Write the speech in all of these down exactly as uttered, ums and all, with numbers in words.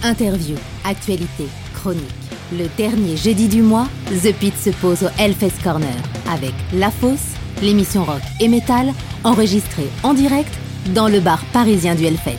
Interview, actualité, chronique. Le dernier jeudi du mois, The Pit se pose au Hellfest Corner avec La Fosse, l'émission rock et métal, enregistrée en direct dans le bar parisien du Hellfest.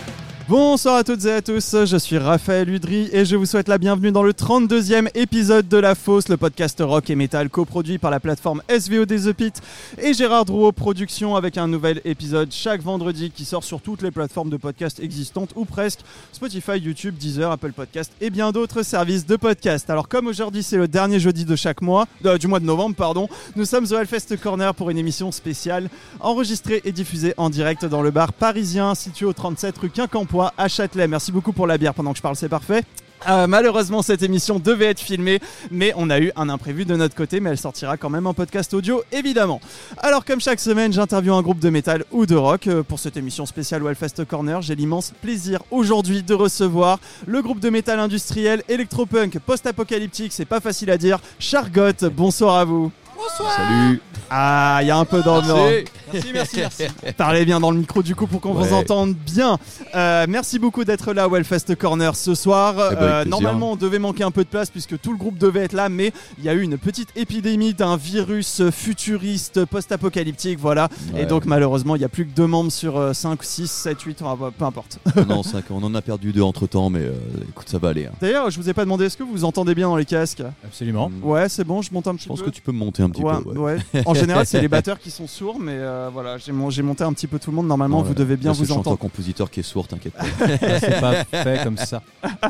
Bonsoir à toutes et à tous, je suis Raphaël Udry et je vous souhaite la bienvenue dans le trente-deuxième épisode de La Fosse, le podcast rock et métal coproduit par la plateforme S V O D The Pit et Gérard Drouot Productions, avec un nouvel épisode chaque vendredi qui sort sur toutes les plateformes de podcast existantes ou presque, Spotify, YouTube, Deezer, Apple Podcast et bien d'autres services de podcast. Alors comme aujourd'hui c'est le dernier jeudi de chaque mois, euh, du mois de novembre pardon, nous sommes au Hellfest Corner pour une émission spéciale enregistrée et diffusée en direct dans le bar parisien situé au trente-sept rue Quincampoix à Châtelet. Merci beaucoup pour la bière pendant que je parle, c'est parfait. Euh, malheureusement cette émission devait être filmée, mais on a eu un imprévu de notre côté, mais elle sortira quand même en podcast audio évidemment. Alors comme chaque semaine j'interviewe un groupe de métal ou de rock. euh, Pour cette émission spéciale au Hellfest Corner, j'ai l'immense plaisir aujourd'hui de recevoir le groupe de métal industriel, électropunk, post-apocalyptique, c'est pas facile à dire, Chargotte. Bonsoir à vous. Bonsoir. Salut. Ah, il y a un peu d'ambiance. Merci, merci, merci. Parlez bien dans le micro du coup pour qu'on Ouais. vous entende bien. Euh, merci beaucoup d'être là au Hellfest Corner ce soir. Eh ben, avec Euh, plaisir. normalement on devait manquer un peu de place puisque tout le groupe devait être là, mais il y a eu une petite épidémie d'un virus futuriste post-apocalyptique, voilà. Ouais. Et donc malheureusement il n'y a plus que deux membres sur euh, cinq, six, sept, huit, enfin, bah, peu importe. Non, cinq, on en a perdu deux entre temps, mais euh, écoute, ça va aller. Hein. D'ailleurs je vous ai pas demandé, est-ce que vous vous entendez bien dans les casques? Absolument. Mm. Ouais, c'est bon, je monte un petit Je pense peu. que tu peux me monter un petit Ouais, peu. Ouais. ouais. En général c'est les batteurs qui sont sourds, mais euh, voilà, j'ai, mon- j'ai monté un petit peu tout le monde. Normalement Ouais. vous devez bien Là, c'est vous le entendre. chanteur-compositeur qui est sourd, t'inquiète pas. C'est pas fait comme ça.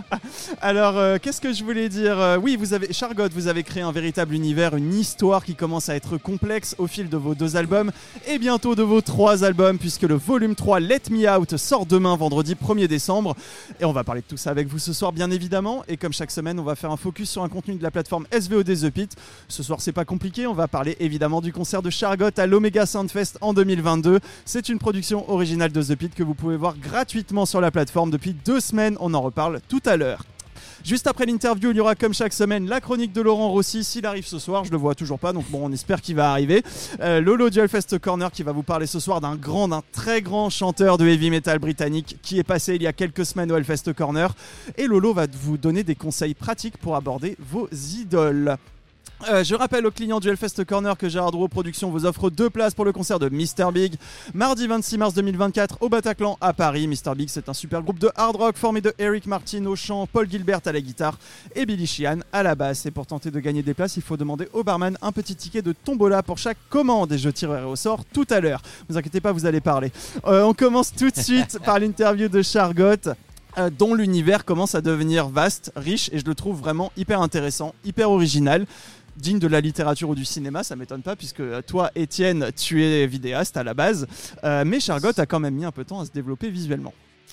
Alors, euh, qu'est-ce que je voulais dire Euh, Oui, vous avez, Chargotte, vous avez créé un véritable univers, une histoire qui commence à être complexe au fil de vos deux albums et bientôt de vos trois albums, puisque le volume trois Let Me Out sort demain, vendredi premier décembre. Et on va parler de tout ça avec vous ce soir, bien évidemment. Et comme chaque semaine, on va faire un focus sur un contenu de la plateforme S V O D The Pit. Ce soir, c'est pas compliqué, on va parler évidemment du concert de Chargotte à l'Omega Soundfest en deux mille vingt-deux. C'est une production originale de The Pit que vous pouvez voir gratuitement sur la plateforme depuis deux semaines. On en reparle tout à l'heure. Juste après l'interview, il y aura comme chaque semaine la chronique de Laurent Rossi, s'il arrive ce soir, je le vois toujours pas, donc bon, on espère qu'il va arriver. Euh, Lolo du Hellfest Corner qui va vous parler ce soir d'un grand, d'un très grand chanteur de heavy metal britannique qui est passé il y a quelques semaines au Hellfest Corner. Et Lolo va vous donner des conseils pratiques pour aborder vos idoles. Euh, je rappelle aux clients du Hellfest Corner que Gérard Drouot Productions vous offre deux places pour le concert de Mister Big mardi vingt-six mars deux mille vingt-quatre au Bataclan à Paris. Mister Big, c'est un super groupe de hard rock formé de Eric Martin au chant, Paul Gilbert à la guitare et Billy Sheehan à la basse. Et pour tenter de gagner des places, il faut demander au barman un petit ticket de tombola pour chaque commande et je tirerai au sort tout à l'heure. Ne vous inquiétez pas, vous allez parler. Euh, on commence tout de suite par l'interview de Chargotte, euh, dont l'univers commence à devenir vaste, riche et je le trouve vraiment hyper intéressant, hyper original. Digne de la littérature ou du cinéma, ça m'étonne pas puisque toi, Étienne, tu es vidéaste à la base, euh, mais Chargotte a quand même mis un peu de temps à se développer visuellement.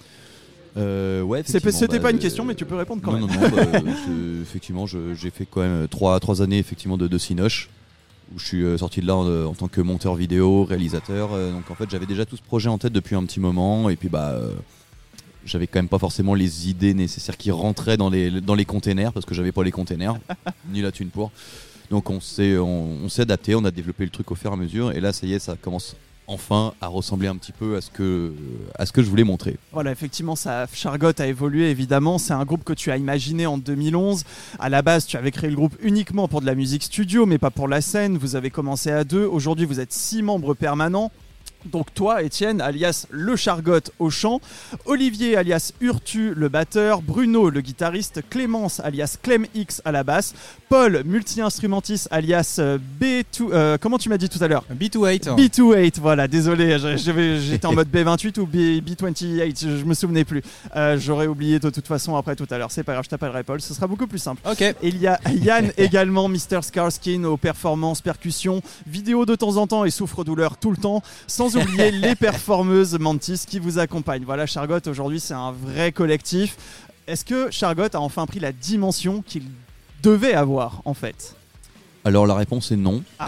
Euh, ouais, C'est, effectivement, c'était bah, pas une euh, question, mais tu peux répondre quand non, même. Non, non, bah, je- effectivement, je- j'ai fait quand même trois, trois années effectivement de, de Cinoche, où je suis euh, sorti de là en, en tant que monteur vidéo, réalisateur. euh, donc en fait, j'avais déjà tout ce projet en tête depuis un petit moment, et puis bah. Euh, J'avais quand même pas forcément les idées nécessaires qui rentraient dans les, dans les containers, parce que j'avais pas les containers, ni la thune pour. Donc on s'est, on, on s'est adapté, on a développé le truc au fur et à mesure, et là ça y est, ça commence enfin à ressembler un petit peu à ce que, à ce que je voulais montrer. Voilà, effectivement, ça, Chargotte a évolué évidemment. C'est un groupe que tu as imaginé en deux mille onze. À la base, tu avais créé le groupe uniquement pour de la musique studio, mais pas pour la scène. Vous avez commencé à deux. Aujourd'hui, vous êtes six membres permanents. Donc toi, Étienne, alias le Chargotte au chant, Olivier, alias Urtu, le batteur, Bruno, le guitariste, Clémence, alias Clem X à la basse, Paul, multi-instrumentiste, alias euh, B deux, euh, comment tu m'as dit tout à l'heure? B vingt-huit. B vingt-huit, voilà, désolé, je- je- j'étais en mode B vingt-huit ou B, B vingt-huit, je, je me souvenais plus. Euh, j'aurais oublié de toute façon après tout à l'heure, c'est pas grave, je t'appellerai Paul, ce sera beaucoup plus simple. Ok. Et il y a Yann également, Mister Scarskin aux performances, percussions, vidéo de temps en temps et souffre-douleur tout le temps, sans oublier les performeuses Mantis qui vous accompagnent. Voilà, Chargotte aujourd'hui c'est un vrai collectif. Est-ce que Chargotte a enfin pris la dimension qu'il devait avoir en fait? Alors la réponse est non. Ah.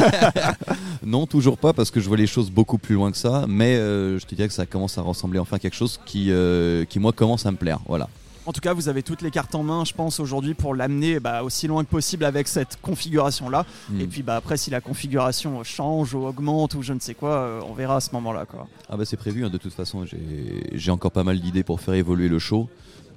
Non, toujours pas, parce que je vois les choses beaucoup plus loin que ça, mais euh, je te dirais que ça commence à ressembler enfin à quelque chose qui, euh, qui moi commence à me plaire. Voilà. En tout cas, vous avez toutes les cartes en main, je pense, aujourd'hui pour l'amener bah, aussi loin que possible avec cette configuration-là. Mm. Et puis bah, après, si la configuration change ou augmente ou je ne sais quoi, euh, on verra à ce moment-là, quoi. Ah bah c'est prévu, hein, de toute façon, j'ai, j'ai encore pas mal d'idées pour faire évoluer le show.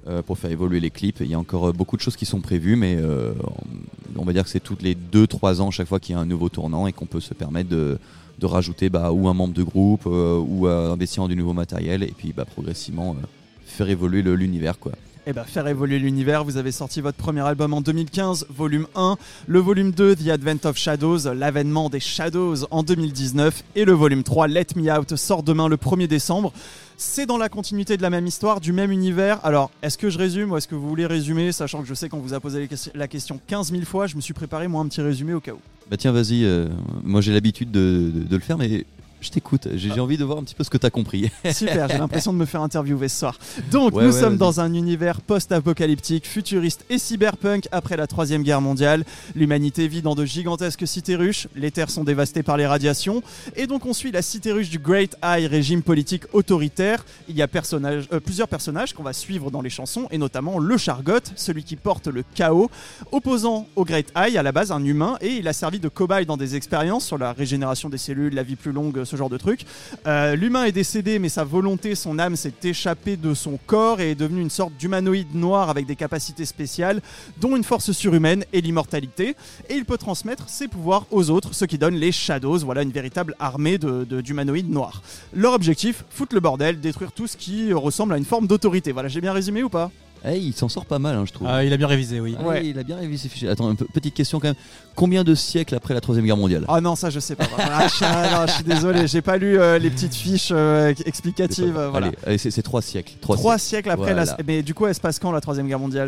euh, pour faire évoluer les clips. Il y a encore euh, beaucoup de choses qui sont prévues, mais euh, on va dire que c'est toutes les deux trois ans chaque fois qu'il y a un nouveau tournant et qu'on peut se permettre de, de rajouter bah, ou un membre de groupe euh, ou euh, investir dans du nouveau matériel et puis bah, progressivement euh, faire évoluer le, l'univers, quoi. Et bah faire évoluer l'univers, vous avez sorti votre premier album en deux mille quinze, volume un, le volume deux, The Advent of Shadows, l'avènement des Shadows en deux mille dix-neuf, et le volume trois, Let Me Out, sort demain le premier décembre. C'est dans la continuité de la même histoire, du même univers. Alors, est-ce que je résume ou est-ce que vous voulez résumer, sachant que je sais qu'on vous a posé les que- la question quinze mille fois, je me suis préparé moi un petit résumé au cas où. Bah tiens, vas-y, euh, moi j'ai l'habitude de, de, de le faire, mais je t'écoute, j'ai, j'ai envie de voir un petit peu ce que t'as compris. Super, j'ai l'impression de me faire interviewer ce soir. Donc, Ouais, nous ouais, sommes vas-y. dans un univers post-apocalyptique, futuriste et cyberpunk après la Troisième Guerre mondiale. L'humanité vit dans de gigantesques cités-ruches, les terres sont dévastées par les radiations, et donc on suit la cité-ruche du Great Eye, régime politique autoritaire. Il y a personnage, euh, plusieurs personnages qu'on va suivre dans les chansons, et notamment le Chargot, celui qui porte le chaos, opposant au Great Eye, à la base un humain, et il a servi de cobaye dans des expériences sur la régénération des cellules, la vie plus longue, ce genre de trucs. Euh, l'humain est décédé, mais sa volonté, son âme s'est échappée de son corps et est devenue une sorte d'humanoïde noir avec des capacités spéciales, dont une force surhumaine et l'immortalité. Et il peut transmettre ses pouvoirs aux autres, ce qui donne les Shadows, voilà une véritable armée de, de, d'humanoïdes noirs. Leur objectif, foutre le bordel, détruire tout ce qui ressemble à une forme d'autorité. Voilà, j'ai bien résumé ou pas ? Hey, il s'en sort pas mal, hein, je trouve. Ah, il a bien révisé, oui. Ah, ouais. Il a bien révisé ses fichiers. Attends, une pe- petite question quand même. Combien de siècles après la Troisième Guerre mondiale? Ah non, ça je sais pas. Ah, je, ah, non, je suis désolé, j'ai pas lu euh, les petites fiches euh, explicatives. euh, voilà. Allez, allez, c'est, c'est trois siècles. Trois Trois siècles. siècles après Voilà. la... Mais du coup, elle se passe quand la Troisième Guerre mondiale ?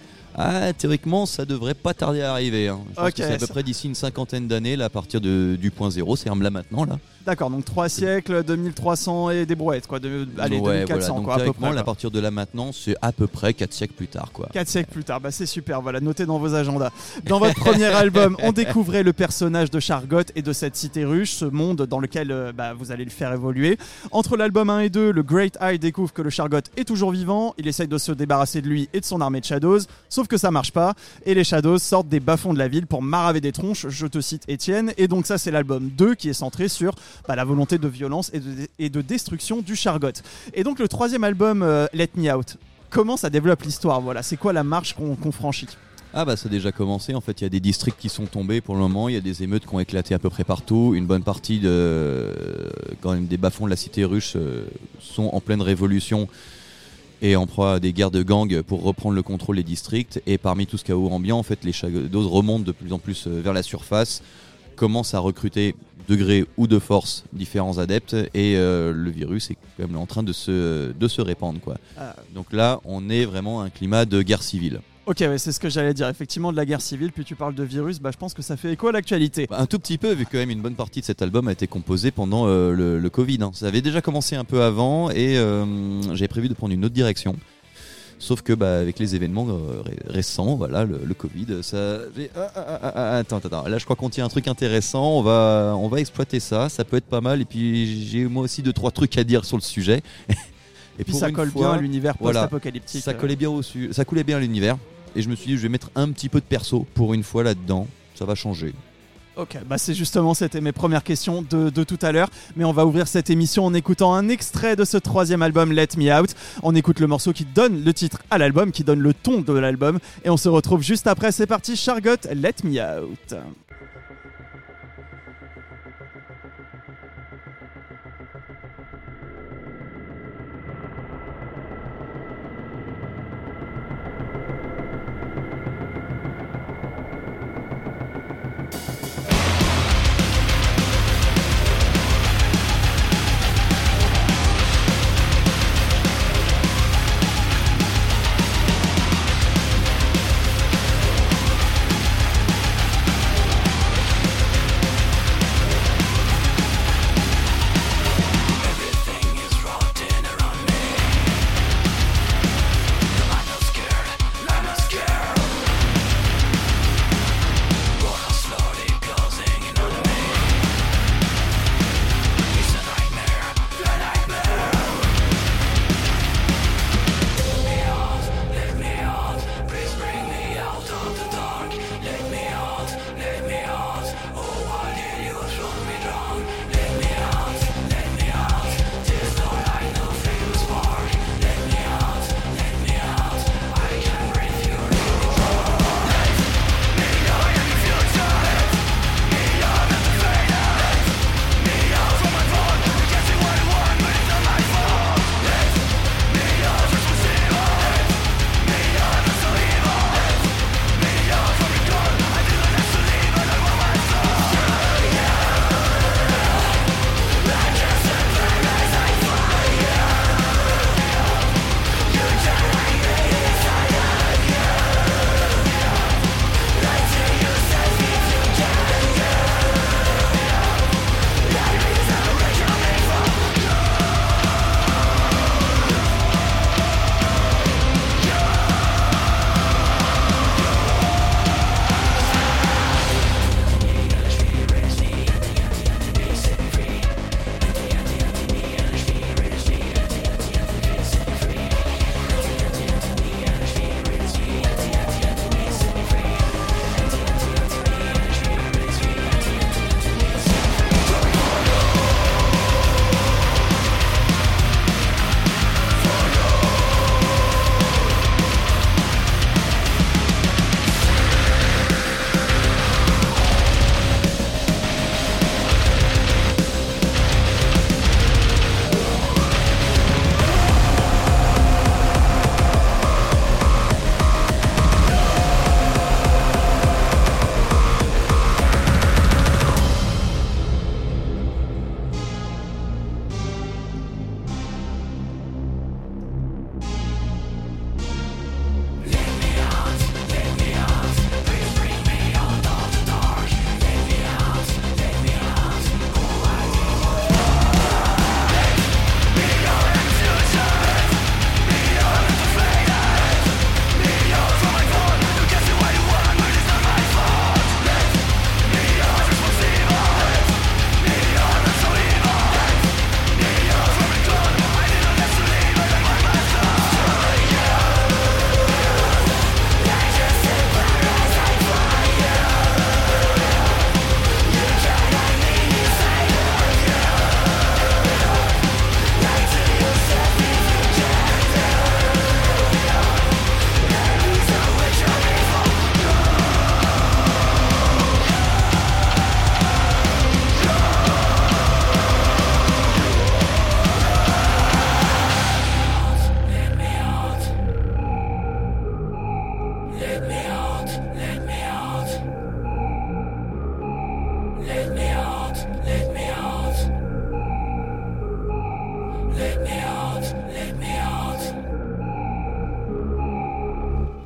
Ah, théoriquement, ça devrait pas tarder à arriver. Hein. Je pense Ok, que c'est à peu ça- près d'ici une cinquantaine d'années, là, à partir de, du point zéro. C'est là maintenant, là. D'accord, donc trois siècles, deux mille trois cents et des brouettes, quoi. De, allez, Ouais, deux mille quatre cents, voilà. Donc, quoi, à peu théoriquement, près. là, à quoi. partir de là maintenant, c'est à peu près quatre siècles plus tard, quoi. Quatre siècles plus tard, bah c'est super, voilà, notez dans vos agendas. Dans votre premier album, on découvrait le personnage de Chargot et de cette cité ruche, ce monde dans lequel euh, bah, vous allez le faire évoluer. Entre l'album un et deux, le Great Eye découvre que le Chargot est toujours vivant, il essaye de se débarrasser de lui et de son armée de Shadows, sauf que ça marche pas, et les Shadows sortent des bas-fonds de la ville pour maraver des tronches, je te cite Étienne, et donc ça c'est l'album deux qui est centré sur bah, la volonté de violence et de, et de destruction du Chargot. Et donc le troisième album, euh, Let Me Out, comment ça développe l'histoire, voilà, c'est quoi la marche qu'on, qu'on franchit? Ah bah ça a déjà commencé, en fait il y a des districts qui sont tombés pour le moment, il y a des émeutes qui ont éclaté à peu près partout, une bonne partie de, quand même des bas-fonds de la cité russe euh, sont en pleine révolution et en proie à des guerres de gangs pour reprendre le contrôle des districts, et parmi tout ce chaos ambiant, en fait les Shadows remontent de plus en plus euh, vers la surface, commencent à recruter de gré ou de force différents adeptes, et euh, le virus est quand même en train de se, de se répandre, quoi. Ah. Donc là on est vraiment à un climat de guerre civile. Ok, ouais, c'est ce que j'allais dire. Effectivement, de la guerre civile, puis tu parles de virus, bah, je pense que ça fait écho à l'actualité. Un tout petit peu, vu que quand même une bonne partie de cet album a été composée pendant euh, le, le Covid. Hein. Ça avait déjà commencé un peu avant, et euh, j'avais prévu de prendre une autre direction. Sauf que bah, avec les événements euh, ré- récents, voilà, le, le Covid, ça. j'ai- ah, ah, ah, ah, attends, attends, là je crois qu'on tient un truc intéressant. On va, on va exploiter ça. Ça peut être pas mal. Et puis j'ai moi aussi deux trois trucs à dire sur le sujet. Et puis pour ça une colle fois, bien à l'univers voilà, post-apocalyptique. Ça collait bien au su- ça coulait bien à l'univers. Et je me suis dit, je vais mettre un petit peu de perso pour une fois là-dedans. Ça va changer. Ok, bah c'est justement, c'était mes premières questions de, de tout à l'heure. Mais on va ouvrir cette émission en écoutant un extrait de ce troisième album, Let Me Out. On écoute le morceau qui donne le titre à l'album, qui donne le ton de l'album. Et on se retrouve juste après. C'est parti, Chargot, Let Me Out. Let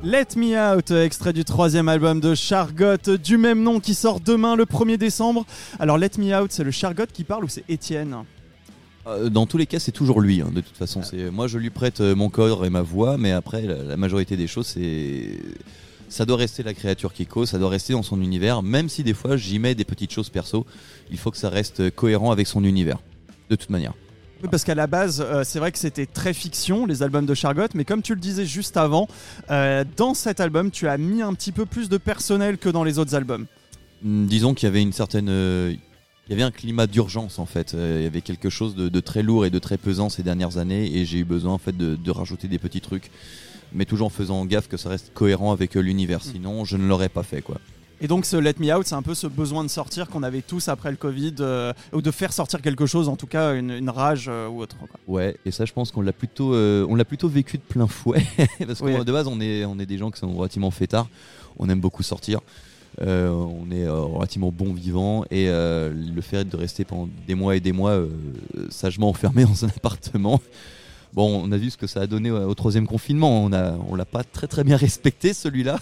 Let Me Out, extrait du troisième album de Chargot du même nom qui sort demain le premier décembre. Alors Let Me Out, c'est le Chargot qui parle ou c'est Étienne ? Euh, Dans tous les cas, c'est toujours lui. Hein, de toute façon, c'est moi je lui prête euh, mon corps et ma voix, mais après la, la majorité des choses, c'est ça doit rester la créature qui cause, ça doit rester dans son univers, même si des fois j'y mets des petites choses perso. Il faut que ça reste cohérent avec son univers, de toute manière. Oui, parce qu'à la base, euh, c'est vrai que c'était très fiction, les albums de Chargot, mais comme tu le disais juste avant, euh, dans cet album, tu as mis un petit peu plus de personnel que dans les autres albums. Hum, Disons qu'il y avait une certaine, euh, il y avait un climat d'urgence en fait. Euh, il y avait quelque chose de, de très lourd et de très pesant ces dernières années, et j'ai eu besoin en fait de, de rajouter des petits trucs, mais toujours en faisant gaffe que ça reste cohérent avec euh, l'univers. Sinon, je ne l'aurais pas fait quoi. Et donc ce Let Me Out, c'est un peu ce besoin de sortir qu'on avait tous après le Covid, euh, ou de faire sortir quelque chose, en tout cas une, une rage euh, ou autre, quoi. Ouais, et ça je pense qu'on l'a plutôt, euh, on l'a plutôt vécu de plein fouet, parce que Oui. de base on est, on est des gens qui sont relativement fêtards, on aime beaucoup sortir, euh, on est euh, relativement bon vivant, et euh, le fait de rester pendant des mois et des mois euh, sagement enfermé dans un appartement. Bon, on a vu ce que ça a donné au troisième confinement. On a, on l'a pas très très bien respecté celui-là.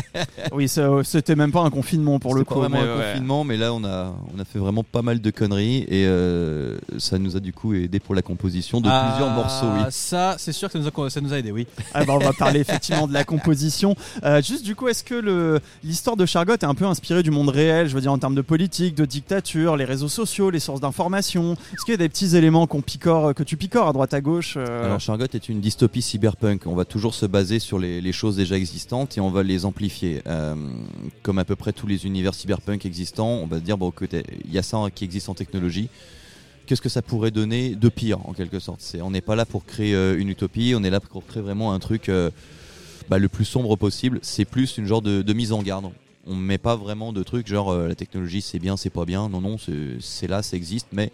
Oui, c'est- c'était même pas un confinement pour le C'était coup. pas vraiment mais un ouais. confinement, mais là on a, on a fait vraiment pas mal de conneries, et euh, ça nous a du coup aidé pour la composition de Ah, plusieurs morceaux. Oui. Ça, c'est sûr que ça nous a, ça nous a aidé, oui. Ah bah, on va parler effectivement de la composition. Euh, juste du coup, est-ce que le, l'histoire de Chargot est un peu inspirée du monde réel, je veux dire en termes de politique, de dictature, les réseaux sociaux, les sources d'information ? Est-ce qu'il y a des petits éléments qu'on picore, que tu picores à droite à gauche euh, Alors Chargot est une dystopie cyberpunk. On va toujours se baser sur les, les choses déjà existantes et on va les amplifier. Euh, comme à peu près tous les univers cyberpunk existants, on va se dire bon, écoutez, il y a ça qui existe en technologie. Qu'est-ce que ça pourrait donner de pire en quelque sorte ? C'est, on n'est pas là pour créer euh, une utopie, on est là pour créer vraiment un truc euh, bah, le plus sombre possible. C'est plus une genre de, de mise en garde. On ne met pas vraiment de trucs genre euh, la technologie c'est bien, c'est pas bien. Non, non, c'est, c'est là, ça existe, mais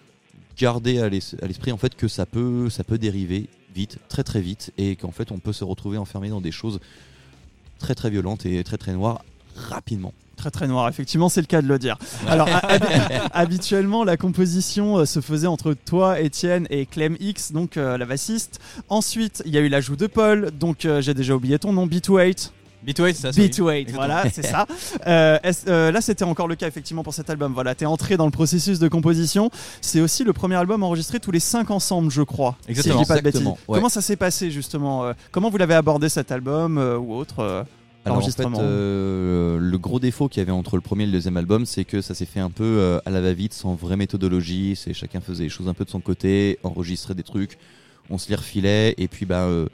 garder à l'es- à l'esprit en fait que ça peut, ça peut dériver vite, très très vite, et qu'en fait on peut se retrouver enfermé dans des choses très très violentes et très très noires rapidement. Très très noir, effectivement, c'est le cas de le dire. Alors, hab- habituellement, la composition euh, se faisait entre toi, Étienne, et Clem X, donc euh, la bassiste. Ensuite, il y a eu l'ajout de Paul, donc euh, j'ai déjà oublié ton nom, B deux huit. B deux huit, c'est ça. B deux huit, voilà, c'est ça. Euh, est-ce- euh, là, c'était encore le cas, effectivement, pour cet album. Voilà, t'es entré dans le processus de composition. C'est aussi le premier album enregistré tous les cinq ensemble, je crois. Exactement. Si je dis pas de Exactement, bêtises. ouais. Comment ça s'est passé, justement euh, Comment vous l'avez abordé, cet album, euh, ou autre euh, Alors en fait, Enregistrement. euh, le gros défaut qu'il y avait entre le premier et le deuxième album, c'est que ça s'est fait un peu euh, à la va-vite, sans vraie méthodologie. C'est chacun faisait les choses un peu de son côté, enregistrait des trucs, on se les refilait, et puis bah euh,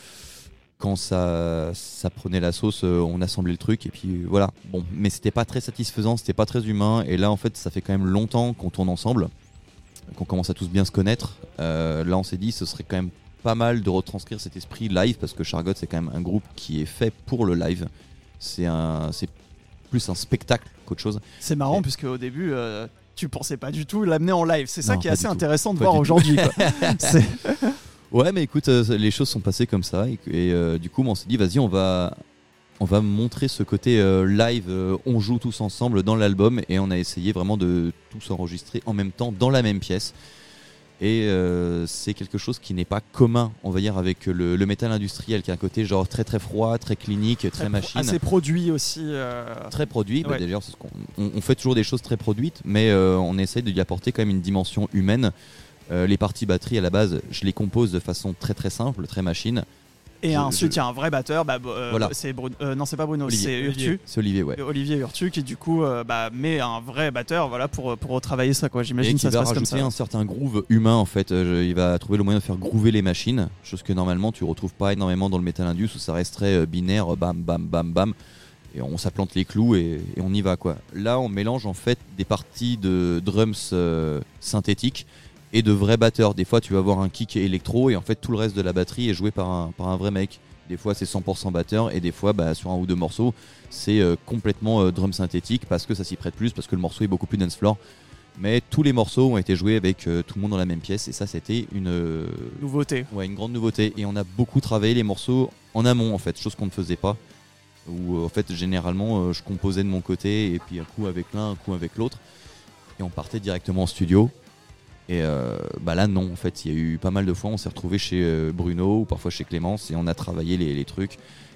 quand ça, ça prenait la sauce, euh, on assemblait le truc, et puis euh, voilà. Bon, mais c'était pas très satisfaisant, c'était pas très humain, et là en fait, ça fait quand même longtemps qu'on tourne ensemble, qu'on commence à tous bien se connaître. Euh, là, on s'est dit, ce serait quand même pas mal de retranscrire cet esprit live, parce que Chargot c'est quand même un groupe qui est fait pour le live. C'est un, c'est plus un spectacle qu'autre chose. C'est marrant, Et- puisque au début, euh, tu pensais pas du tout l'amener en live. C'est ça Non, qui est pas assez du tout. intéressant de Pas voir du tout. aujourd'hui, quoi. C'est- Ouais, mais écoute, euh, les choses sont passées comme ça, et, et, euh, du coup, on s'est dit, vas-y, on va, on va montrer ce côté euh, live. euh, on joue tous ensemble dans l'album, et on a essayé vraiment de tous enregistrer en même temps dans la même pièce. Et euh, c'est quelque chose qui n'est pas commun, on va dire, avec le, le métal industriel, qui a un côté genre très très froid, très clinique, très, très machine. Assez produit aussi. euh, Très produit, bah, Ouais. d'ailleurs c'est ce qu'on on, on fait toujours des choses très produites, mais euh, on essaye de y apporter quand même une dimension humaine. Euh, les parties batterie à la base, je les compose de façon très très simple, très machine. Et Je- ensuite, il je- y a un vrai batteur. Bah, euh, Voilà. c'est Bruno. euh, non, c'est pas Bruno, Olivier. c'est Urtu. C'est Olivier, ouais. Olivier Urtu qui du coup euh, bah, met un vrai batteur, voilà, pour pour retravailler ça, quoi. Et J'imagine que qui ça se va passe comme rajouter ça. un certain groove humain en fait. Euh, je- il va trouver le moyen de faire groover les machines, chose que normalement tu retrouves pas énormément dans le metal indus où ça resterait euh, binaire, euh, bam bam bam bam. Et on s'applante les clous et, et on y va quoi. Là on mélange en fait des parties de drums euh, synthétiques et de vrais batteurs. Des fois tu vas avoir un kick électro et en fait tout le reste de la batterie est joué par un, par un vrai mec. Des fois c'est cent pour cent batteur et des fois bah, sur un ou deux morceaux c'est euh, complètement euh, drum synthétique parce que ça s'y prête plus, parce que le morceau est beaucoup plus dance floor. Mais tous les morceaux ont été joués avec euh, tout le monde dans la même pièce et ça c'était une, euh, Nouveauté. ouais, une grande nouveauté. Et on a beaucoup travaillé les morceaux en amont en fait, chose qu'on ne faisait pas. Où euh, en fait généralement euh, je composais de mon côté et puis un coup avec l'un, un coup avec l'autre. Et on partait directement en studio. Et euh, bah là non, en fait il y a eu pas mal de fois on s'est retrouvé chez euh, Bruno ou parfois chez Clémence et on a travaillé les, les trucs.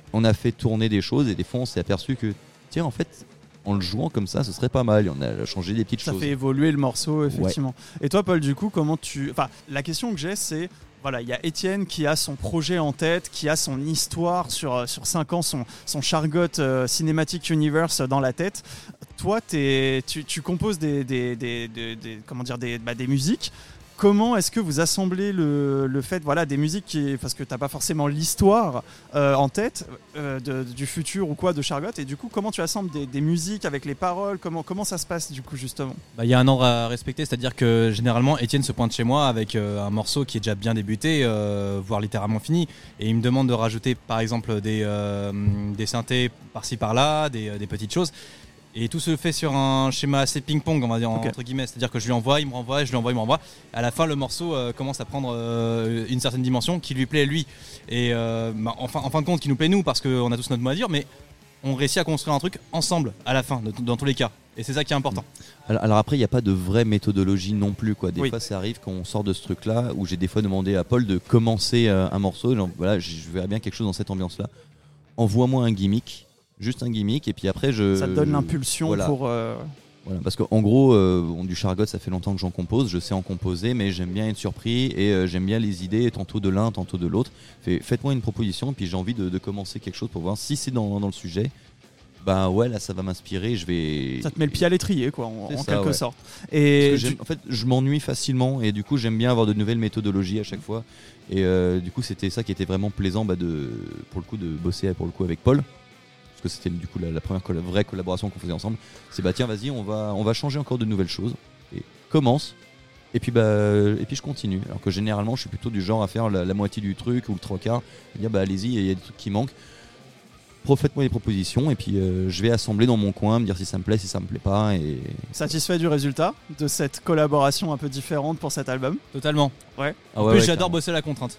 on a fait tourner des choses et des fois on s'est aperçu que tiens en fait en le jouant comme ça ce serait pas mal, et on a changé des petites Ça choses. fait évoluer le morceau, effectivement. Ouais. Et toi, Paul, du coup, comment tu... Enfin, la question que j'ai, c'est... Voilà, il y a Étienne qui a son projet en tête, qui a son histoire sur, sur cinq ans, son, son Chargot euh, Cinematic Universe dans la tête. Toi, t'es, tu, tu composes des, des, des, des, des, comment dire, des, bah, des musiques. Comment est-ce que vous assemblez le, le fait, voilà, des musiques qui, parce que t'as pas forcément l'histoire euh, en tête euh, de, du futur ou quoi de Chargot, et du coup comment tu assembles des, des musiques avec les paroles, comment, comment ça se passe du coup justement? Bah, y a un ordre à respecter, c'est-à-dire que généralement Étienne se pointe chez moi avec euh, un morceau qui est déjà bien débuté, euh, voire littéralement fini, et il me demande de rajouter par exemple des, euh, des synthés par-ci par-là, des, des petites choses. Et tout se fait sur un schéma assez ping-pong, on va dire, okay. entre guillemets. C'est-à-dire que je lui envoie, il me renvoie, je lui envoie, il me renvoie. À la fin, le morceau euh, commence à prendre euh, une certaine dimension qui lui plaît lui. Et euh, bah, en, fin, en fin de compte, qui nous plaît nous, parce qu'on a tous notre mot à dire, mais on réussit à construire un truc ensemble, à la fin, de, dans tous les cas. Et c'est ça qui est important. Alors, alors après, il n'y a pas de vraie méthodologie non plus, quoi. Des oui. fois, ça arrive quand on sort de ce truc-là, où j'ai des fois demandé à Paul de commencer euh, un morceau. Genre, voilà, je verrais bien quelque chose dans cette ambiance-là. Envoie-moi un gimmick. Juste un gimmick, et puis après je... Ça te donne l'impulsion voilà. pour... Euh... Voilà, parce qu'en gros, euh, bon, du Chargot, ça fait longtemps que j'en compose, je sais en composer, mais j'aime bien être surpris, et euh, j'aime bien les idées, tantôt de l'un, tantôt de l'autre. Fait, faites-moi une proposition, puis j'ai envie de, de commencer quelque chose pour voir si c'est dans, dans le sujet. Bah ouais, là ça va m'inspirer, je vais... Ça te met le pied à l'étrier, quoi, en, en ça, quelque ouais. sorte. Et tu... En fait, je m'ennuie facilement, et du coup j'aime bien avoir de nouvelles méthodologies à chaque fois. Et euh, du coup c'était ça qui était vraiment plaisant, bah, de, pour le coup, de bosser pour le coup avec Paul. Parce que c'était du coup la, la première colla- vraie collaboration qu'on faisait ensemble. C'est bah tiens vas-y on va on va changer encore de nouvelles choses et commence et puis bah et puis je continue. Alors que généralement je suis plutôt du genre à faire la, la moitié du truc ou le trois quarts et dire bah allez-y, il y a des trucs qui manquent. Faites-moi des propositions et puis euh, je vais assembler dans mon coin, me dire si ça me plaît, si ça me plaît pas. Et satisfait du résultat de cette collaboration un peu différente pour cet album? Totalement. Ouais. En ah ouais, plus ouais, j'adore carrément. bosser la contrainte.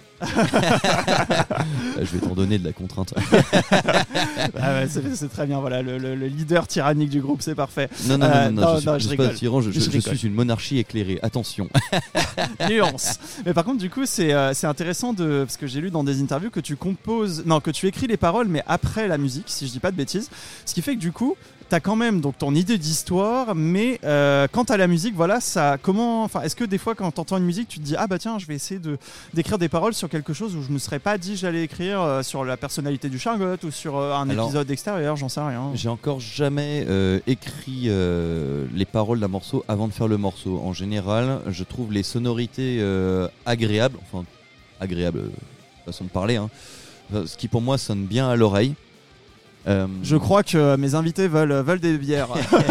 Je vais t'en donner de la contrainte. Ah ouais, c'est, c'est très bien, voilà, le, le, le leader tyrannique du groupe, c'est parfait. Non non non, Euh, non, non, je suis, non, je je suis pas rigole. tyran, je, Je je- je rigole. suis une monarchie éclairée. Attention. Nuance. Mais par contre, du coup, c'est, euh, c'est intéressant de, parce que j'ai lu dans des interviews que tu composes, non, que tu écris les paroles, mais après la musique, si je dis pas de bêtises. Ce qui fait que du coup, t'as quand même donc ton idée d'histoire, mais euh, quant à la musique, voilà, ça, comment, enfin, est-ce que des fois quand t'entends une musique, tu te dis ah bah tiens, je vais essayer de d'écrire des paroles sur quelque chose où je me serais pas dit j'allais écrire euh, sur la personnalité du Chargot ou sur euh, un Alors, épisode extérieur, j'en sais rien. J'ai encore jamais euh, écrit euh, les paroles d'un morceau avant de faire le morceau. En général, je trouve les sonorités euh, agréables, enfin agréables, euh, façon de parler, hein, ce qui pour moi sonne bien à l'oreille. Euh, Je crois que mes invités veulent, veulent des bières.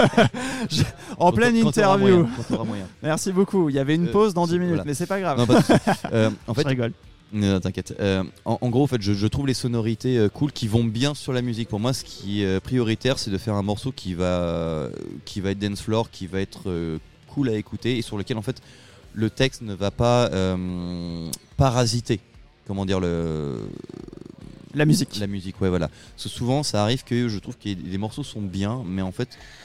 Je- en quand- pleine quand t'auras interview. moyen, quand t'auras moyen. Merci beaucoup. Il y avait une Euh, pause dans dix c'est- minutes, voilà. mais c'est pas grave. Non, pas de souci. Euh, en fait, Je rigole. Non, t'inquiète. Euh, en, en gros, en fait, je, je trouve les sonorités euh, cool qui vont bien sur la musique. Pour moi, ce qui est euh, prioritaire, c'est de faire un morceau qui va, qui va être dance floor, qui va être euh, cool à écouter et sur lequel, en fait, le texte ne va pas euh, parasiter. Comment dire le La musique. La musique, ouais, voilà. Parce que souvent, ça arrive que je trouve que les morceaux sont bien, mais en fait,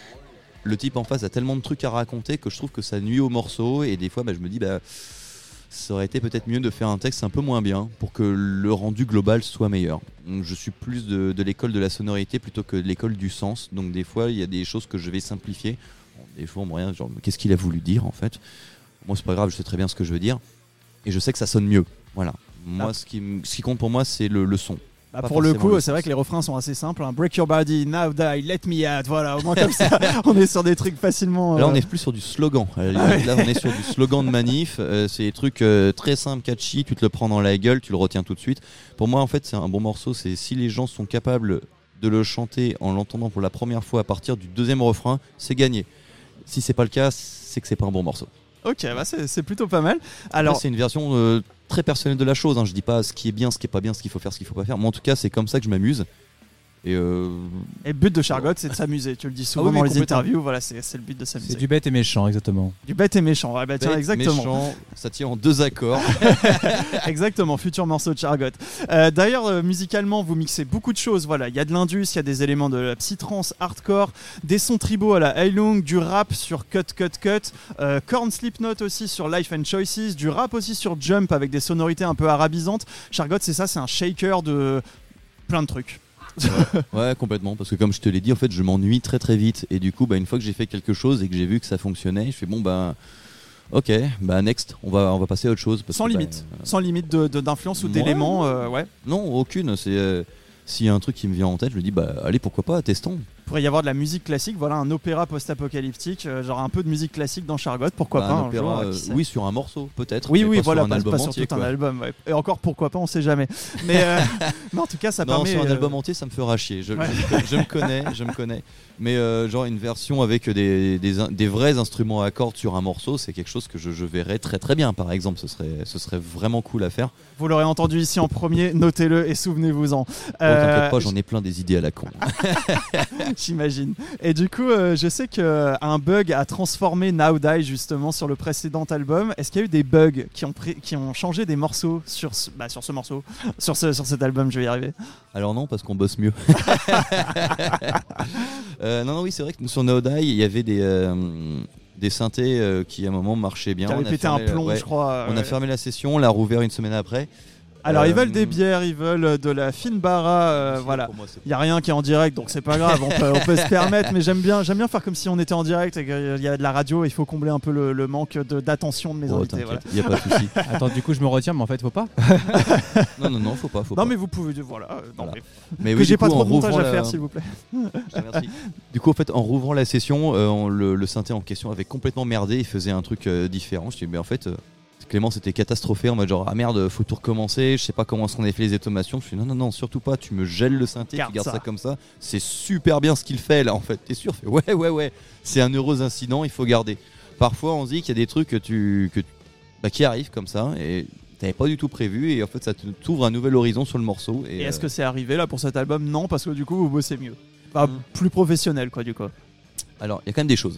le type en face a tellement de trucs à raconter que je trouve que ça nuit au morceau. Et des fois, bah, je me dis, bah, ça aurait été peut-être mieux de faire un texte un peu moins bien pour que le rendu global soit meilleur. Donc, je suis plus de, de l'école de la sonorité plutôt que de l'école du sens. Donc, des fois, il y a des choses que je vais simplifier. Bon, des fois, on me regarde, genre, qu'est-ce qu'il a voulu dire en fait? Moi, c'est pas grave, je sais très bien ce que je veux dire. Et je sais que ça sonne mieux. Voilà. Moi, Ah. ce, qui, m- ce qui compte pour moi, c'est le, le son. Bah, Pas pour le forcément coup, le c'est vrai sens. que les refrains sont assez simples. Hein. Break your body, now die, let me out. Voilà, au moins comme ça, on est sur des trucs facilement. Là, euh, on est plus sur du slogan. Euh, Ah ouais. Là, on est sur du slogan de manif. Euh, c'est des trucs euh, très simples, catchy. Tu te le prends dans la gueule, tu le retiens tout de suite. Pour moi, en fait, c'est un bon morceau. C'est si les gens sont capables de le chanter en l'entendant pour la première fois à partir du deuxième refrain, c'est gagné. Si c'est pas le cas, c'est que c'est pas un bon morceau. Ok, bah c'est, c'est plutôt pas mal. Alors, Alors, c'est une version euh, très personnelle de la chose. Hein. Je dis pas ce qui est bien, ce qui est pas bien, ce qu'il faut faire, ce qu'il faut pas faire. Moi, en tout cas, c'est comme ça que je m'amuse. Et euh, et le but de Chargot, c'est de s'amuser. Tu le dis souvent Ah oui, dans oui, les complètement. interviews. Voilà, c'est, c'est le but de s'amuser. C'est du bête et méchant, exactement. Du bête et méchant. Ouais, bah, tiens, bête, exactement. méchant, ça tient en deux accords. Exactement, futur morceau de Chargot. Euh, d'ailleurs, euh, musicalement, vous mixez beaucoup de choses. Voilà, il y a de l'indus, il y a des éléments de la psytrance, hardcore, des sons tribaux à la Heilung, du rap sur Cut Cut Cut, euh, Korn Slipknot aussi sur Life and Choices, du rap aussi sur Jump avec des sonorités un peu arabisantes. Chargot, c'est ça, c'est un shaker de plein de trucs. Ouais, ouais, complètement. Parce que comme je te l'ai dit, en fait, je m'ennuie très très vite. Et du coup, bah, une fois que j'ai fait quelque chose et que j'ai vu que ça fonctionnait, je fais bon, bah. Ok, bah next, on va, on va passer à autre chose. Parce Sans que, limite, bah, sans limite de, de- d'influence ou Ouais. d'éléments, euh, ouais. Non, aucune. C'est euh, s'il y a un truc qui me vient en tête, je me dis bah allez, pourquoi pas, testons. Il pourrait y avoir de la musique classique, voilà, un opéra post-apocalyptique, euh, genre un peu de musique classique dans Chargotte, pourquoi Bah, pas un un opéra, jour, euh, euh, qui sait. oui, sur un morceau peut-être. Oui, mais oui, pas voilà, sur un pas, album pas sur entier, tout un quoi. album. Ouais. Et encore, pourquoi pas, on sait jamais. Mais, euh, mais en tout cas, ça non, permet. sur un euh, album entier, ça me fera chier. Je, Ouais. je, je me connais, je me connais. Mais euh, genre une version avec des, des, in- des vrais instruments à cordes sur un morceau, c'est quelque chose que je, je verrais très très bien. Par exemple, ce serait, ce serait vraiment cool à faire. Vous l'aurez entendu ici en premier, notez-le et souvenez-vous-en. Oh, Euh, t'inquiète pas, j'en ai plein des idées à la con. J'imagine. Et du coup, euh, je sais qu'un bug a transformé Now Die justement sur le précédent album. Est-ce qu'il y a eu des bugs qui ont, pris- qui ont changé des morceaux sur ce, bah, sur ce morceau, sur, ce, sur cet album? Je vais y arriver. Alors non, parce qu'on bosse mieux. Euh, non, non, oui, c'est vrai que sur No Die, il y avait des, euh, des synthés euh, qui à un moment marchaient bien. Qui avait On a pété un fermé- plomb, ouais, je crois. On ouais. a fermé la session, on l'a rouvert une semaine après. Alors, Euh, ils veulent des bières, ils veulent de la fine bara, euh, sinon, voilà. pour moi, c'est- Il n'y a rien qui est en direct, donc c'est pas grave, on peut, on peut se permettre, mais j'aime bien, j'aime bien faire comme si on était en direct et qu'il y a de la radio, il faut combler un peu le, le manque de- d'attention de mes Oh, invités. t'inquiète, Voilà. y a pas de souci. Attends, du coup, je me retiens, mais en fait, faut pas. Non, non, non, faut pas, faut Non, pas. mais vous pouvez, voilà. euh, non, Voilà. mais- Mais que oui, j'ai du pas coup, trop en de montage rouvrant à la- faire, s'il vous plaît. Je te remercie. Du coup, en fait, en rouvrant la session, euh, on- le, le synthé en question avait complètement merdé. Il faisait un truc euh, différent. Je dis, mais en fait, euh, Clément, c'était catastrophé. En mode genre, ah merde, faut tout recommencer. Je sais pas comment est-ce qu'on a fait les automations. Je suis, non, non, non, surtout pas. Tu me gèles le synthé, Garde tu gardes ça. ça. comme ça. C'est super bien ce qu'il fait là. En fait, t'es sûr? Je fais, ouais, ouais, ouais. C'est un heureux incident. Il faut garder. Parfois, on se dit qu'il y a des trucs que tu, que, bah, qui arrivent comme ça et t'avais pas du tout prévu. Et en fait, ça te- t'ouvre un nouvel horizon sur le morceau. Et, Et est-ce euh, que c'est arrivé là pour cet album? Non, parce que du coup, vous bossez mieux. Enfin, Mm. plus professionnel, quoi, du coup. alors, il y a quand même des choses.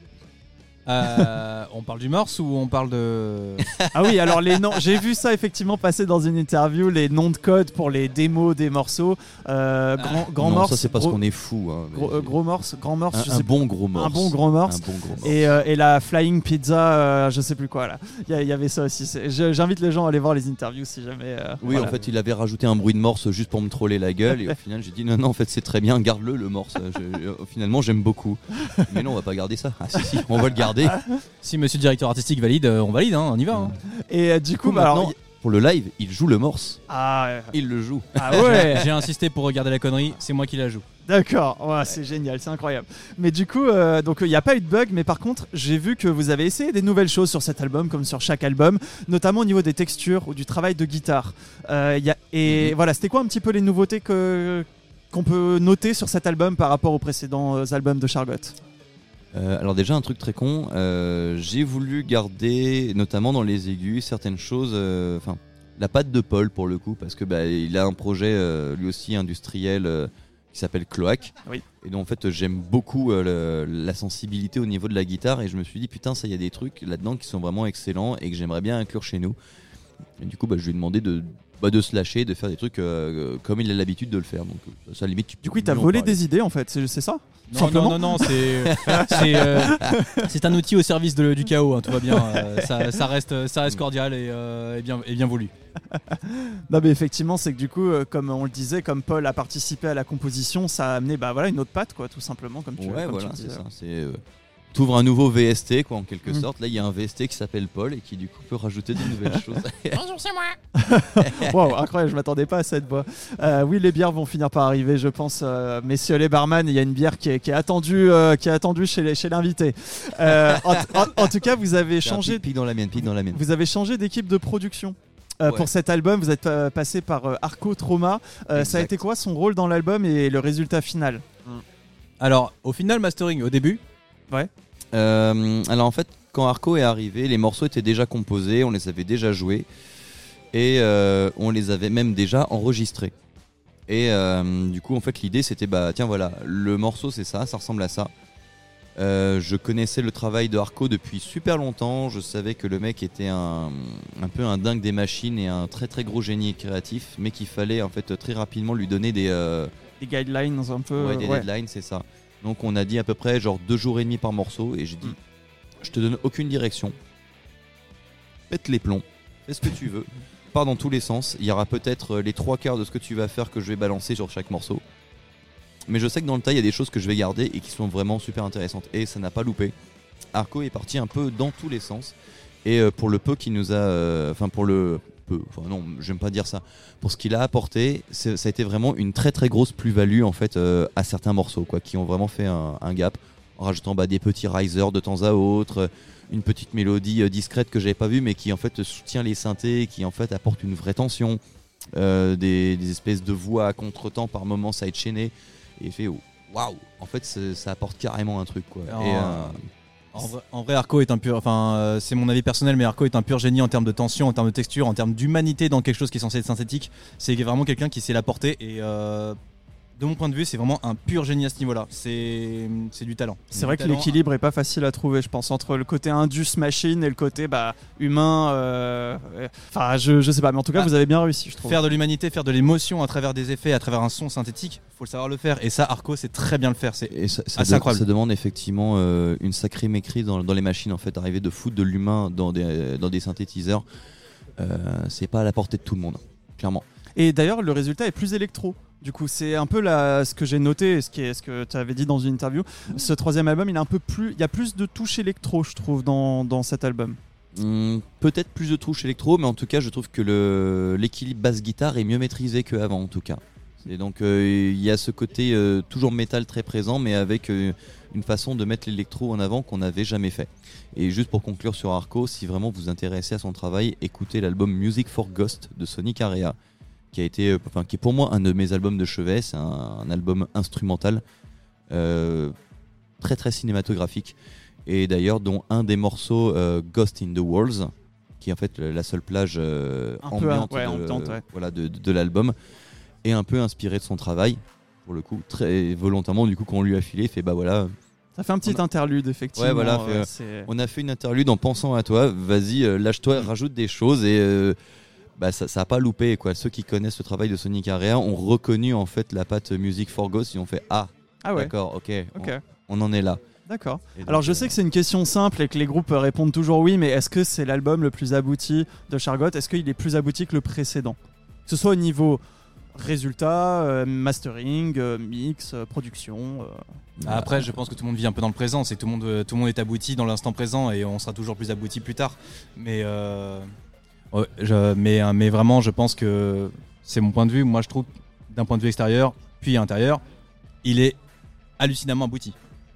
Euh, on parle du morse ou on parle de. Ah oui, alors les noms, j'ai vu ça effectivement passer dans une interview, les noms de code pour les démos des morceaux. Euh, grand grand non, morse, ça c'est parce gros, qu'on est fou. Hein, mais- gros, euh, gros morse, grand morse, je un, un sais bon gros morse. un bon gros morse. Un bon gros morse. Et, euh, et la Flying Pizza, euh, je sais plus quoi là. Il y, a- il y avait ça aussi. C'est- je- J'invite les gens à aller voir les interviews si jamais. euh, Oui, voilà. en fait, il avait rajouté un bruit de morse juste pour me troller la gueule. Et au final, j'ai dit non, non, en fait, c'est très bien, garde-le, le morse. Je- je- finalement, j'aime beaucoup. Mais non, on va pas garder ça. Ah, si, si, on va le garder. Si monsieur le directeur artistique valide, euh, on valide, hein, on y va. hein. Et euh, du Du coup, coup, bah, alors, maintenant, y- pour le live, il joue le morse. ah, euh, Il le joue. ah ouais. J'ai insisté pour regarder la connerie, c'est moi qui la joue. D'accord, ouais, c'est génial, c'est incroyable. Mais du coup, euh, donc il n'y a pas eu de bug, mais par contre, j'ai vu que vous avez essayé des nouvelles choses sur cet album, comme sur chaque album, notamment au niveau des textures ou du travail de guitare. Euh, y a- et Mhm. voilà, c'était quoi un petit peu les nouveautés que qu'on peut noter sur cet album par rapport aux précédents euh, albums de Chargotte? Euh, alors déjà un truc très con, euh, j'ai voulu garder notamment dans les aigus certaines choses, euh, enfin la patte de Paul pour le coup parce que bah, il a un projet euh, lui aussi industriel euh, qui s'appelle Cloaque. Oui. Et donc en fait j'aime beaucoup euh, le- la sensibilité au niveau de la guitare et je me suis dit putain ça il y a des trucs là-dedans qui sont vraiment excellents et que j'aimerais bien inclure chez nous. Et du coup bah, je lui ai demandé de bah, de se lâcher, de faire des trucs euh, comme il a l'habitude de le faire. Donc euh, ça limite. tu Du peux coup, il t'a mieux en volé parler. des idées en fait, c'est c'est ça? Non, Simplement non, non, non, c'est c'est euh, c'est un outil au service de- du chaos, hein, tout va bien. euh, ça, ça reste ça reste cordial et, euh, et bien et bien voulu. Non mais effectivement c'est que du coup euh, comme on le disait, comme Paul a participé à la composition, ça a amené bah voilà une autre patte quoi, tout simplement comme tu, Ouais, comme voilà, tu c'est disais. ça. C'est euh, t'ouvres un nouveau V S T quoi en quelque Mhm. sorte. Là, il y a un V S T qui s'appelle Paul et qui du coup peut rajouter de nouvelles choses. Wow, incroyable, je m'attendais pas à cette voix. Euh, oui, les bières vont finir par arriver, je pense, euh, messieurs les barman. Il y a une bière qui est, qui est attendue, euh, qui est attendue chez les- chez l'invité. Euh, en, en- en tout cas, vous avez Tiens, changé, pique, pique dans la mienne, pique dans la mienne. vous avez changé d'équipe de production. Euh, Ouais. Pour cet album, vous êtes euh, passé par euh, Arco Trauma. Euh, ça a Exact. été quoi son rôle dans l'album et le résultat final? Alors au final mastering au début. Euh, alors en fait, quand Arco est arrivé, les morceaux étaient déjà composés, on les avait déjà joués et euh, on les avait même déjà enregistrés. Et euh, du coup, en fait, l'idée c'était bah tiens voilà, le morceau c'est ça, ça ressemble à ça. Euh, je connaissais le travail de Arco depuis super longtemps. Je savais que le mec était un, un peu un dingue des machines et un très très gros génie créatif, mais qu'il fallait en fait très rapidement lui donner des euh, Des guidelines un peu. ouais, des ouais. deadlines, c'est ça. Donc on a dit à peu près genre deux jours et demi par morceau et j'ai dit Mm. je te donne aucune direction, pète les plombs, fais ce que tu veux, pars dans tous les sens. Il y aura peut-être euh, les trois quarts de ce que tu vas faire que je vais balancer sur chaque morceau. mais je sais que dans le tas il y a des choses que je vais garder et qui sont vraiment super intéressantes et ça n'a pas loupé. Arco est parti un peu dans tous les sens et euh, pour le peu qu'il nous a, enfin euh, pour le peu, enfin non, j'aime pas dire ça. Pour ce qu'il a apporté, c'est, ça a été vraiment une très très grosse plus-value en fait euh, à certains morceaux quoi, qui ont vraiment fait un, un gap en rajoutant bah, des petits risers de temps à autre, une petite mélodie euh, discrète que j'avais pas vue mais qui en fait soutient les synthés, qui en fait apporte une vraie tension, euh, des, des espèces de voix à contre-temps par moments sidechaînées et fait waouh, en fait ça apporte carrément un truc quoi. Oh. Et, euh, En vrai, en vrai, Arco est un pur, enfin, euh, c'est mon avis personnel, mais Arco est un pur génie en termes de tension, en termes de texture, en termes d'humanité dans quelque chose qui est censé être synthétique. C'est vraiment quelqu'un qui sait l'apporter et euh, de mon point de vue, c'est vraiment un pur génie à ce niveau-là. C'est, c'est du talent. C'est du vrai que talent. l'équilibre est pas facile à trouver, je pense, entre le côté indus machine et le côté bah, humain. Euh... Enfin, je, je sais pas, mais en tout cas, Ah, vous avez bien réussi, je trouve. Faire de l'humanité, faire de l'émotion à travers des effets, à travers un son synthétique, faut le savoir le faire. Et ça, Arco, c'est très bien le faire. C'est Et ça, ça, assez de- incroyable. ça demande effectivement euh, une sacrée maîtrise dans, dans les machines en fait, arriver de foutre de l'humain dans des, dans des synthétiseurs, euh, c'est pas à la portée de tout le monde, clairement. Et d'ailleurs, le résultat est plus électro. Du coup, c'est un peu la, ce que j'ai noté, ce, qui est, ce que tu avais dit dans une interview. Ce troisième album, il, est un peu plus, il y a plus de touches électro, je trouve, dans, dans cet album. Hum, peut-être plus de touches électro, mais en tout cas, je trouve que le, l'équilibre basse-guitare est mieux maîtrisé qu'avant, en tout cas. Et donc, euh, il y a ce côté euh, toujours métal très présent, mais avec euh, une façon de mettre l'électro en avant qu'on n'avait jamais fait. Et juste pour conclure sur Arco, si vraiment vous vous intéressez à son travail, écoutez l'album Music for Ghost de Sonic Area, qui a été, euh, enfin, qui est pour moi un de mes albums de chevet. C'est un, un album instrumental, euh, très très cinématographique. Et d'ailleurs, dont un des morceaux euh, Ghost in the Walls, qui est en fait la seule plage euh, Un peu, ambiante, ouais, de, ambiante, ouais. voilà, de, de, de l'album, est un peu inspiré de son travail. Pour le coup, très volontairement, du coup, quand on lui a filé, il fait bah voilà. Ça fait un petit On a- interlude, effectivement. Ouais, voilà, ouais, fait, euh, c'est- On a fait une interlude en pensant à toi. Vas-y, euh, lâche-toi, rajoute des choses et euh, bah ça, ça a pas loupé quoi. Ceux qui connaissent le travail de Sonic Area ont reconnu en fait la patte Music for Ghost. Ils ont fait ah, Ah ouais, d'accord, ok, ok, on, on en est là. d'accord. Et donc, Alors je euh, sais que c'est une question simple et que les groupes répondent toujours oui, mais est-ce que c'est l'album le plus abouti de Chargot ? Est-ce qu'il est plus abouti que le précédent ? Que ce soit au niveau résultat, euh, mastering, euh, mix, euh, production. euh. Après, je pense que tout le monde vit un peu dans le présent. C'est que tout le monde, euh, tout le monde est abouti dans l'instant présent et on sera toujours plus abouti plus tard. Mais, euh, ouais, je- mais, euh, mais vraiment, je pense que c'est mon point de vue. Moi, je trouve, d'un point de vue extérieur, puis intérieur, il est hallucinamment abouti.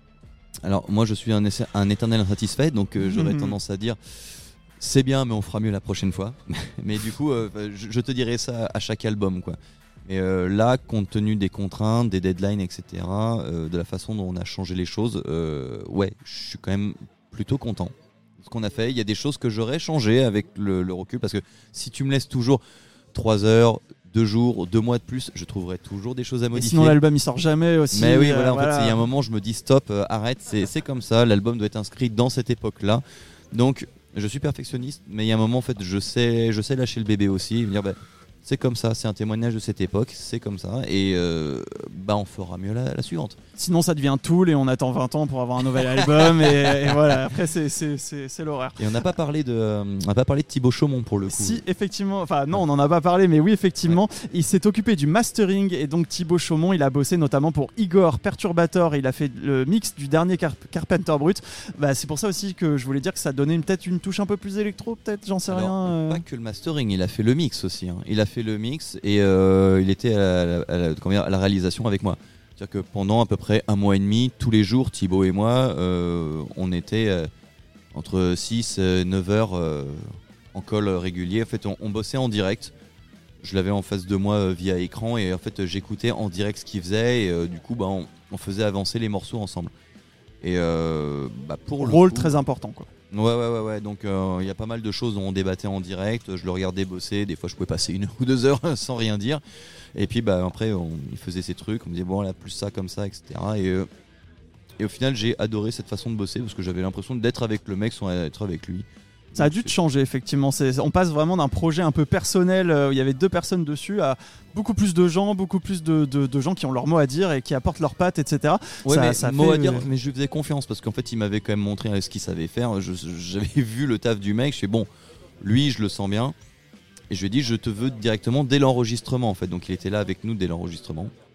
Alors moi je suis un, essa- un éternel insatisfait, donc euh, j'aurais Mhm. tendance à dire c'est bien mais on fera mieux la prochaine fois. Mais du coup euh, je, je te dirais ça à chaque album quoi. Mais euh, là, compte tenu des contraintes, des deadlines, et cetera, euh, de la façon dont on a changé les choses, euh, ouais, je suis quand même plutôt content de ce qu'on a fait. Il y a des choses que j'aurais changé avec le, le recul, parce que si tu me laisses toujours trois heures, deux jours, deux mois de plus, je trouverai toujours des choses à Et modifier. sinon l'album il sort jamais aussi. Mais oui, euh, voilà, en fait, il y a un moment, je me dis stop, euh, arrête, c'est, c'est comme ça, l'album doit être inscrit dans cette époque-là. Donc, je suis perfectionniste, mais il y a un moment, en fait, je sais, je sais lâcher le bébé aussi, et me dire, bah, c'est comme ça, c'est un témoignage de cette époque, c'est comme ça, et euh, bah, on fera mieux la, la suivante. Sinon ça devient Tool et on attend vingt ans pour avoir un nouvel album et, et voilà, après c'est, c'est, c'est, c'est l'horreur. Et on n'a pas parlé de, euh, on n'a pas parlé de Thibaut Chaumont pour le coup. Si effectivement, enfin non on n'en a pas parlé mais oui effectivement il s'est occupé du mastering et donc Thibaut Chaumont il a bossé notamment pour Igor Perturbator, il a fait le mix du dernier Car- Carpenter Brut. Bah, c'est pour ça aussi que je voulais dire que ça donnait une- peut-être une touche un peu plus électro, peut-être, j'en sais Alors, rien. euh. Pas que le mastering, il a fait le mix aussi. hein. Il a fait le mix et euh, il était à la, à la- comment dire, à la réalisation avec moi. C'est-à-dire que pendant à peu près un mois et demi, tous les jours, Thibaut et moi, euh, on était euh, entre six et neuf heures euh, en call régulier. En fait, on, on bossait en direct. Je l'avais en face de moi euh, via écran et en fait, j'écoutais en direct ce qu'il faisait et euh, du coup, bah, on, on faisait avancer les morceaux ensemble. Et euh, bah, pour le Rôle coup- très important quoi. Ouais, ouais, ouais, ouais. Donc, il euh, y a pas mal de choses dont on débattait en direct. Je le regardais bosser. Des fois, je pouvais passer une ou deux heures sans rien dire. Et puis, bah, après, on, il faisait ses trucs. On me disait, bon, là, plus ça, comme ça, et cetera. Et, euh, et au final, j'ai adoré cette façon de bosser parce que j'avais l'impression d'être avec le mec sans être avec lui. Ça a Donc, dû te c'est- changer effectivement. C'est, on passe vraiment d'un projet un peu personnel euh, où il y avait deux personnes dessus à beaucoup plus de gens, beaucoup plus de, de, de gens qui ont leur mot à dire et qui apportent leurs pattes, et cetera. Ouais, ça, mais, ça mot fait, à dire, euh, mais je lui faisais confiance parce qu'en fait, il m'avait quand même montré ce qu'il savait faire. Je- j'avais vu le taf du mec. Je fais bon, lui, je le sens bien. Et je lui ai dit, je te veux directement dès l'enregistrement en fait. Donc, il était là avec nous dès l'enregistrement.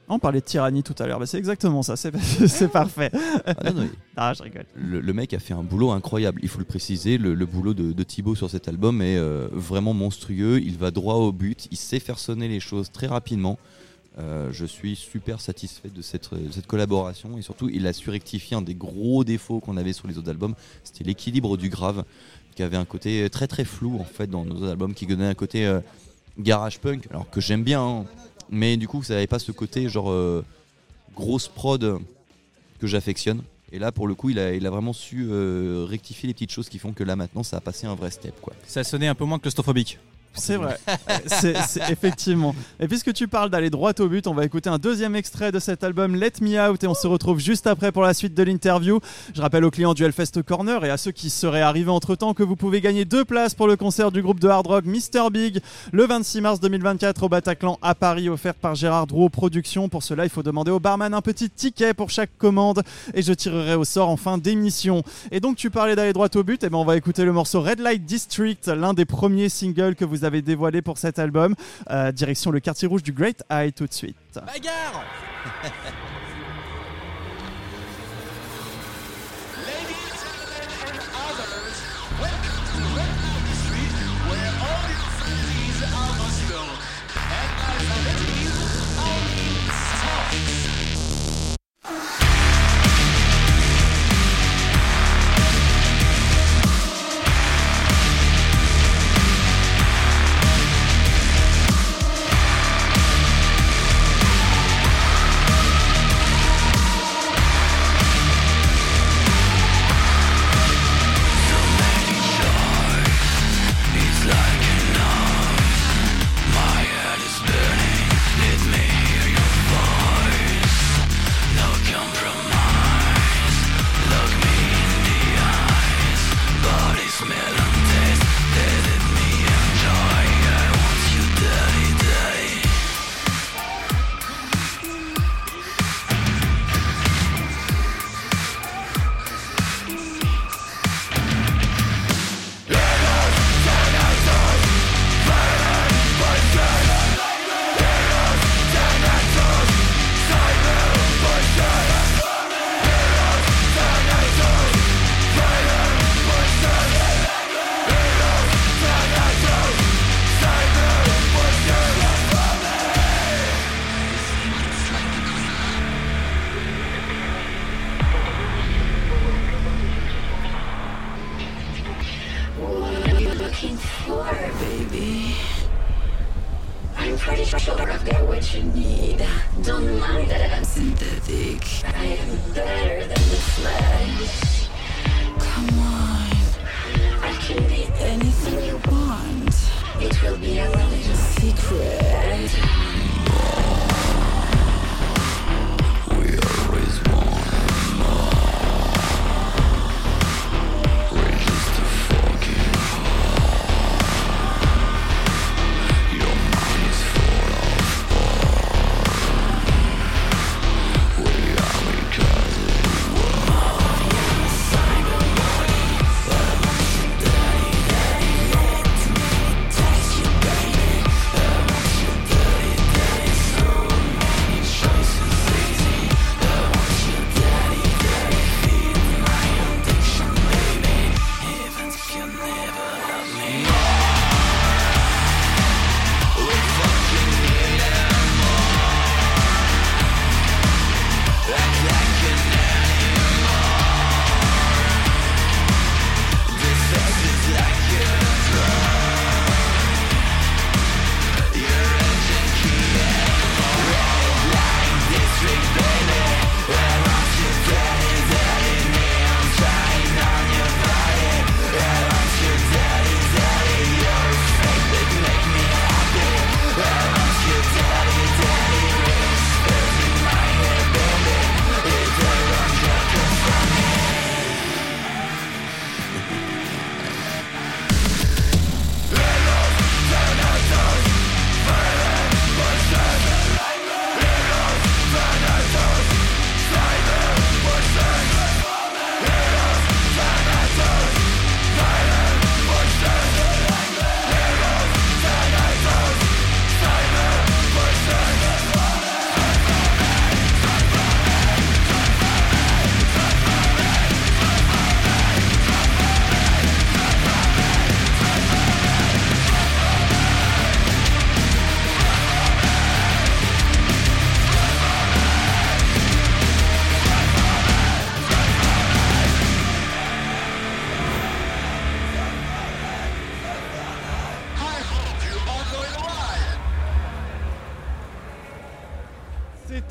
On parlait de tyrannie tout à l'heure, bah, c'est exactement ça, c'est, c'est parfait. Ah, non, non, Ah, je rigole. le, le mec a fait un boulot incroyable, il faut le préciser. Le, le boulot de, de Thibaut sur cet album est euh, vraiment monstrueux. Il va droit au but, il sait faire sonner les choses très rapidement. Euh, je suis super satisfait de cette, de cette collaboration et surtout il a su rectifier un des gros défauts qu'on avait sur les autres albums, c'était l'équilibre du grave qui avait un côté très très flou en fait dans nos autres albums, qui donnait un côté euh, garage punk, alors que j'aime bien, hein, mais du coup ça n'avait pas ce côté genre euh, grosse prod que j'affectionne. Et là pour le coup il a, il a vraiment su euh, rectifier les petites choses qui font que là maintenant ça a passé un vrai step quoi. Ça sonnait un peu moins claustrophobique. C'est vrai, c'est, c'est effectivement. Et puisque tu parles d'aller droit au but, on va écouter un deuxième extrait de cet album Let Me Out et on se retrouve juste après pour la suite de l'interview. Je rappelle aux clients du Hellfest Corner et à ceux qui seraient arrivés entre temps que vous pouvez gagner deux places pour le concert du groupe de hard rock mister Big le vingt-six mars deux mille vingt-quatre au Bataclan à Paris, offert par Gérard Drouot Productions. Pour cela, il faut demander au barman un petit ticket pour chaque commande et je tirerai au sort en fin d'émission. Et donc tu parlais d'aller droit au but, et ben on va écouter le morceau Red Light District, l'un des premiers singles que vous avez dévoilé pour cet album. Euh, direction le quartier rouge du Great Eye tout de suite. Bagarre.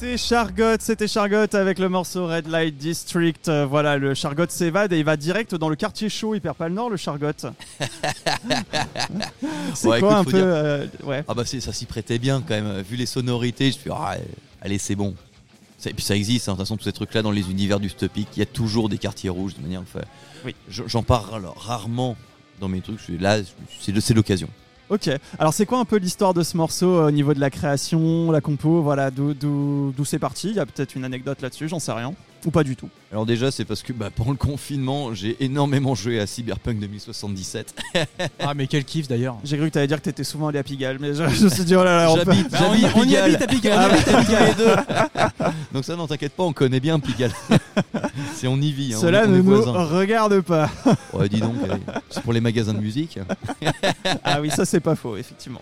C'était Chargot, c'était Chargot avec le morceau Red Light District. Euh, voilà, le Chargot s'évade et il va direct dans le quartier chaud. Il perd pas le nord, le Chargot. C'est Ouais, quoi écoute, un faut peu dire- euh, ouais. Ah bah c'est- ça s'y prêtait bien quand même. Vu les sonorités, je me suis dit, ah, allez, c'est bon. Ça- Et puis ça existe, hein. De toute façon, tous ces trucs-là dans les univers du Stopic, il y a toujours des quartiers rouges de manière. Enfin, Oui. je- J'en parle rarement dans mes trucs. Je suis là, c'est le- c'est l'occasion. Ok. Alors c'est quoi un peu l'histoire de ce morceau euh, au niveau de la création, la compo, voilà, d'où, d'où, d'où c'est parti. Il y a peut-être une anecdote là-dessus, j'en sais rien. Ou pas du tout. Alors déjà, c'est parce que bah, pendant le confinement, j'ai énormément joué à Cyberpunk deux mille soixante-dix-sept. Ah, mais quel kiff d'ailleurs. J'ai cru que t'allais dire que t'étais souvent allé à Pigalle, mais je, je me suis dit, oh là là, on peut- J'habite, Bah, on y- j'habite on y Pigalle. habite à Pigalle. Ah, on habite à Pigalle les deux. Donc ça, non, t'inquiète pas, on connaît bien Pigalle. C'est on y vit. Hein, Cela on, est- on ne est nous voisins. regarde pas. Ouais, dis donc, eh, c'est pour les magasins de musique. Ah oui, ça c'est pas faux, effectivement.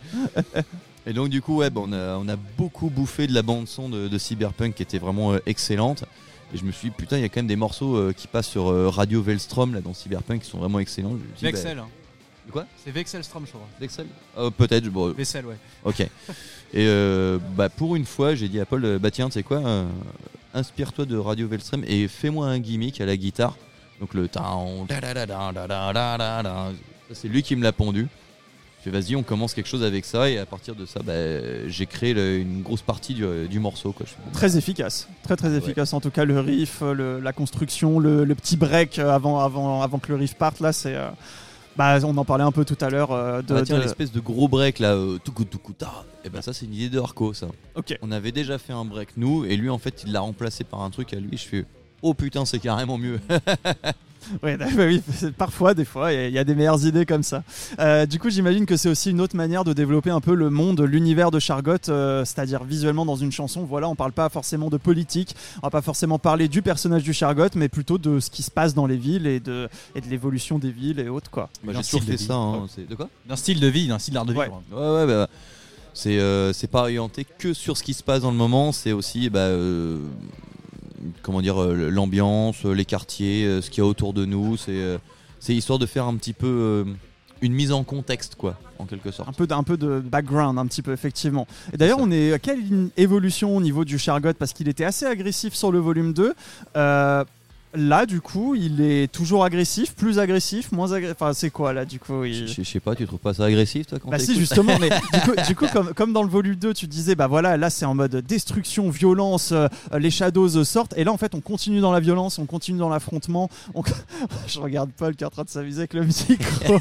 Et donc du coup, ouais, bah, on, a, on a beaucoup bouffé de la bande son de, de Cyberpunk qui était vraiment euh, excellente. Et je me suis dit, putain, il y a quand même des morceaux euh, qui passent sur euh, Radio Velstrom là dans Cyberpunk qui sont vraiment excellents. Je me suis dit, Vexel. bah, hein. quoi C'est Vexelstrom, je crois. Vexel Euh, Peut-être. Bon, Vexel, ouais. ok. Et euh, bah, pour une fois, j'ai dit à Paul, euh, bah tiens, tu sais quoi, euh, inspire-toi de Radio Velstrom et fais-moi un gimmick à la guitare. Donc le taon, da da da da da da da da da. Ça, c'est lui qui me l'a pondu. Je fais vas-y, on commence quelque chose avec ça et à partir de ça, bah, j'ai créé le- une grosse partie du, du morceau. Quoi. Je fais, bon, Très efficace, très très efficace en tout cas, le riff, le- la construction, le, le petit break euh, avant, avant, avant que le riff parte là, c'est... euh, bah, on en parlait un peu tout à l'heure euh, de... ah bah tiens, de- l'espèce de gros break là, euh, toukou toukou ta. Et ben ça, c'est une idée de Arco, ça. Ok. On avait déjà fait un break nous et lui, en fait, il l'a remplacé par un truc à lui. Je fais oh putain, c'est carrément mieux. Ouais, bah oui, c'est- parfois, des fois, il y, a des meilleures idées comme ça. Euh, du coup, j'imagine que c'est aussi une autre manière de développer un peu le monde, l'univers de Chargot, euh, c'est-à-dire visuellement dans une chanson. Voilà, on parle pas forcément de politique, on va pas forcément parler du personnage du Chargot, mais plutôt de ce qui se passe dans les villes et de, et de l'évolution des villes et autres, quoi. Bah, Un j'ai toujours style de fait vie. ça. Hein. C'est... De quoi D'un style de vie, d'un style d'art de vie. Ouais. quoi. Ouais, ouais, bah, c'est, euh, c'est pas orienté que sur ce qui se passe dans le moment, c'est aussi bah, euh, comment dire, euh, l'ambiance, les quartiers, euh, ce qu'il y a autour de nous. C'est, euh, c'est histoire de faire un petit peu euh, une mise en contexte, quoi, en quelque sorte. Un peu, d- un peu de background, un petit peu, effectivement. Et d'ailleurs, C'est ça. on est à quelle évolution au niveau du Chargot, parce qu'il était assez agressif sur le volume deux. Euh, là, du coup, il est toujours agressif, plus agressif, moins agressif. Enfin, c'est quoi là, du coup il... Je je sais pas, tu trouves pas ça agressif, toi, quand Bah si, t'écoutes justement, mais du coup, du coup comme, comme dans le volume deux, tu disais, bah voilà, là c'est en mode destruction, violence, euh, les shadows euh, sortent, et là en fait on continue dans la violence, on continue dans l'affrontement. On... Je regarde Paul qui est en train de s'amuser avec le micro.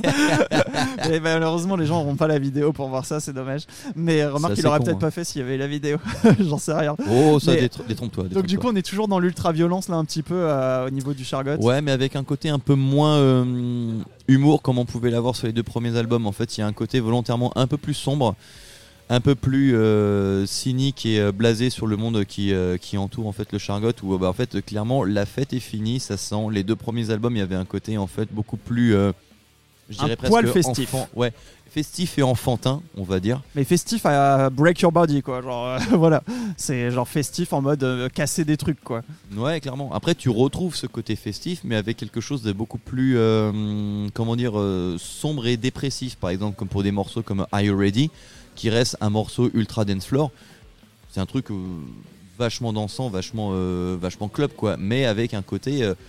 Et bah, malheureusement, les gens n'auront pas la vidéo pour voir ça, c'est dommage. Mais euh, remarque, C'est il aurait assez con, peut-être hein. pas fait s'il y avait la vidéo. J'en sais rien. Oh, ça, Mais- détr- détrompe-toi. Donc du coup, détrompe-toi. on est toujours dans l'ultra-violence là un petit peu euh, au niveau du Chargot. Ouais, mais avec un côté un peu moins euh, humour comme on pouvait l'avoir sur les deux premiers albums. En fait, il y a un côté volontairement un peu plus sombre, un peu plus euh, cynique et euh, blasé sur le monde qui, euh, qui entoure en fait le Chargot. Où bah, en fait, clairement, la fête est finie. Ça sent. Les deux premiers albums, il y avait un côté en fait beaucoup plus, euh, je Un dirais poil presque festif. enfant- ouais, festif et enfantin, on va dire. Mais festif à break your body, quoi. Genre, euh, voilà. C'est genre festif en mode euh, casser des trucs, quoi. Ouais, clairement. Après, tu retrouves ce côté festif, mais avec quelque chose de beaucoup plus, euh, comment dire, euh, sombre et dépressif. Par exemple, comme pour des morceaux comme Are You Ready, qui reste un morceau ultra dance floor. C'est un truc euh, vachement dansant, vachement, euh, vachement club, quoi. Mais avec un côté, euh,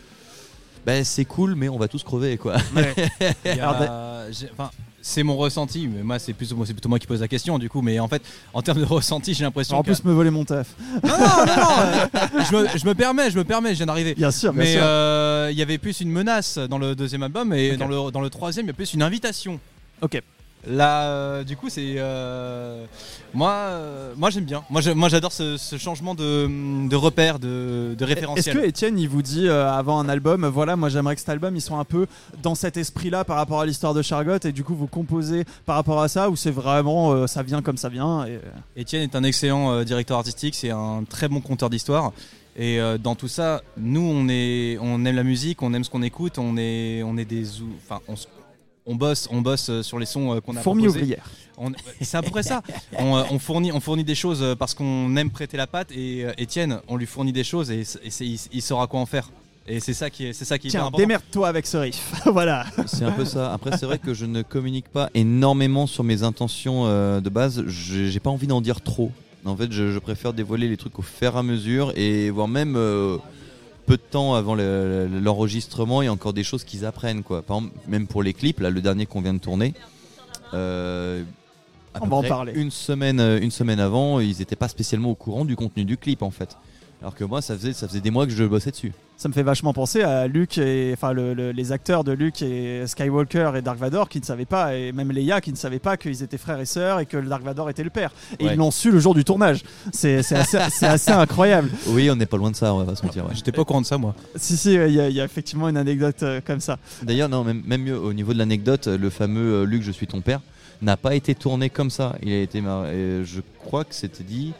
ben c'est cool, mais on va tous crever, quoi. Il y a- Alors, j'ai- enfin, c'est mon ressenti, mais moi c'est, plus, c'est plutôt moi qui pose la question du coup. Mais en fait, en termes de ressenti, j'ai l'impression En que. plus, me voler mon taf. Non, non, non, non, euh, je, me, je me permets, je me permets, je viens d'arriver. Bien sûr, bien Mais sûr. euh, il y avait plus une menace dans le deuxième album et Ok. dans, le, dans le troisième, il y a plus une invitation. Ok. Là, euh, du coup, c'est. euh, moi, euh, moi j'aime bien. Moi, je- moi j'adore ce, ce changement de, de repère, de, de Est-ce référentiel. que Étienne, il vous dit euh, avant un album, voilà, moi j'aimerais que cet album, ils soit un peu dans cet esprit-là par rapport à l'histoire de Chargot, et du coup vous composez par rapport à ça, ou c'est vraiment euh, ça vient comme ça vient et... Étienne est un excellent euh, directeur artistique, c'est un très bon conteur d'histoire. Et euh, dans tout ça, nous, on, est, on aime la musique, on aime ce qu'on écoute, on est, on est des... ou- Enfin, on, s- on bosse, on bosse euh, sur les sons euh, qu'on a Fourmi proposés. ouvrière. On- c'est à peu près ça. On, euh, on, fournit, on fournit des choses euh, parce qu'on aime prêter la patte. Et euh, Étienne, on lui fournit des choses et, c- et c'est- il, il saura quoi en faire. Et c'est ça qui est, c'est ça qui est hyper Tiens, important. démerde-toi avec ce riff. Voilà. C'est un peu ça. Après, c'est vrai que je ne communique pas énormément sur mes intentions euh, de base. J'ai j'ai pas envie d'en dire trop. En fait, je, je préfère dévoiler les trucs au fur et à mesure et voire même euh, peu de temps avant le, le, l'enregistrement, il y a encore des choses qu'ils apprennent, quoi. Par exemple, même pour les clips, là, le dernier qu'on vient de tourner, euh, à On peu va en près parler. Une semaine, une semaine avant, ils n'étaient pas spécialement au courant du contenu du clip, en fait. Alors que moi, ça faisait, ça faisait des mois que je bossais dessus. Ça me fait vachement penser à Luke et enfin le, le, les acteurs de Luke et Skywalker et Dark Vador qui ne savaient pas, et même Leia qui ne savait pas qu'ils étaient frères et sœurs et que le Dark Vador était le père. Et Ouais. ils l'ont su le jour du tournage. C'est, c'est, assez, c'est assez incroyable. Oui, on n'est pas loin de ça, on va pas se mentir. Ouais. J'étais pas au courant de ça, moi. Si, si, il y, a- il y a effectivement une anecdote euh, comme ça. D'ailleurs, non, même, même mieux, au niveau de l'anecdote, le fameux euh, Luke, je suis ton père, n'a pas été tourné comme ça. Il a été mar- et je crois que c'était dit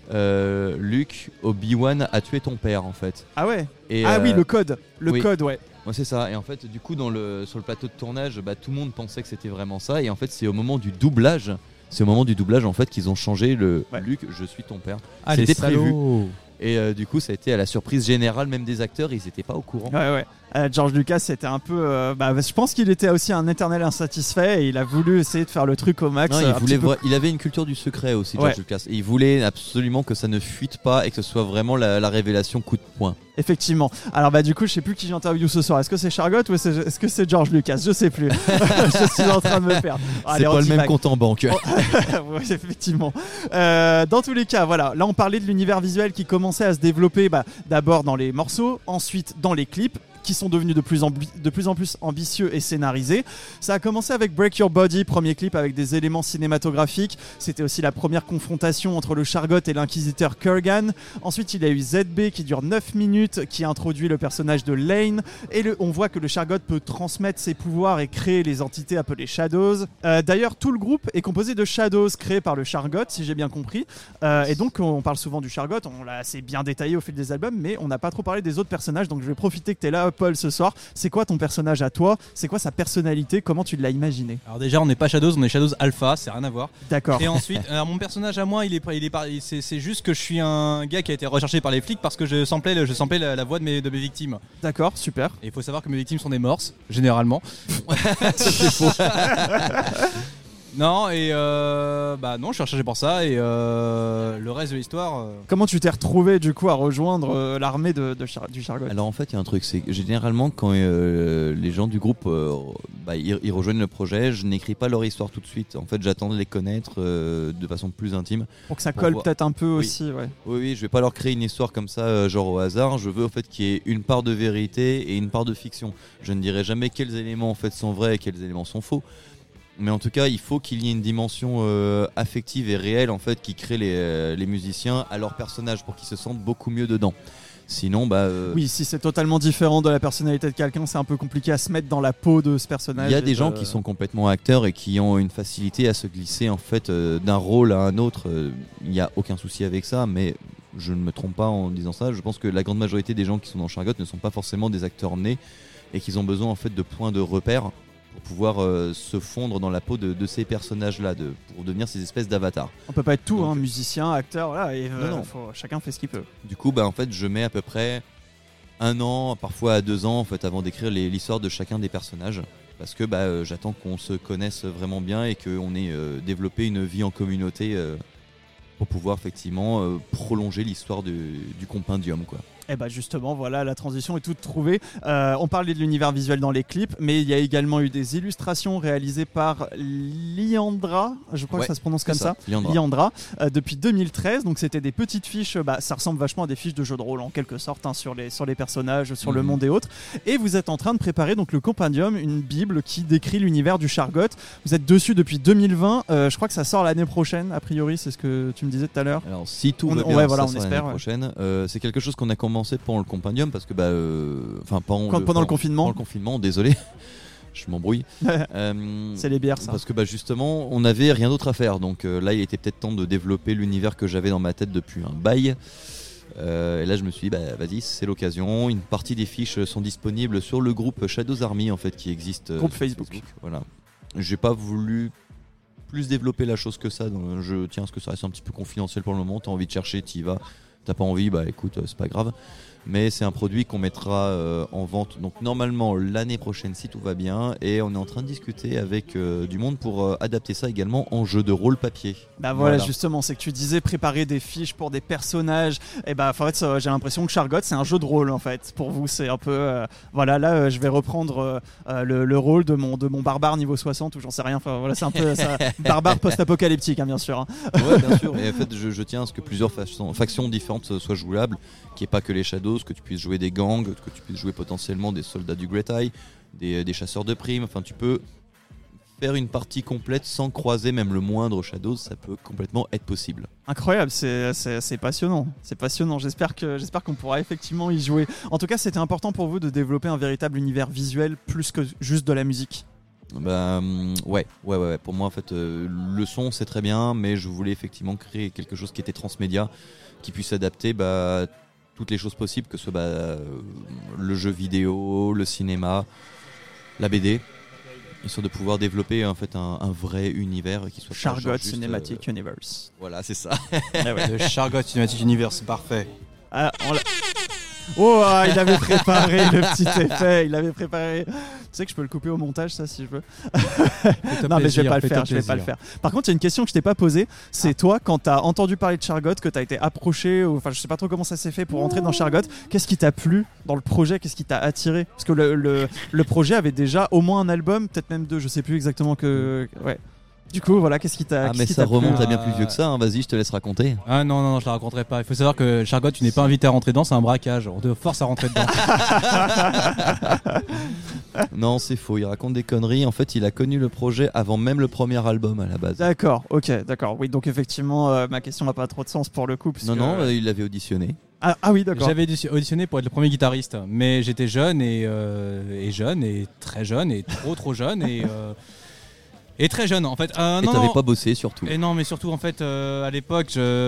euh, Luke, Obi-Wan a tué ton père, en fait. Ah ouais. Et, Ah euh, oui, le code. Le oui. code, ouais. Ouais, c'est ça. Et en fait, du coup, dans le, sur le plateau de tournage, bah, tout le monde pensait que c'était vraiment ça. Et en fait, c'est au moment du doublage, c'est au moment du doublage en fait qu'ils ont changé le Ouais. Luc, je suis ton père. Ah, C'était les prévu. salauds. Et euh, du coup, ça a été à la surprise générale, même des acteurs, ils n'étaient pas au courant. Ouais, ouais. Euh, George Lucas, c'était un peu. euh, bah, je pense qu'il était aussi un éternel insatisfait et il a voulu essayer de faire le truc au max. Non, euh, il, un voulait petit peu- voir- il avait une culture du secret aussi, George Ouais. Lucas. Et il voulait absolument que ça ne fuite pas et que ce soit vraiment la, la révélation coup de poing. Effectivement. Alors bah du coup, je sais plus qui j'interviewe ce soir. Est-ce que c'est Chargot ou est-ce est-ce que c'est George Lucas? Je sais plus. Je suis en train de me perdre. Allez, c'est on pas le divague. même compte en banque. Ouais, effectivement. Euh, dans tous les cas, voilà. Là, on parlait de l'univers visuel qui commençait à se développer bah, d'abord dans les morceaux, ensuite dans les clips, qui sont devenus de plus, ambi- de plus en plus ambitieux et scénarisés. Ça a commencé avec Break Your Body, premier clip avec des éléments cinématographiques. C'était aussi la première confrontation entre le Chargot et l'inquisiteur Kurgan. Ensuite, il y a eu Z B qui dure neuf minutes, qui introduit le personnage de Lane. Et le- on voit que le Chargot peut transmettre ses pouvoirs et créer les entités appelées Shadows. Euh, D'ailleurs, tout le groupe est composé de Shadows créés par le Chargot, si j'ai bien compris. Euh, et donc, on parle souvent du Chargot, on l'a assez bien détaillé au fil des albums, mais on n'a pas trop parlé des autres personnages. Donc, je vais profiter que tu es là, Paul, ce soir. C'est quoi ton personnage à toi? C'est quoi sa personnalité? Comment tu l'as imaginé? Alors déjà, on n'est pas Shadows, on est Shadows Alpha, c'est rien à voir. D'accord. Et ensuite, alors mon personnage à moi, il est, il est, par- c'est, c'est juste que je suis un gars qui a été recherché par les flics parce que je samplais, le- je samplais la, la voix de mes, de mes victimes. D'accord, super. Et il faut savoir que mes victimes sont des morses, généralement. Non, et euh, bah non, je suis recherché pour ça. Et euh, le reste de l'histoire. euh, Comment tu t'es retrouvé du coup à rejoindre euh, l'armée de, de Char- du Chargot? Alors en fait, il y a un truc, c'est que généralement quand euh, les gens du groupe euh, bah, ils, ils rejoignent le projet, je n'écris pas leur histoire tout de suite. En fait, j'attends de les connaître euh, de façon plus intime. Pour que ça pour colle voir. peut-être un peu Oui. aussi, ouais. Oui, oui, je vais pas leur créer une histoire comme ça, euh, genre au hasard. Je veux en fait qu'il y ait une part de vérité et une part de fiction. Je ne dirai jamais quels éléments en fait sont vrais et quels éléments sont faux. Mais en tout cas, il faut qu'il y ait une dimension euh, affective et réelle en fait qui crée les, euh, les musiciens à leur personnage pour qu'ils se sentent beaucoup mieux dedans. Sinon, bah, euh, Oui, si c'est totalement différent de la personnalité de quelqu'un, c'est un peu compliqué à se mettre dans la peau de ce personnage. il y a et des de- gens qui sont complètement acteurs et qui ont une facilité à se glisser en fait euh, d'un rôle à un autre. Euh, Il n'y a aucun souci avec ça, mais je ne me trompe pas en disant ça. Je pense que la grande majorité des gens qui sont dans Chargot ne sont pas forcément des acteurs nés et qu'ils ont besoin en fait de points de repère pour pouvoir euh, se fondre dans la peau de, de ces personnages-là, de, pour devenir ces espèces d'avatars. On peut pas être tout, Donc- hein, musicien, acteur, voilà. Et, euh, Non, non. faut- chacun fait ce qu'il peut. Du coup, bah, en fait, je mets à peu près un an, parfois à deux ans, en fait, avant d'écrire les- l'histoire de chacun des personnages. Parce que bah, euh, j'attends qu'on se connaisse vraiment bien et qu'on ait euh, développé une vie en communauté euh, pour pouvoir effectivement euh, prolonger l'histoire du, du compendium, quoi. Et bah justement, voilà, la transition est toute trouvée. Euh, on parlait de l'univers visuel dans les clips, mais il y a également eu des illustrations réalisées par Liandra, je crois Ouais, que ça se prononce c'est comme ça, ça, Liandra. Liandra, euh, depuis deux mille treize. Donc c'était des petites fiches, bah, ça ressemble vachement à des fiches de jeux de rôle en quelque sorte, hein, sur, les, sur les personnages, sur le Mhm. monde et autres. Et vous êtes en train de préparer donc le compendium, une bible qui décrit l'univers du Chargot. Vous êtes dessus depuis deux mille vingt, euh, je crois que ça sort l'année prochaine, a priori, c'est ce que tu me disais tout à l'heure. Alors si tout On- va bien, ouais, voilà, ça on sera espère, l'année ouais. prochaine. Euh, c'est quelque chose qu'on a commencé pendant le compendium parce que bah, euh, enfin pendant, Quand- pendant le confinement. Pendant le confinement, désolé, je m'embrouille. Euh, C'est les bières, ça. Parce que bah, justement, on n'avait rien d'autre à faire. Donc euh, là, il était peut-être temps de développer l'univers que j'avais dans ma tête depuis un bail. Euh, et là, je me suis dit, bah, vas-y, c'est l'occasion. Une partie des fiches sont disponibles sur le groupe Shadows Army, en fait, qui existe. euh, Groupe sur Facebook. Voilà. J'ai pas voulu plus développer la chose que ça. Donc, je tiens à ce que ça reste un petit peu confidentiel pour le moment. T'as envie de chercher, t'y vas. t'as pas envie, bah écoute, euh, c'est pas grave. Mais c'est un produit qu'on mettra euh, en vente donc normalement l'année prochaine si tout va bien, et on est en train de discuter avec euh, du monde pour euh, adapter ça également en jeu de rôle papier. Bah voilà, voilà, justement, c'est que tu disais préparer des fiches pour des personnages, et bah en fait ça, j'ai l'impression que Chargot c'est un jeu de rôle en fait. Pour vous c'est un peu euh, voilà, là euh, je vais reprendre euh, le, le rôle de mon, de mon barbare niveau soixante ou j'en sais rien, enfin voilà, c'est un peu ça, barbare post-apocalyptique hein, bien sûr. Hein. Ouais bien sûr, et en fait je, je tiens à ce que plusieurs factions, factions différentes soient jouables, qu'il n'y ait pas que les Shadows, que tu puisses jouer des gangs, que tu puisses jouer potentiellement des soldats du Great Eye, des, des chasseurs de primes, enfin tu peux faire une partie complète sans croiser même le moindre Shadows, ça peut complètement être possible. Incroyable, c'est, c'est, c'est passionnant, c'est passionnant, j'espère, que, j'espère qu'on pourra effectivement y jouer. En tout cas c'était important pour vous de développer un véritable univers visuel plus que juste de la musique. Bah ouais, ouais, ouais. Pour moi en fait, euh, le son c'est très bien, mais je voulais effectivement créer quelque chose qui était transmédia, qui puisse adapter bah, toutes les choses possibles, que ce soit bah, euh, le jeu vidéo, le cinéma, la B D, histoire de pouvoir développer en fait un, un vrai univers qui soit Chargot Cinematic euh... Universe. Voilà, c'est ça. Ah ouais. Le Chargot Cinematic Universe, parfait. Ah, on l'a... Oh, ah, il avait préparé le petit effet, il avait préparé. Tu sais que je peux le couper au montage, ça, si je veux. Non, mais je vais pas le faire, je vais pas le faire. Par contre, il y a une question que je t'ai pas posée. C'est ah. toi, quand t'as entendu parler de Chargot, que t'as été approché, ou, enfin, je sais pas trop comment ça s'est fait pour entrer dans Chargot. Qu'est-ce qui t'a plu dans le projet? Qu'est-ce qui t'a attiré? Parce que le, le, le projet avait déjà au moins un album, peut-être même deux, je sais plus exactement que. Ouais. Du coup, voilà, qu'est-ce qui t'a. Ah, qu'est-ce mais qui ça t'a remonte plu à bien plus vieux que ça, hein. Vas-y, je te laisse raconter. Ah non, non, non, je la raconterai pas. Il faut savoir que Chargot, tu n'es pas invité à rentrer dedans, c'est un braquage. On te force à rentrer dedans. Non, c'est faux, il raconte des conneries. En fait, il a connu le projet avant même le premier album à la base. D'accord, ok, d'accord. Oui, donc effectivement, euh, ma question n'a pas trop de sens pour le coup. Puisque... Non, non, euh, il l'avait auditionné. Ah, ah oui, d'accord. J'avais auditionné pour être le premier guitariste, mais j'étais jeune et, euh, et jeune et très jeune et trop trop jeune et. Euh, Et très jeune en fait. Euh, et non, t'avais non. pas bossé surtout. Et non, mais surtout en fait, euh, à l'époque,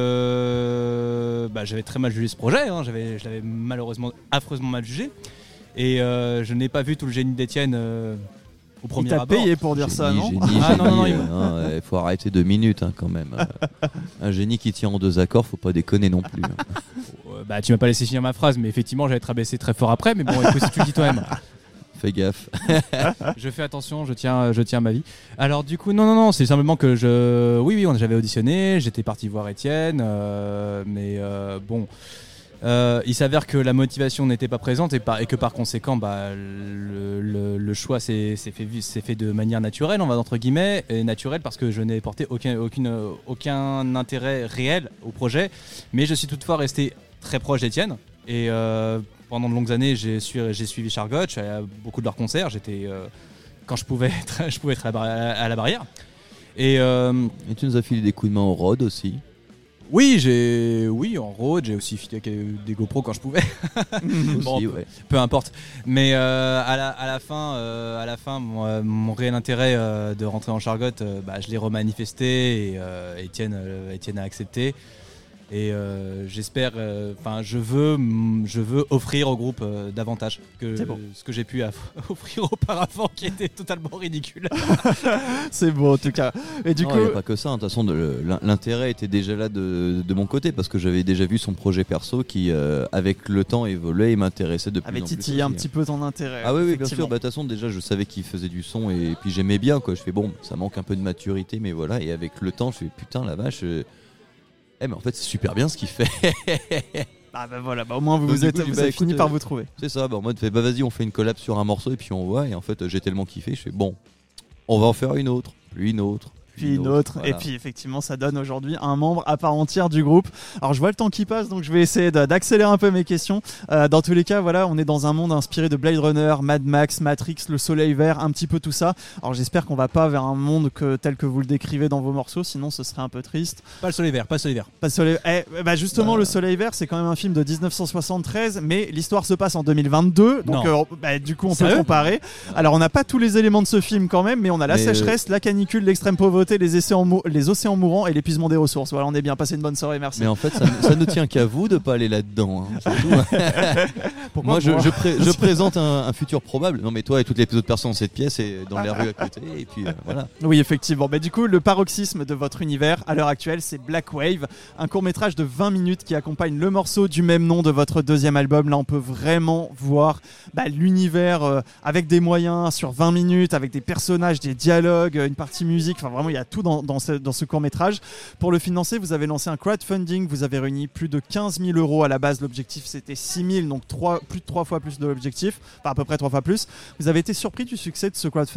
je... bah, j'avais très mal jugé ce projet. Hein. J'avais, je l'avais malheureusement affreusement mal jugé. Et euh, je n'ai pas vu tout le génie d'Étienne euh, au premier il t'a abord. payé pour dire génie, ça, non? génie, Ah génie, non, non, non, il euh, hein, faut arrêter deux minutes hein, quand même. Un génie qui tient en deux accords, faut pas déconner non plus. euh, bah, tu m'as pas laissé finir ma phrase, mais effectivement, j'avais trabaissé très fort après. Mais bon, écoute, si tu le dis toi-même. Fais gaffe. Je fais attention, je tiens, je tiens ma vie. Alors du coup, non, non, non, c'est simplement que je, oui, oui, on, j'avais auditionné, j'étais parti voir Étienne, euh, mais euh, bon, euh, il s'avère que la motivation n'était pas présente et, par, et que par conséquent, bah, le, le, le choix s'est, s'est, fait, s'est fait de manière naturelle, on va entre guillemets, et naturelle parce que je n'ai porté aucun, aucune, aucun intérêt réel au projet, mais je suis toutefois resté très proche d'Étienne et euh, pendant de longues années, j'ai, su, j'ai suivi Chargot, je suis allé à beaucoup de leurs concerts, j'étais, euh, quand je pouvais être, je pouvais être à la, bar- à la barrière. Et, euh, et tu nous as filé des coups de main au road aussi. Oui, j'ai, oui, en road, j'ai aussi filé des GoPro quand je pouvais. Bon, aussi, peu, ouais. peu importe. Mais euh, à, la, à la fin, euh, à la fin, mon, euh, mon réel intérêt euh, de rentrer en Chargot, euh, bah, je l'ai remanifesté et euh, Étienne, euh, Étienne a accepté. Et euh, j'espère, enfin, euh, je veux, je veux offrir au groupe euh, davantage que bon. ce que j'ai pu aff- offrir auparavant, qui était totalement ridicule. C'est beau en tout cas. Et du non, coup, il n'y a pas que ça. De toute façon, de, l'intérêt était déjà là de, de mon côté parce que j'avais déjà vu son projet perso qui, euh, avec le temps, évoluait et m'intéressait de plus avait en plus. titillé un petit peu ton intérêt. Ah oui, oui, bien sûr. Bah, de toute façon, déjà, je savais qu'il faisait du son et puis j'aimais bien. Quoi. Je fais bon, ça manque un peu de maturité, mais voilà. Et avec le temps, je fais putain la vache. Euh, Eh mais en fait c'est super bien ce qu'il fait. Ah bah voilà, bah au moins vous, Donc, vous, êtes, coup, vous bah, avez écoute, fini par euh, vous trouver. C'est ça, bah en mode fait bah vas-y on fait une collab sur un morceau et puis on voit et en fait j'ai tellement kiffé, je fais bon on va en faire une autre, puis une autre. Puis une autre, voilà. Et puis effectivement ça donne aujourd'hui un membre à part entière du groupe. Alors je vois le temps qui passe donc je vais essayer de, d'accélérer un peu mes questions. Euh, dans tous les cas voilà, on est dans un monde inspiré de Blade Runner, Mad Max, Matrix, le Soleil Vert, un petit peu tout ça. Alors j'espère qu'on va pas vers un monde que, tel que vous le décrivez dans vos morceaux, sinon ce serait un peu triste. Pas le Soleil Vert, pas le Soleil Vert. Pas le Soleil... eh, bah justement bah... le Soleil Vert c'est quand même un film de dix-neuf cent soixante-treize mais l'histoire se passe en deux mille vingt-deux donc euh, bah, du coup on Sérieux peut comparer. Alors on n'a pas tous les éléments de ce film quand même mais on a la mais sécheresse, euh... la canicule, l'extrême pauvreté voté les, essais en mou- les océans mourants et l'épuisement des ressources. Voilà, on est bien, passé une bonne soirée, merci. Mais en fait, ça, ça ne tient qu'à vous de pas aller là-dedans. Hein, c'est tout. Pourquoi Moi, je, moi je, pré- je présente un, un futur probable. Non, mais toi et toutes les autres personnes dans cette pièce et dans les rues à côté. Et puis euh, voilà. Oui, effectivement. Mais du coup, le paroxysme de votre univers à l'heure actuelle, c'est Black Wave, un court-métrage de vingt minutes qui accompagne le morceau du même nom de votre deuxième album. Là, on peut vraiment voir bah, l'univers euh, avec des moyens sur vingt minutes, avec des personnages, des dialogues, une partie musique. Enfin, vraiment, il y a tout dans, dans ce, dans ce court-métrage. Pour le financer, vous avez lancé un crowdfunding. Vous avez réuni plus de quinze mille euros à la base. L'objectif, c'était six mille, donc trois, plus de trois fois plus de l'objectif. Enfin, à peu près trois fois plus. Vous avez été surpris du succès de ce crowdfunding ?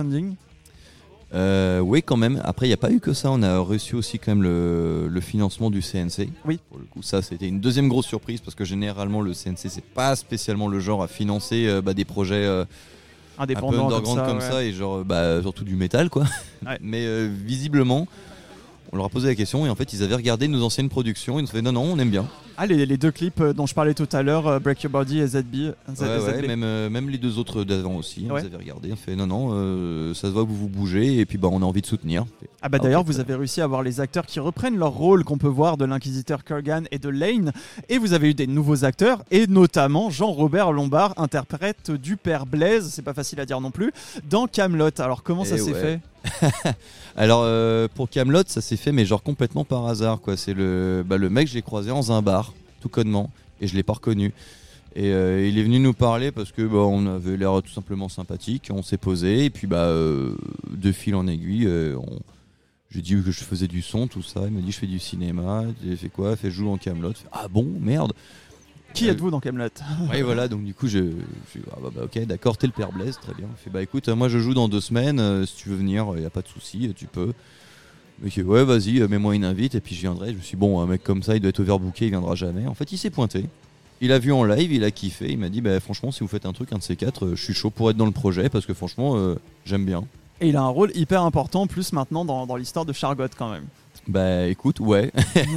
Euh, oui, quand même. Après, il n'y a pas eu que ça. On a reçu aussi quand même le, le financement du C N C. Oui. Pour le coup, ça, c'était une deuxième grosse surprise parce que généralement, le C N C, c'est pas spécialement le genre à financer euh, bah, des projets euh, un peu Indépendant underground comme ça, comme ouais. ça et genre bah, surtout du métal, quoi. Ouais. Mais euh, visiblement, on leur a posé la question et en fait, ils avaient regardé nos anciennes productions. Ils nous ont fait non, non, on aime bien. Ah, les, les deux clips euh, dont je parlais tout à l'heure, euh, Break Your Body et Z B. Z- Ouais, ouais, Z B. même, euh, même les deux autres d'avant aussi, Ouais. ils avaient regardé. On fait non, non, euh, ça se voit que vous vous bougez et puis bah, on a envie de soutenir. Ah bah Ah, d'ailleurs, ok, vous très avez réussi à avoir les acteurs qui reprennent leur rôle qu'on peut voir de l'inquisiteur Kurgan et de Lane. Et vous avez eu des nouveaux acteurs, et notamment Jean-Robert Lombard, interprète du père Blaise, c'est pas facile à dire non plus, dans Kaamelott. Alors comment ça Eh s'est ouais. fait ? Alors euh, pour Kaamelott, ça s'est fait mais genre complètement par hasard, quoi. C'est le, bah, le mec, je l'ai croisé dans un bar, tout connement, et je l'ai pas reconnu. Et euh, il est venu nous parler parce que bah, on avait l'air tout simplement sympathique, on s'est posé et puis bah euh, de fil en aiguille, euh, on... j'ai dit que je faisais du son, tout ça. Il m'a dit je fais du cinéma. J'ai fait quoi ? Fait je joue dans Kaamelott. Fait, ah bon, merde. Qui Euh, êtes-vous dans Kaamelott ? Ouais, voilà, donc du coup, je, je ah bah, bah, ok, d'accord, t'es le père Blaise, très bien. Je fais bah écoute, moi je joue dans deux semaines, euh, si tu veux venir, il y a pas de souci, tu peux. Mais okay, ouais, vas-y, euh, mets-moi une invite et puis je viendrai. Je me suis dit, bon, un mec comme ça, il doit être overbooké, il viendra jamais. En fait, il s'est pointé. Il a vu en live, il a kiffé, il m'a dit, bah franchement, si vous faites un truc, un de ces quatre, euh, je suis chaud pour être dans le projet parce que franchement, euh, j'aime bien. Et il a un rôle hyper important, plus maintenant dans, dans l'histoire de Chargot quand même. Bah écoute, ouais.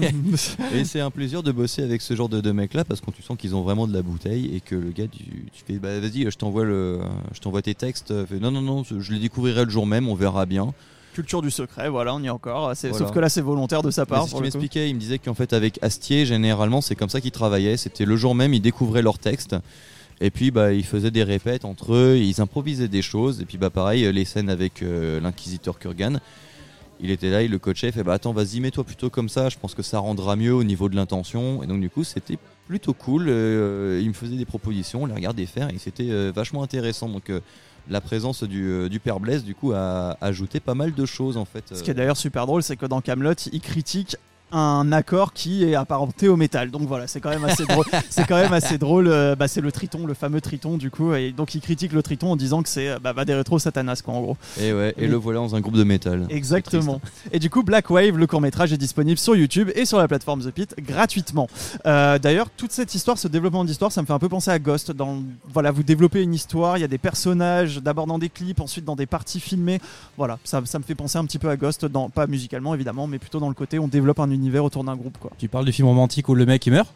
Et c'est un plaisir de bosser avec ce genre de, de mecs là parce que tu sens qu'ils ont vraiment de la bouteille et que le gars tu, tu fais bah vas-y je t'envoie le je t'envoie tes textes. Fait, non non non je les découvrirai le jour même, on verra bien. Culture du secret, voilà, on y est encore. C'est, Voilà. Sauf que là, c'est volontaire de sa Mais part. c'est ce pour qu'il le coup. m'expliquait, il me disait qu'en fait avec Astier généralement c'est comme ça qu'ils travaillaient, c'était le jour même ils découvraient leurs textes. Et puis bah ils faisaient des répètes entre eux, ils improvisaient des choses et puis bah pareil les scènes avec euh, l'inquisiteur Kurgan. Il était là, il le coachait, il fait bah attends vas-y mets-toi plutôt comme ça, je pense que ça rendra mieux au niveau de l'intention. Et donc du coup c'était plutôt cool, euh, il me faisait des propositions, on les regardait faire et c'était euh, vachement intéressant. Donc euh, la présence du, euh, du père Blaise du coup a ajouté pas mal de choses en fait. Ce qui est d'ailleurs super drôle, c'est que dans Kaamelott, il critique un accord qui est apparenté au métal. Donc voilà, c'est quand même assez drôle. C'est quand même assez drôle. Euh, bah, c'est le Triton, le fameux Triton du coup. Et donc il critique le Triton en disant que c'est bah, bah, des rétros satanas quoi en gros. Et ouais, et Oui. le voilà dans un groupe de métal. Exactement. Et du coup, Black Wave, le court-métrage est disponible sur YouTube et sur la plateforme The Pit gratuitement. Euh, d'ailleurs, toute cette histoire, ce développement d'histoire, ça me fait un peu penser à Ghost. Dans, voilà, vous développez une histoire, il y a des personnages, d'abord dans des clips, ensuite dans des parties filmées. Voilà, ça, ça me fait penser un petit peu à Ghost, dans, pas musicalement évidemment, mais plutôt dans le côté on développe un univers autour d'un groupe quoi. Tu parles du film romantique où le mec il meurt?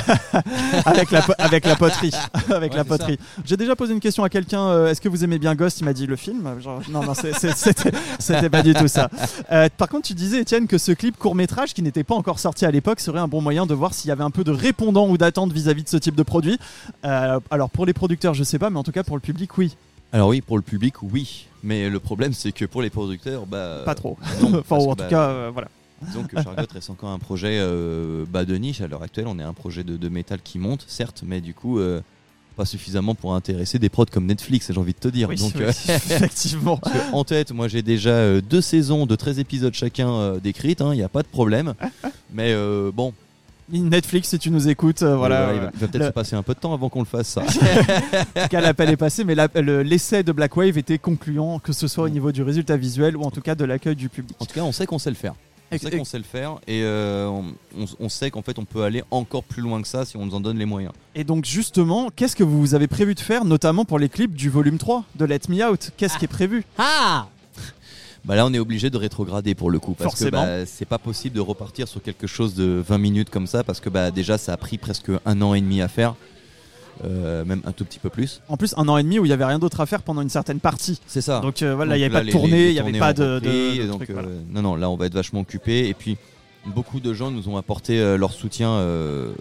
avec, la, po- avec la poterie. avec Ouais, la c'est poterie. J'ai déjà posé une question à quelqu'un. euh, Est-ce que vous aimez bien Ghost? Il m'a dit le film. Genre, non, non, c'est- c'est- c'était, c'était pas du tout ça. Euh, par contre, tu disais, Étienne, que ce clip court métrage qui n'était pas encore sorti à l'époque serait un bon moyen de voir s'il y avait un peu de répondant ou d'attente vis-à-vis de ce type de produit. Euh, alors pour les producteurs, je sais pas, mais en tout cas pour le public, oui. Alors oui, pour le public, oui. Mais le problème, c'est que pour les producteurs, bah... Pas trop. non, Enfin, parce ou en que, tout bah, cas, euh, voilà. disons que Chargot reste encore un projet euh, bah, de niche à l'heure actuelle. On est un projet de, de métal qui monte, certes, mais du coup, euh, pas suffisamment pour intéresser des prods comme Netflix, j'ai envie de te dire. Oui, Donc, oui, euh, effectivement. parce que, en tête, moi j'ai déjà euh, deux saisons de treize épisodes chacun euh, d'écrites, il n'y a pas de problème. Mais euh, bon, Netflix, si tu nous écoutes, euh, voilà. euh, il va, il va peut-être le- se passer un peu de temps avant qu'on le fasse, ça. En tout cas, l'appel est passé, mais la- le- l'essai de Black Wave était concluant, que ce soit au niveau du résultat visuel ou en tout cas de l'accueil du public. En tout cas, on sait qu'on sait le faire. On Ex- sait qu'on sait le faire et euh, on, on- on sait qu'en fait on peut aller encore plus loin que ça si on nous en donne les moyens. Et donc justement, qu'est-ce que vous avez prévu de faire, notamment pour les clips du volume trois de Let Me Out? Qu'est-ce qui est prévu? Ah! Bah là on est obligé de rétrograder pour le coup parce Forcément. que bah, c'est pas possible de repartir sur quelque chose de vingt minutes comme ça parce que bah déjà ça a pris presque un an et demi à faire euh, même un tout petit peu plus. En plus, un an et demi où il y avait rien d'autre à faire pendant une certaine partie. C'est ça. Donc euh, voilà, il n'y Donc avait là, pas de les- tournée, les il n'y avait tournées pas ont de, de, repris, de donc, trucs, euh, voilà. non, non, là on va être vachement occupé. Et puis beaucoup de gens nous ont apporté euh, leur soutien euh,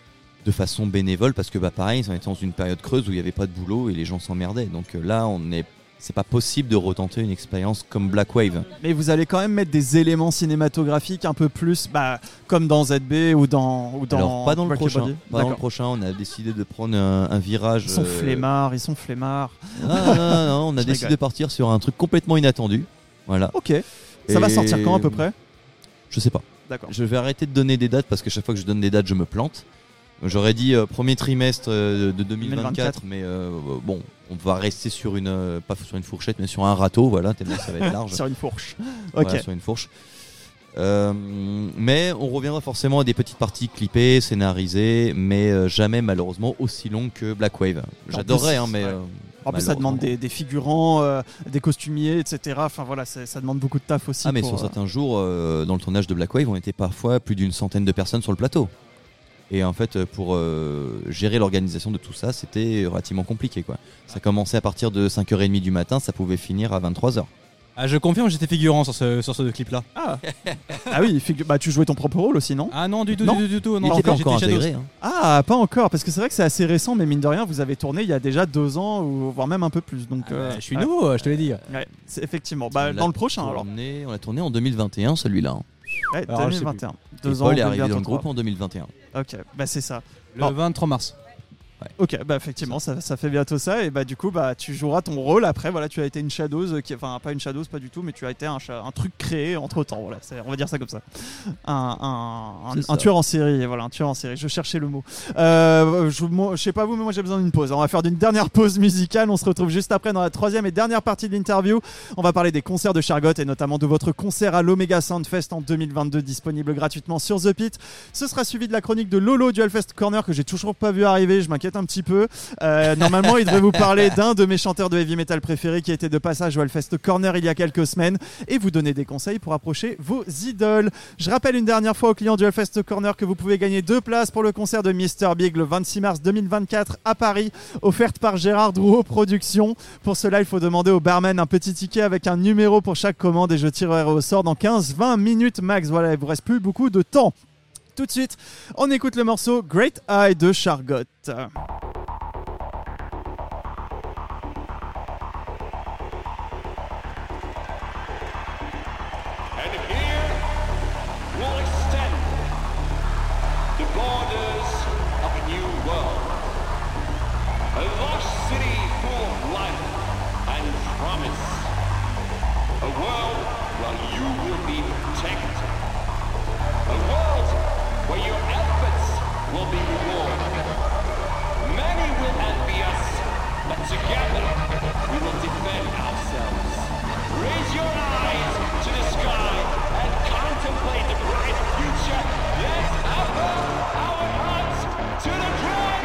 de façon bénévole parce que bah pareil, on était dans une période creuse où il n'y avait pas de boulot et les gens s'emmerdaient. Donc euh, là, on est, c'est pas possible de retenter une expérience comme Black Wave. Mais vous allez quand même mettre des éléments cinématographiques un peu plus, bah, comme dans Z B ou dans ou dans. Alors pas dans le Rocky prochain. Body. Pas dans le D'accord. prochain. On a décidé de prendre un, un virage. Ils sont euh, flemmards, ils sont flemmards. Ah, non, non, non, on a Je décidé rigole. de partir sur un truc complètement inattendu. Voilà. Ok. Ça va Et- sortir quand à peu près? Je sais pas. D'accord. Je vais arrêter de donner des dates parce que chaque fois que je donne des dates, je me plante. J'aurais dit euh, premier trimestre euh, de deux mille vingt-quatre, deux mille vingt-quatre. mais euh, bon, on va rester sur une, euh, pas sur une fourchette, mais sur un râteau, voilà, tellement ça va être large. Sur une fourche. Ok. Voilà, sur une fourche. Euh, mais on reviendra forcément à des petites parties clippées, scénarisées, mais euh, jamais malheureusement aussi longues que Black Wave. J'adorerais, plus, hein, mais ouais. euh, En plus, ça demande malheureusement. des, des figurants, euh, des costumiers, et cetera. Enfin voilà, c'est- ça demande beaucoup de taf aussi. Ah mais pour, sur euh, certains jours, euh, dans le tournage de Black Wave, on était parfois plus d'une centaine de personnes sur le plateau. Et en fait, pour euh, gérer l'organisation de tout ça, c'était relativement compliqué, quoi. Ça commençait à partir de cinq heures trente du matin, ça pouvait finir à vingt-trois heures. Ah, je confirme, j'étais figurant sur ce, sur ce clip-là. Ah, ah oui, figu- bah, tu jouais ton propre rôle aussi, non? Ah non, du tout, Non. du tout, du tout. Il Non, n'était pas j'étais encore Shadows. intégré. Hein. Ah, pas encore, parce que c'est vrai que c'est assez récent, mais mine de rien, vous avez tourné il y a déjà deux ans, ou voire même un peu plus. Donc, Ah, euh, bah, je suis ouais. nouveau, je te l'ai dit. Ouais, c'est effectivement. Bah, On dans l'a le prochain, alors. tourné- On l'a tourné en deux mille vingt et un, celui-là. hein. Ouais, Alors, je sais deux mille vingt et un. Et Deux ans, Paul est arrivé bientôt dans le trois. groupe en deux mille vingt et un. Ok, bah c'est ça. Le Oh. vingt-trois mars. Ok, bah effectivement, ça, ça fait bientôt ça, et bah du coup, bah tu joueras ton rôle. Après, voilà, tu as été une Shadows, euh, qui, enfin pas une Shadows, pas du tout, mais tu as été un, cha- un truc créé entre temps. Voilà, c'est- on va dire ça comme ça. Un, un, un- C'est un ça. tueur en série, voilà, un tueur en série. Je cherchais le mot. Euh, je, moi, je sais pas vous, mais moi j'ai besoin d'une pause. On va faire d'une dernière pause musicale. On se retrouve juste après dans la troisième et dernière partie de l'interview. On va parler des concerts de Chargot et notamment de votre concert à l'Omega Soundfest en deux mille vingt-deux, disponible gratuitement sur The Pit. Ce sera suivi de la chronique de Lolo du Hellfest Corner que j'ai toujours pas vu arriver. Je m'inquiète un petit peu. Euh, normalement, il devrait vous parler d'un de mes chanteurs de heavy metal préférés qui était de passage au Hellfest Corner il y a quelques semaines et vous donner des conseils pour approcher vos idoles. Je rappelle une dernière fois aux clients du Hellfest Corner que vous pouvez gagner deux places pour le concert de mister Big le vingt-six mars deux mille vingt-quatre à Paris, offerte par Gérard Drouot Productions. Pour cela, il faut demander au barman un petit ticket avec un numéro pour chaque commande et je tirerai au sort dans quinze vingt minutes max. Voilà, il vous reste plus beaucoup de temps. Tout de suite, on écoute le morceau Great Eye de Chargot. And here we'll extend the borders of a new world. A lost city full of life and promise. A world where you will be protected. A world where your efforts will be rewarded. Many will envy us, but together we will defend ourselves. Raise your eyes to the sky and contemplate the bright future. Let's open our hearts to the great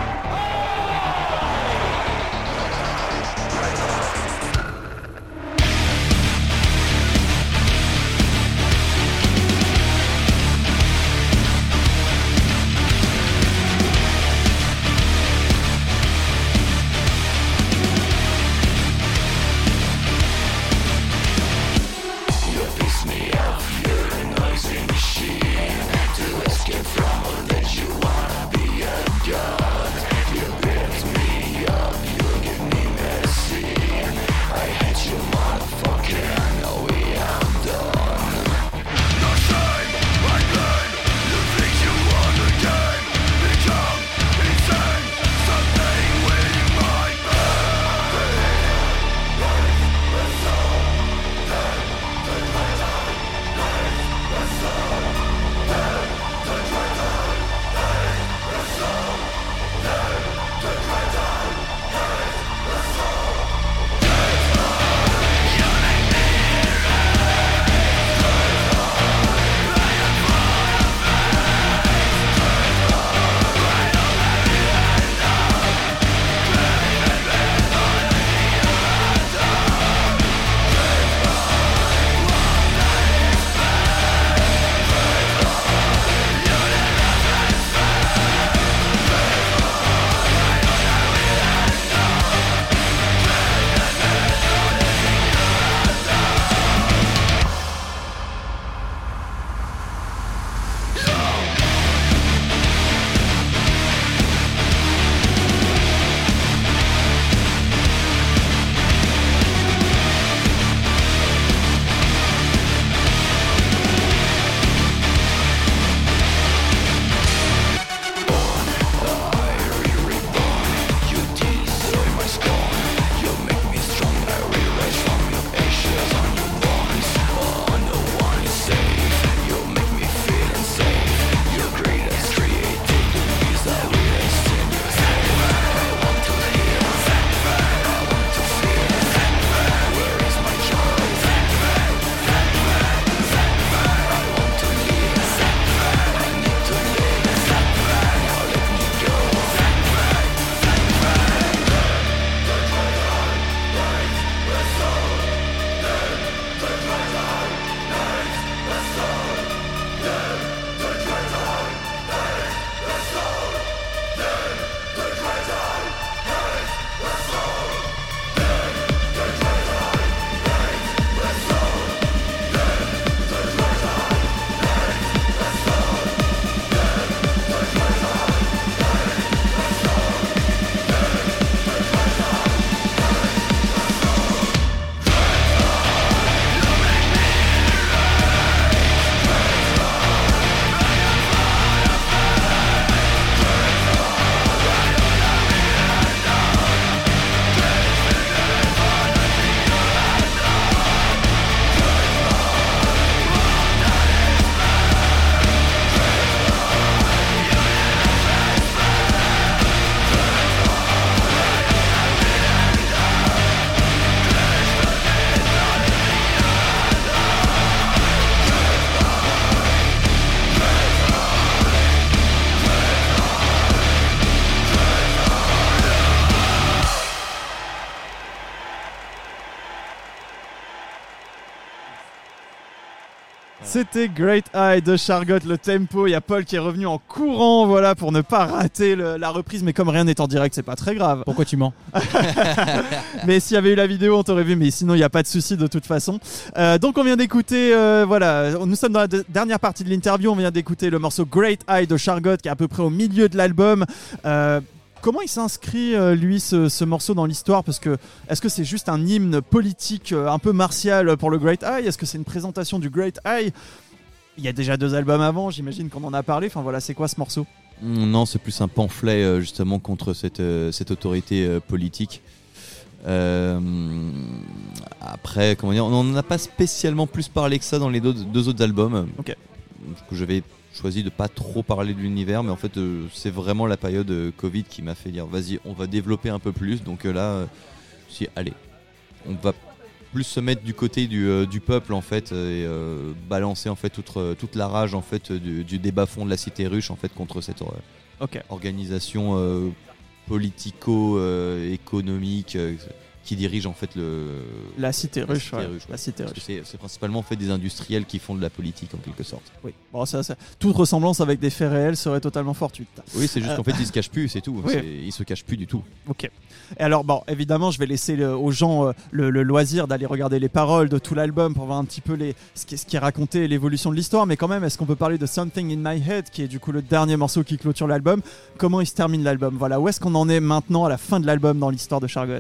C'était Great Eye de Chargot, le tempo. Il y a Paul qui est revenu en courant, voilà, pour ne pas rater le, la reprise. Mais comme rien n'est en direct, c'est pas très grave. Pourquoi tu mens? Mais s'il y avait eu la vidéo, on t'aurait vu. Mais sinon, il n'y a pas de souci de toute façon. Euh, donc, on vient d'écouter, euh, voilà, nous sommes dans la de- dernière partie de l'interview. On vient d'écouter le morceau Great Eye de Chargot, qui est à peu près au milieu de l'album. Euh, Comment il s'inscrit, euh, lui, ce, ce morceau dans l'histoire? Parce que, est-ce que c'est juste un hymne politique euh, un peu martial pour le Great Eye? Est-ce que c'est une présentation du Great Eye? Il y a déjà deux albums avant, j'imagine qu'on en a parlé. Enfin voilà, c'est quoi ce morceau? Non, c'est plus un pamphlet euh, justement contre cette, euh, cette autorité euh, politique. Euh, après, comment dire, on n'en a pas spécialement plus parlé que ça dans les deux, deux autres albums. Ok. Que j'avais choisi de pas trop parler de l'univers, mais en fait euh, c'est vraiment la période euh, Covid qui m'a fait dire vas-y, on va développer un peu plus. Donc euh, là, euh, si allez, on va plus se mettre du côté du, euh, du peuple en fait et euh, balancer en fait toute, euh, toute la rage en fait du, du débat fond de la cité ruche en fait contre cette euh, Ok. organisation euh, politico-économique euh, qui dirige en fait le La cité la ruche, cité ouais. ruche, ouais. La cité Parce que ruche. c'est, c'est principalement en fait des industriels qui font de la politique en quelque sorte. Oui. Bon, ça, ça- toute ressemblance avec des faits réels serait totalement fortuite. Oui, c'est juste Euh, qu'en fait ils se cachent plus, c'est tout. oui. C'est- ils se cachent plus du tout. Ok. Et alors, bon, évidemment, je vais laisser le- aux gens euh, le, le loisir d'aller regarder les paroles de tout l'album pour voir un petit peu les, ce, qui, ce qui est raconté et l'évolution de l'histoire. Mais quand même, est-ce qu'on peut parler de Something in My Head, qui est du coup le dernier morceau qui clôture l'album? Comment il se termine l'album? Voilà, où est-ce qu'on en est maintenant à la fin de l'album dans l'histoire de Chargot?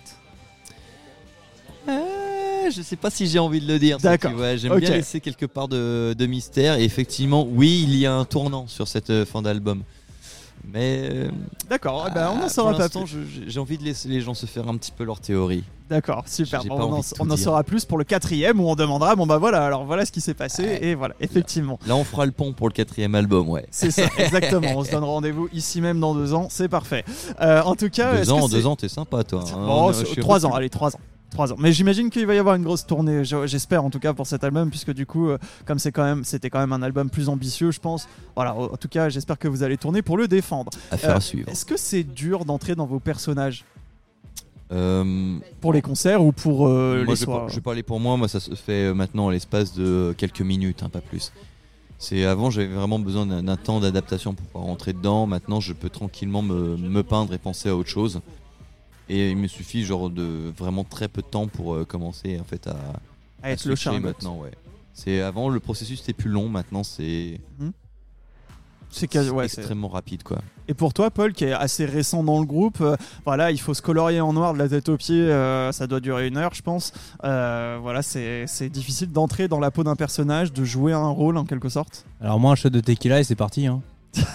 Euh, je sais pas si j'ai envie de le dire. ça, D'accord. tu vois. J'aime Ok. bien laisser quelque part de, de mystère. Et effectivement, oui, il y a un tournant sur cette euh, fin d'album. Mais euh, D'accord, eh ben, on ah, en saura pour pas l'instant, plus. je- j'ai envie de laisser les gens se faire un petit peu leur théorie. D'accord, super. J'ai Bon, pas on en, envie de tout on en dire. saura plus pour le quatrième où on demandera, bon bah voilà, alors voilà ce qui s'est passé. Ouais. Et voilà, effectivement. Là, on fera le pont pour le quatrième album, ouais. C'est ça, exactement. On se donne rendez-vous ici même dans deux ans, c'est parfait. Euh, en tout cas, Deux est-ce ans, que c'est- deux ans, t'es sympa, toi. hein. Bon, On- c'est- je suis trois ans, recul. allez, trois ans. Trois ans. Mais j'imagine qu'il va y avoir une grosse tournée, je- j'espère en tout cas pour cet album, puisque du coup, euh, comme c'est quand même, c'était quand même un album plus ambitieux, je pense. Voilà, en tout cas, j'espère que vous allez tourner pour le défendre. Affaire Euh, à suivre. Est-ce que c'est dur d'entrer dans vos personnages Euh, pour les concerts ou pour euh, moi, les je, vais soirs par- je vais parler pour moi. Moi, ça se fait euh, maintenant à l'espace de quelques minutes, hein, pas plus. C'est avant, j'avais vraiment besoin d'un, d'un temps d'adaptation pour pouvoir rentrer dedans. Maintenant, je peux tranquillement me, me peindre et penser à autre chose. Et il me suffit genre de vraiment très peu de temps pour euh, commencer en fait à, à à être le switcher Chargot? maintenant. Ouais. C'est avant le processus était plus long. Maintenant, c'est, C'est quasi- ouais, c'est- extrêmement rapide, quoi. Et pour toi, Paul, qui est assez récent dans le groupe, euh, voilà, il faut se colorier en noir de la tête aux pieds, euh, ça doit durer une heure, je pense. Euh, voilà, c'est c'est difficile d'entrer dans la peau d'un personnage, de jouer un rôle en quelque sorte. Alors moi un shot de tequila et c'est parti. Hein.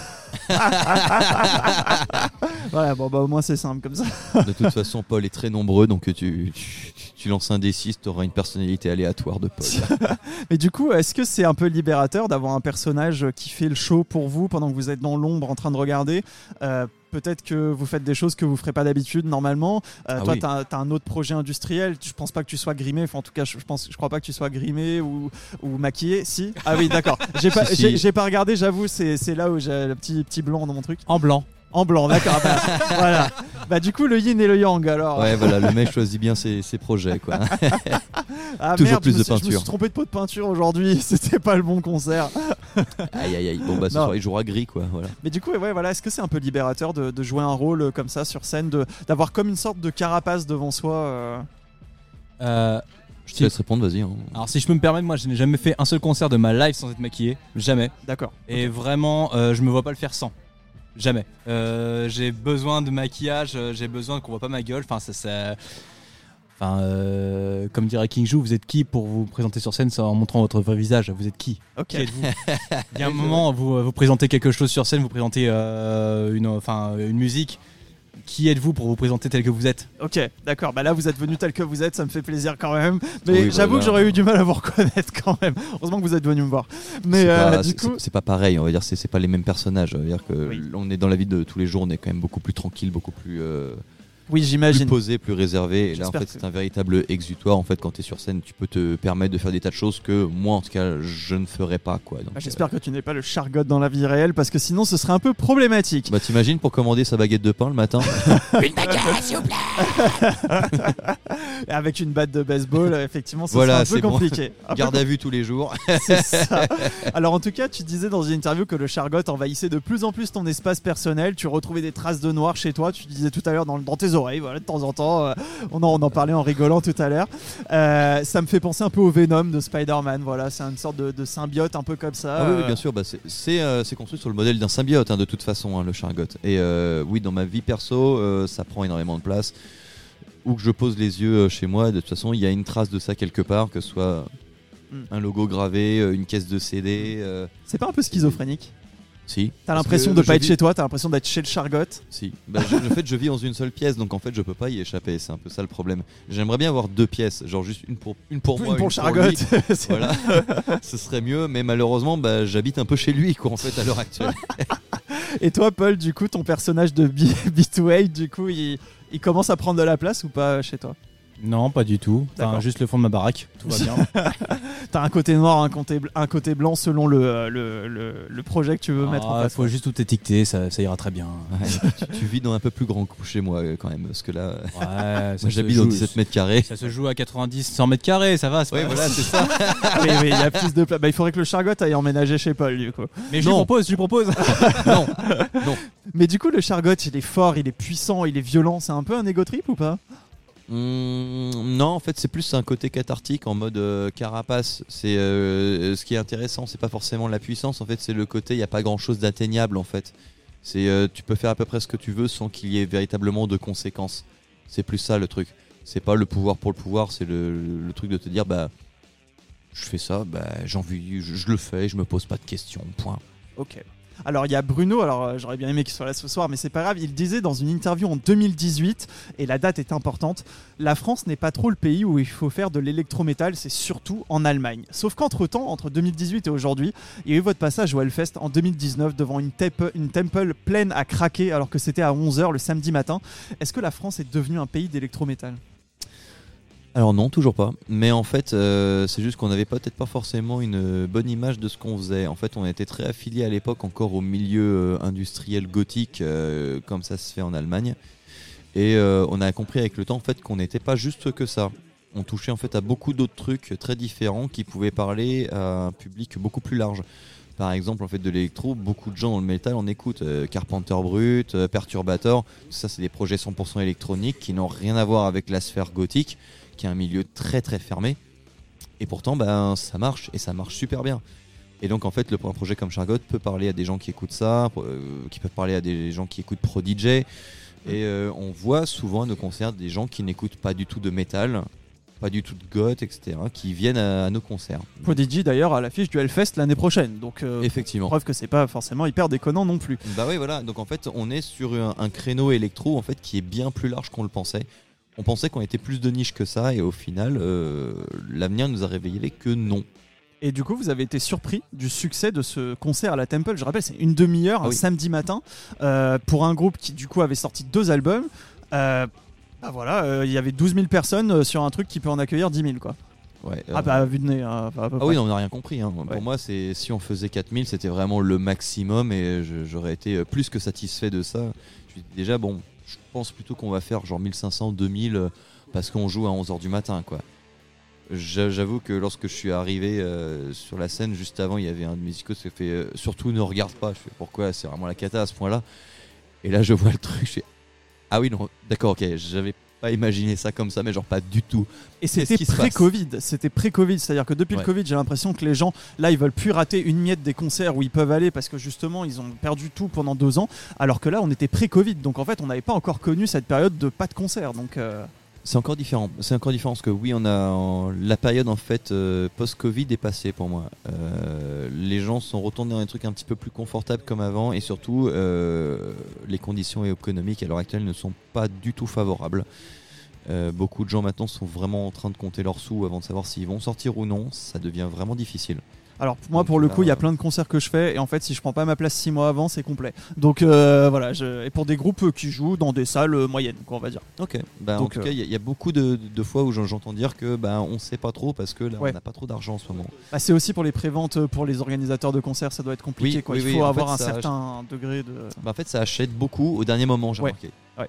Voilà, bon, bah au moins c'est simple comme ça. De toute façon, Paul est très nombreux, donc tu, tu, tu lances un D six, tu auras une personnalité aléatoire de Paul. Mais du coup, est-ce que c'est un peu libérateur d'avoir un personnage qui fait le show pour vous pendant que vous êtes dans l'ombre en train de regarder? Euh, Peut-être que vous faites des choses que vous ferez pas d'habitude normalement. Euh, Ah toi, oui. t'as, t'as un autre projet industriel. Je pense pas que tu sois grimé. Enfin, en tout cas, je, je pense, je crois pas que tu sois grimé ou, ou maquillé. Si. Ah oui, d'accord. J'ai pas, Si, si. j'ai, j'ai pas regardé. J'avoue, c'est, c'est là où j'ai le petit petit blanc dans mon truc. En blanc. En blanc, d'accord. Bah, voilà. Bah du coup, le yin et le yang alors. Ouais, voilà, le mec choisit bien ses, ses projets, quoi. Ah, toujours merde, plus je me de suis- Je me peinture. suis trompé de pot de peinture aujourd'hui. C'était pas le bon concert. Aïe, aïe, aïe. Bon, bah, ce Non. soir, il jouera gris, quoi. Voilà. Mais du coup, ouais, voilà, est-ce que c'est un peu libérateur de, de jouer un rôle euh, comme ça sur scène, de, d'avoir comme une sorte de carapace devant soi euh, Euh, Je te Si. laisse répondre, vas-y. hein. alors si je peux me permettre, moi je n'ai jamais fait un seul concert de ma life sans être maquillé. Jamais. D'accord. Et vraiment, euh, je me vois pas le faire sans. Jamais. Euh, j'ai besoin de maquillage, euh, j'ai besoin qu'on voit pas ma gueule. Enfin, ça, ça- Enfin, euh, comme dirait King Jou, vous êtes qui pour vous présenter sur scène sans montrant votre vrai visage? Vous êtes qui? Ok. Qui êtes-vous? Il y a un moment, vous, vous présentez quelque chose sur scène, vous présentez euh, une, enfin, une musique. Qui êtes-vous pour vous présenter tel que vous êtes? Ok, d'accord. Bah là, vous êtes venu tel que vous êtes, ça me fait plaisir quand même. Mais Oui, j'avoue voilà. que j'aurais eu du mal à vous reconnaître quand même. Heureusement que vous êtes venu me voir. Mais C'est euh, pas, du c'est- coup, c'est- c'est pas pareil, on va dire, c'est, c'est pas les mêmes personnages. On va dire que Oui. on est dans la vie de tous les jours, on est quand même beaucoup plus tranquille, beaucoup plus, euh, oui, plus j'imagine. posé, plus réservé. Et là, en J'espère fait, que- c'est un véritable exutoire. En fait, quand tu es sur scène, tu peux te permettre de faire des tas de choses que moi, en tout cas, je ne ferais pas, quoi. Donc, Bah, j'espère que tu n'es pas le Chargot dans la vie réelle parce que sinon ce serait un peu problématique. euh, bah, t'imagines pour commander sa baguette de pain le matin? Avec une batte de baseball, effectivement, ça Voilà, sera un peu c'est bon. compliqué. Un peu Garde à vue tous les jours. C'est ça. Alors en tout cas, tu disais dans une interview que le Chargot envahissait de plus en plus ton espace personnel. Tu retrouvais des traces de noir chez toi. Tu disais tout à l'heure dans, dans tes oreilles, voilà, de temps en temps. Euh, on, en, on en parlait en rigolant tout à l'heure. Euh, ça me fait penser un peu au Venom de Spider-Man. Voilà, c'est une sorte de, de symbiote un peu comme ça. Ah oui, oui, Euh, bien sûr. Bah, c'est, c'est, euh, c'est construit sur le modèle d'un symbiote, hein, de toute façon, hein, le Chargot. Et euh, oui, dans ma vie perso, euh, ça prend énormément de place. Où que je pose les yeux euh, chez moi, de toute façon, il y a une trace de ça quelque part, que ce soit Mm. un logo gravé, euh, une caisse de C D. Euh, C'est pas un peu schizophrénique? si. T'as Parce l'impression que de pas je être vis- chez toi, t'as l'impression d'être chez le Chargot. Si. Bah, je, en fait, je vis dans une seule pièce, donc en fait, je peux pas y échapper. C'est un peu ça le problème. J'aimerais bien avoir deux pièces, genre juste une pour, une pour moi, Une pour le une Chargot. lui. Voilà, ce serait mieux, mais malheureusement, bah, j'habite un peu chez lui, quoi, en fait, à l'heure actuelle. Et toi, Paul, du coup, ton personnage de B two eight, du coup, il, il commence à prendre de la place ou pas chez toi? Non, pas du tout. Enfin, D'accord. juste le fond de ma baraque. Tout va bien. T'as un côté noir, un côté, bl- un côté blanc selon le, le, le, le projet que tu veux mettre en Il place. faut juste tout étiqueter, ça, ça ira très bien. Ouais, tu, tu vis dans un peu plus grand que chez moi, euh, quand même, parce que là, euh, Ouais, ça moi, se j'habite dans joue- dix-sept mètres carrés. Ça se joue à quatre-vingt-dix, cent mètres carrés, ça va. c'est Oui, pas- voilà, c'est ça. oui, oui, il y a plus de place. Bah, il faudrait que le Chargot aille emménager chez Paul, du coup. Mais je lui Non. propose, je lui propose. Non, Mais du coup, le Chargot, il est fort, il est puissant, il est violent. C'est un peu un ego trip ou pas? Hum, non, en fait, c'est plus un côté cathartique en mode euh, carapace. C'est euh, ce qui est intéressant, c'est pas forcément la puissance. En fait, c'est le côté, il y a pas grand chose d'atteignable. En fait, c'est euh, tu peux faire à peu près ce que tu veux sans qu'il y ait véritablement de conséquences. C'est plus ça le truc. C'est pas le pouvoir pour le pouvoir, c'est le, le, le truc de te dire bah je fais ça, bah j'ai envie, je, je le fais, je me pose pas de questions. Point. Ok. Alors il y a Bruno, alors euh, j'aurais bien aimé qu'il soit là ce soir, mais c'est pas grave, il disait dans une interview en deux mille dix-huit, et la date est importante, la France n'est pas trop le pays où il faut faire de l'électrométal, c'est surtout en Allemagne. Sauf qu'entre temps, entre deux mille dix-huit et aujourd'hui, il y a eu votre passage au Hellfest en deux mille dix-neuf devant une, tep- une temple pleine à craquer alors que c'était à onze heures le samedi matin. Est-ce que la France est devenue un pays d'électrométal? Alors non, toujours pas. Mais en fait, euh, c'est juste qu'on n'avait peut-être pas forcément une bonne image de ce qu'on faisait. En fait, on était très affilié à l'époque encore au milieu euh, industriel gothique, euh, comme ça se fait en Allemagne. Et euh, on a compris avec le temps en fait qu'on n'était pas juste que ça. On touchait en fait à beaucoup d'autres trucs très différents qui pouvaient parler à un public beaucoup plus large. Par exemple, en fait, de l'électro, beaucoup de gens dans le métal en écoutent. Euh, Carpenter Brut, euh, Perturbator, tout ça, c'est des projets cent pour cent électroniques qui n'ont rien à voir avec la sphère gothique, qui est un milieu très très fermé. Et pourtant, ben, ça marche, et ça marche super bien. Et donc, en fait, le, un projet comme Chargot peut parler à des gens qui écoutent ça, euh, qui peuvent parler à des gens qui écoutent Prodigy. Et euh, on voit souvent à nos concerts des gens qui n'écoutent pas du tout de métal, pas du tout de goth, et cetera, qui viennent à, à nos concerts. Prodigy d'ailleurs à l'affiche du Hellfest l'année prochaine, donc euh, Effectivement. preuve que c'est pas forcément hyper déconnant non plus. Bah oui, voilà. Donc en fait, on est sur un, un créneau électro en fait qui est bien plus large qu'on le pensait. On pensait qu'on était plus de niche que ça, et au final, euh, l'avenir nous a révélé que non. Et du coup, vous avez été surpris du succès de ce concert à la Temple. Je rappelle, c'est une demi-heure, Ah un oui. samedi matin, euh, pour un groupe qui du coup avait sorti deux albums. Euh, bah voilà, euh, il y avait douze mille personnes euh, sur un truc qui peut en accueillir dix mille, quoi. Ouais, Ah euh, bah à vue de nez. hein, à peu ah près. oui, non, on n'a rien compris. hein. Ouais. Pour moi, c'est si on faisait quatre mille, c'était vraiment le maximum, et je- j'aurais été plus que satisfait de ça. Je dis, déjà, bon, je pense plutôt qu'on va faire genre mille cinq cents, deux mille, euh, parce qu'on joue à onze heures du matin, quoi. J'a- J'avoue que lorsque je suis arrivé euh, sur la scène, juste avant, il y avait un de mes musicos qui fait euh, surtout ne regarde pas. Je fais pourquoi, c'est vraiment la cata à ce point-là. Et là, je vois le truc, je fais ah oui, non, d'accord, ok, j'avais pas imaginé ça comme ça, mais genre pas du tout. Et Qu'est-ce c'était qui se passe pré-Covid. C'était pré-Covid, c'est-à-dire que depuis Ouais. le Covid, j'ai l'impression que les gens, là, ils veulent plus rater une miette des concerts où ils peuvent aller parce que justement, ils ont perdu tout pendant deux ans. Alors que là, on était pré-Covid, donc en fait, on n'avait pas encore connu cette période de pas de concert. Donc euh, C'est encore différent. C'est encore différent parce que oui, on a en- la période en fait euh, post-Covid est passée pour moi. Euh, les gens sont retournés dans des trucs un petit peu plus confortables comme avant, et surtout euh, les conditions économiques à l'heure actuelle ne sont pas du tout favorables. Euh, beaucoup de gens maintenant sont vraiment en train de compter leurs sous avant de savoir s'ils vont sortir ou non. Ça devient vraiment difficile. Alors moi Donc pour le là, coup il y a euh, plein de concerts que je fais et en fait si je prends pas ma place six mois avant c'est complet. Donc euh, voilà, je... et pour des groupes euh, qui jouent dans des salles euh, moyennes quoi on va dire. Ok. Bah, en Donc, tout euh, cas, il y, a- il y a beaucoup de, de fois où j'en- j'entends dire que bah, on sait pas trop parce que là Ouais. on n'a pas trop d'argent en ce moment. Bah, c'est aussi pour les préventes euh, pour les organisateurs de concerts ça doit être compliqué Oui, quoi. oui, Il oui, faut en avoir fait, un ça- certain degré de... Bah, en fait, ça achète beaucoup au dernier moment, j'ai Ouais. remarqué.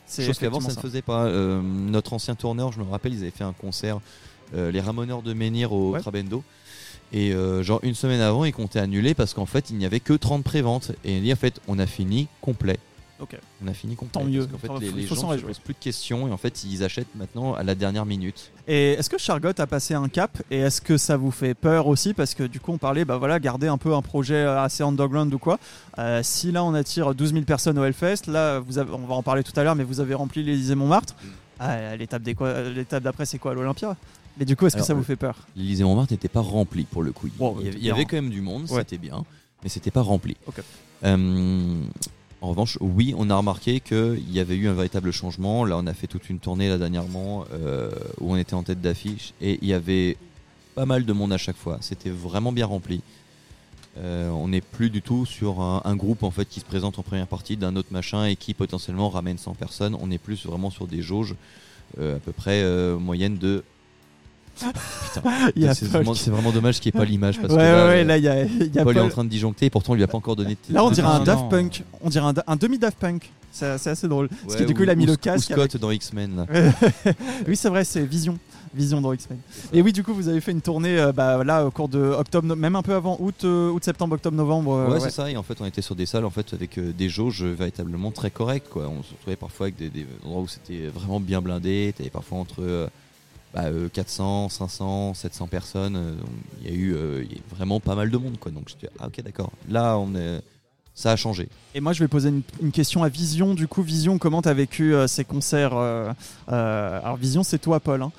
C'est Chose qu'avant ça ne effectivement faisait pas. Euh, notre ancien tourneur, je me rappelle, ils avaient fait un concert, euh, les Ramoneurs de Menhir au Ouais. Trabendo. Et euh, genre une semaine avant, ils comptaient annuler parce qu'en fait, il n'y avait que trente préventes. Et il dit en fait, on a fini complet. Ok. On a fini complet. Tant mieux. Parce qu'en Enfin, fait, les, faut- les faut gens s'en ne se réjouir. posent plus de questions et en fait, ils achètent maintenant à la dernière minute. Et est-ce que Chargot a passé un cap et est-ce que ça vous fait peur aussi parce que du coup on parlait bah voilà garder un peu un projet assez underground ou quoi. Euh, si là on attire douze mille personnes au Hellfest, là vous avez, on va en parler tout à l'heure mais vous avez rempli l'Élysée Montmartre. Ah, l'étape des quoi, l'étape d'après c'est quoi l'Olympia. Mais du coup est-ce que Alors, ça vous euh, fait peur? L'Élysée Montmartre n'était pas rempli pour le coup. Il, Wow, il y avait, il y bien. avait quand même du monde, Ouais. c'était bien, mais c'était pas rempli. Ok. Euh, en revanche, oui, on a remarqué qu'il y avait eu un véritable changement. Là, on a fait toute une tournée là dernièrement euh, où on était en tête d'affiche et il y avait pas mal de monde à chaque fois. C'était vraiment bien rempli. Euh, on n'est plus du tout sur un, un groupe en fait qui se présente en première partie d'un autre machin et qui potentiellement ramène cent personnes. On est plus vraiment sur des jauges euh, à peu près euh, moyenne de. Putain, Il y a c'est, Paul vraiment, qui- c'est vraiment dommage qu'il n'y ait pas l'image parce Ouais que ouais là, ouais, euh, là il y a, il y a Paul, Paul- est en train de disjoncter et pourtant on lui a pas encore donné. de- Là on dirait un Non, Daft non. Punk, on dirait un, un demi Daft Punk. C'est, c'est assez drôle. Parce que Ouais, du coup ou- il a mis ou le Sc- casque. Ou Scott dans X-Men. Là. avec- Oui c'est vrai c'est Vision. Vision dans X-Men. Et oui, du coup, vous avez fait une tournée euh, bah, là au cours de octobre, no- même un peu avant août, euh, août, septembre, octobre, novembre. euh, ouais, ouais. c'est ça. Et en fait, on était sur des salles en fait avec euh, des jauges véritablement très correctes. Quoi. On se retrouvait parfois avec des, des endroits où c'était vraiment bien blindé. T'avais parfois entre euh, bah, euh, quatre cents, cinq cents, sept cents personnes. Euh, donc, Il y a eu euh, il y a eu vraiment pas mal de monde. Quoi. Donc j'étais ah ok d'accord. Là, on est, ça a changé. Et moi, je vais poser une, une question à Vision. Du coup, Vision, comment t'as vécu euh, ces concerts euh, euh, Alors, Vision, c'est toi, Paul. Hein.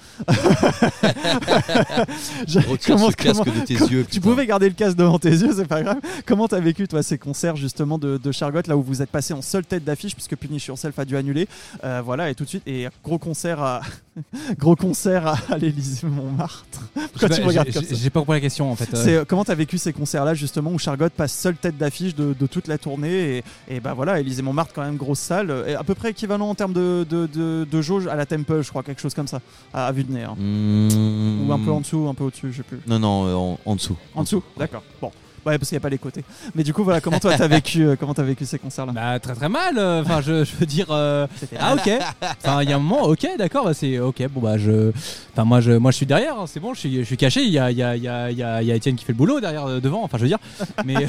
Je- Retire comment- ce casque comment- de tes comment- yeux. Tu putain. pouvais garder le casque devant tes yeux, c'est pas grave. Comment t'as vécu, toi, ces concerts justement de, de Chargot, là où vous êtes passé en seule tête d'affiche, puisque Punish Yourself a dû annuler. Euh, voilà, et tout de suite, et gros concert à, gros concert à, à l'Élysée Montmartre. Pourquoi tu me regardes comme ça? J'ai pas compris la question en fait. euh. C'est, euh, comment t'as vécu ces concerts-là justement où Chargot passe seule tête d'affiche de, de toute la tournée et, et bah voilà, Élysée Montmartre quand même grosse salle, et à peu près équivalent en termes de, de, de, de jauge à la Temple, je crois, quelque chose comme ça, à, à vue de nez. Hein. Mmh. Ou un peu en dessous, un peu au-dessus, je sais plus. Non non, euh, en, en dessous. En dessous, d'accord. Bon, ouais, parce qu'il n'y a pas les côtés. Mais du coup, voilà, comment toi t'as vécu, euh, comment t'as vécu ces concerts-là? Bah très très mal. euh, Enfin je, je veux dire. euh, C'était- Ah ok. Enfin il y a un moment ok d'accord bah c'est ok bon bah je. Enfin moi je moi je suis derrière hein, c'est bon je suis je suis caché il y a il y a il y a il y a, il y a Étienne qui fait le boulot derrière euh, devant enfin je veux dire mais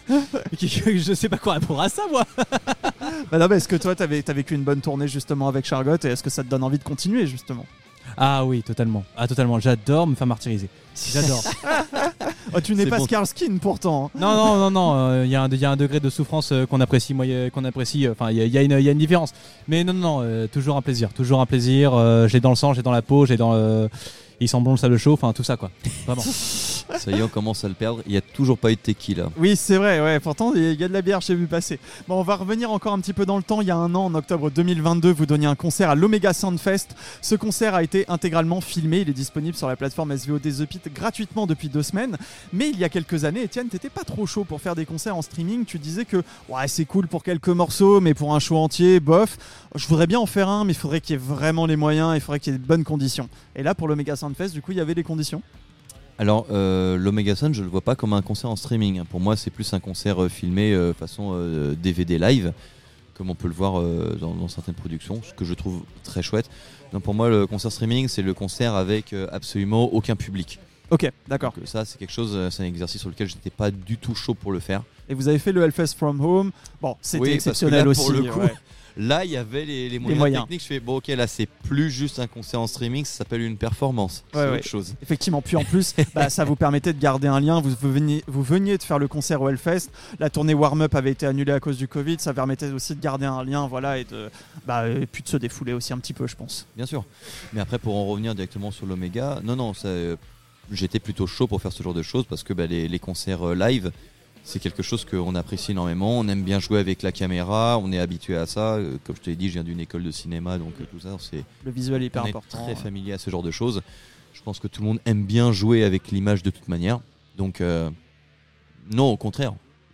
je sais pas quoi répondre à ça moi. Bah non, mais est-ce que toi t'avais, t'as vécu une bonne tournée justement avec Chargot et est-ce que ça te donne envie de continuer justement? Ah oui totalement ah totalement j'adore me faire martyriser j'adore. Oh, tu n'es C'est pas bon. Skarskin pourtant. Non, non, non, non, euh, il y, a un- il y a un degré de souffrance euh, qu'on apprécie, moi, euh, qu'on apprécie, euh, enfin, il y, a- il y, a une- il y a une différence. Mais non, non, non, euh, toujours un plaisir, toujours un plaisir, euh, j'ai dans le sang, j'ai dans la peau, j'ai dans le... Ils sont blonds, ça le chaud, enfin, tout ça, quoi. Vraiment. Ça y est, on commence à le perdre. Il y a toujours pas eu de tequila. Oui, c'est vrai, ouais. Pourtant, il y a de la bière, j'ai vu passer. Bon, on va revenir encore un petit peu dans le temps. Il y a un an, en octobre deux mille vingt-deux, vous donniez un concert à l'Omega Soundfest. Ce concert a été intégralement filmé. Il est disponible sur la plateforme S V O D The Pit gratuitement depuis deux semaines. Mais il y a quelques années, Étienne, t'étais pas trop chaud pour faire des concerts en streaming. Tu disais que ouais, c'est cool pour quelques morceaux, mais pour un show entier, bof. Je voudrais bien en faire un, mais il faudrait qu'il y ait vraiment les moyens, il faudrait qu'il y ait de bonnes conditions. Et là, pour l'Omega Soundfest, du coup, il y avait les conditions. Alors, euh, l'Omega Sound, je le vois pas comme un concert en streaming. Pour moi, c'est plus un concert euh, filmé euh, façon euh, D V D live, comme on peut le voir euh, dans, dans certaines productions, ce que je trouve très chouette. Donc, pour moi, le concert streaming, c'est le concert avec euh, absolument aucun public. Ok, d'accord. Donc, ça, c'est quelque chose, euh, c'est un exercice sur lequel je n'étais pas du tout chaud pour le faire. Et vous avez fait le Hellfest From Home. Bon, c'était Oui, parce que exceptionnel là, aussi. pour le coup, ouais. Là, il y avait les, les moyens, moyens. techniques. Je fais, bon, ok, là, c'est plus juste un concert en streaming, ça s'appelle une performance. Ouais, c'est ouais. autre chose. Effectivement, puis en plus, bah, ça vous permettait de garder un lien. Vous, vous, veniez, vous veniez de faire le concert au Hellfest. La tournée warm-up avait été annulée à cause du Covid. Ça permettait aussi de garder un lien, voilà, et, de, bah, et puis de se défouler aussi un petit peu, je pense. Bien sûr. Mais après, pour en revenir directement sur l'Omega, non, non, ça, euh, j'étais plutôt chaud pour faire ce genre de choses parce que bah, les, les concerts euh, live, c'est quelque chose qu'on apprécie énormément. On aime bien jouer avec la caméra, on est habitué à ça. Euh, comme je te l'ai dit, je viens d'une école de cinéma, donc euh, tout ça, c'est, Le visuel est hyper on est important. très familier à ce genre de choses. Je pense que tout le monde aime bien jouer avec l'image de toute manière. Donc, euh, non, au contraire.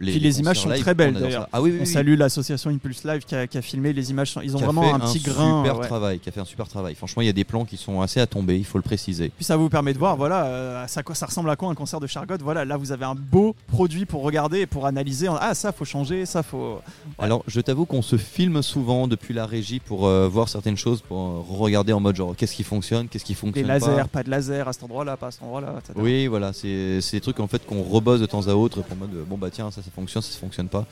les, Puis les, les images sont live, très belles d'ailleurs. Ah oui, oui, on oui. salue l'association Impulse Live qui a, qui a filmé les images. Ils ont qui vraiment un petit grain. Super ouais. travail, qui a fait un super travail. Franchement, il y a des plans qui sont assez à tomber, il faut le préciser. Puis ça vous permet de voir, voilà, euh, ça, ça ressemble à quoi un concert de Chargot. Voilà, là vous avez un beau produit pour regarder et pour analyser. Ah, ça faut changer, ça faut. Ouais. Alors, je t'avoue qu'on se filme souvent depuis la régie pour euh, voir certaines choses, pour euh, regarder en mode genre qu'est-ce qui fonctionne, qu'est-ce qui fonctionne Les lasers, pas. pas de laser à cet endroit-là, pas à cet endroit-là. et cetera. Oui, voilà, c'est c'est des trucs en fait qu'on rebosse de temps à autre pour mode bon bah tiens ça ça fonctionne, ça, ça fonctionne pas.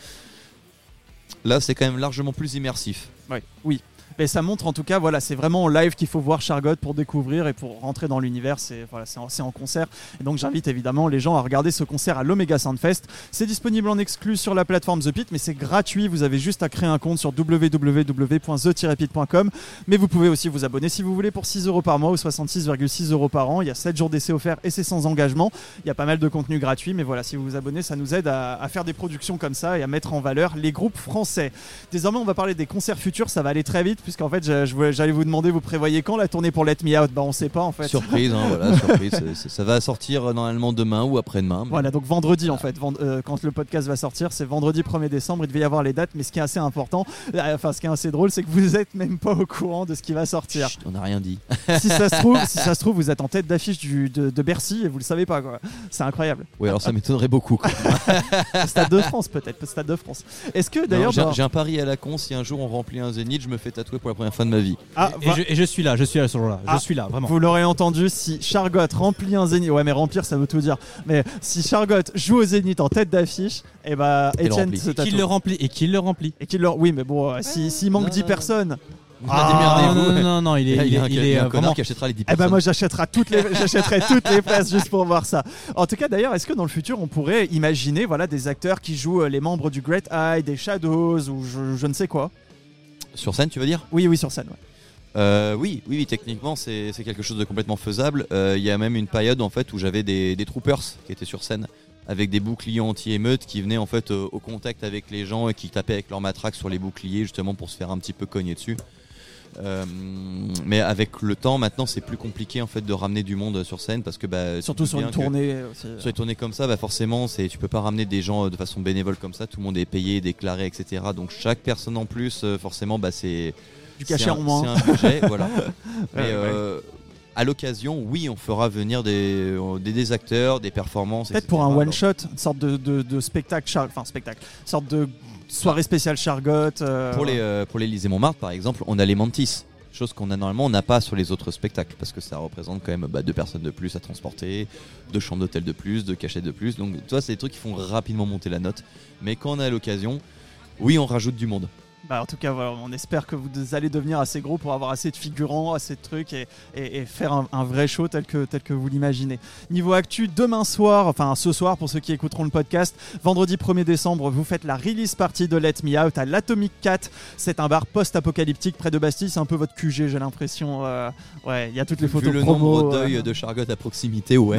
Là, c'est quand même largement plus immersif. Ouais. Oui. Mais ça montre en tout cas, voilà, c'est vraiment en live qu'il faut voir Chargot pour découvrir et pour rentrer dans l'univers. C'est voilà, c'est en, c'est en concert. Et donc j'invite évidemment les gens à regarder ce concert à l'Omega Soundfest. C'est disponible en exclu sur la plateforme The Pit, mais c'est gratuit. Vous avez juste à créer un compte sur w w w point the tiret pit point com. Mais vous pouvez aussi vous abonner si vous voulez pour six euros par mois ou soixante-six virgule six euros par an. Il y a sept jours d'essai offerts et c'est sans engagement. Il y a pas mal de contenu gratuit, mais voilà, si vous vous abonnez, ça nous aide à, à faire des productions comme ça et à mettre en valeur les groupes français. Désormais, on va parler des concerts futurs. Ça va aller très vite puisqu'en fait, je, je voulais J'allais vous demander, vous prévoyez quand la tournée pour Let Me Out? Bah on sait pas en fait. Surprise, hein, voilà, surprise. C'est, c'est, ça va sortir normalement demain ou après-demain. Mais... Voilà, donc vendredi en fait, vend- euh, quand le podcast va sortir, c'est vendredi premier décembre, il devait y avoir les dates, mais ce qui est assez important, euh, enfin ce qui est assez drôle, c'est que vous êtes même pas au courant de ce qui va sortir. Chut, on n'a rien dit. si ça se trouve, si ça se trouve, vous êtes en tête d'affiche du, de, de Bercy et vous le savez pas quoi. C'est incroyable. Oui, alors ça m'étonnerait beaucoup. Quoi. Stade de France peut-être, Stade de France. Est-ce que d'ailleurs, Non, j'ai, dans... j'ai un pari à la con, si un jour on remplit un Zénith, je me fais tatouer pour la première fois de ma vie. ah, Et, va- je, et je suis là, je suis là ce jour-là. Ah, je suis là, vraiment. Vous l'aurez entendu, si Chargot remplit un Zénith, ouais mais remplir ça veut tout dire, mais si Chargot joue au Zénith en tête d'affiche, et bah Et le Étienne remplit. se Et tatoue. qu'il le remplit, et qu'il le remplit. Et qu'il le... Oui mais bon, euh, si- s'il manque non, dix non, personnes... Ah, non, démerdez-vous. non, non, non, il est, Il il y a est, un, il il y est a un euh, connard vraiment. qui achètera les dix Eh ben personnes. moi j'achèterai toutes les j'achèterai toutes les places juste pour voir ça. En tout cas d'ailleurs, est-ce que dans le futur on pourrait imaginer voilà des acteurs qui jouent euh, les membres du Great Eye, des Shadows ou je, je ne sais quoi. Sur scène, tu veux dire? Oui oui sur scène. Ouais. Euh, oui, oui, oui, techniquement c'est, c'est quelque chose de complètement faisable. Euh, Il y a même une période en fait où j'avais des, des troopers qui étaient sur scène avec des boucliers anti-émeute qui venaient en fait euh, au contact avec les gens et qui tapaient avec leur matraque sur les boucliers justement pour se faire un petit peu cogner dessus. Euh, mais avec le temps maintenant c'est plus compliqué en fait de ramener du monde sur scène parce que bah, Surtout tu te sur dis une bien que tournée aussi. sur les tournées comme ça bah forcément c'est, tu peux pas ramener des gens de façon bénévole comme ça, tout le monde est payé, déclaré, etc. Donc chaque personne en plus euh, forcément bah, c'est Du cachet c'est un, en moins. c'est un budget voilà. Mais Ouais, euh, à l'occasion oui on fera venir des, des, des acteurs, des performances, Peut-être et cetera. pour un one Alors, shot, une sorte de, de, de spectacle, char... enfin spectacle, une sorte de soirée spéciale Chargot. euh, Pour les euh, pour l'Élysée Montmartre par exemple on a les Mantis. Chose qu'on a normalement on n'a pas sur les autres spectacles parce que ça représente quand même bah, deux personnes de plus à transporter, deux chambres d'hôtel de plus, deux cachets de plus. Donc tu vois c'est des trucs qui font rapidement monter la note. Mais quand on a l'occasion, oui on rajoute du monde. Bah, en tout cas, voilà, on espère que vous allez devenir assez gros pour avoir assez de figurants, assez de trucs et, et, et faire un, un vrai show tel que, tel que vous l'imaginez. Niveau actu, demain soir, enfin ce soir pour ceux qui écouteront le podcast, vendredi premier décembre, vous faites la release party de Let Me Out à l'Atomic Cat. C'est un bar post-apocalyptique près de Bastille, c'est un peu votre Q G, j'ai l'impression. Euh, ouais, il y a toutes les photos Vu le promo. nombre d'œils euh. de Chargot à proximité, ouais,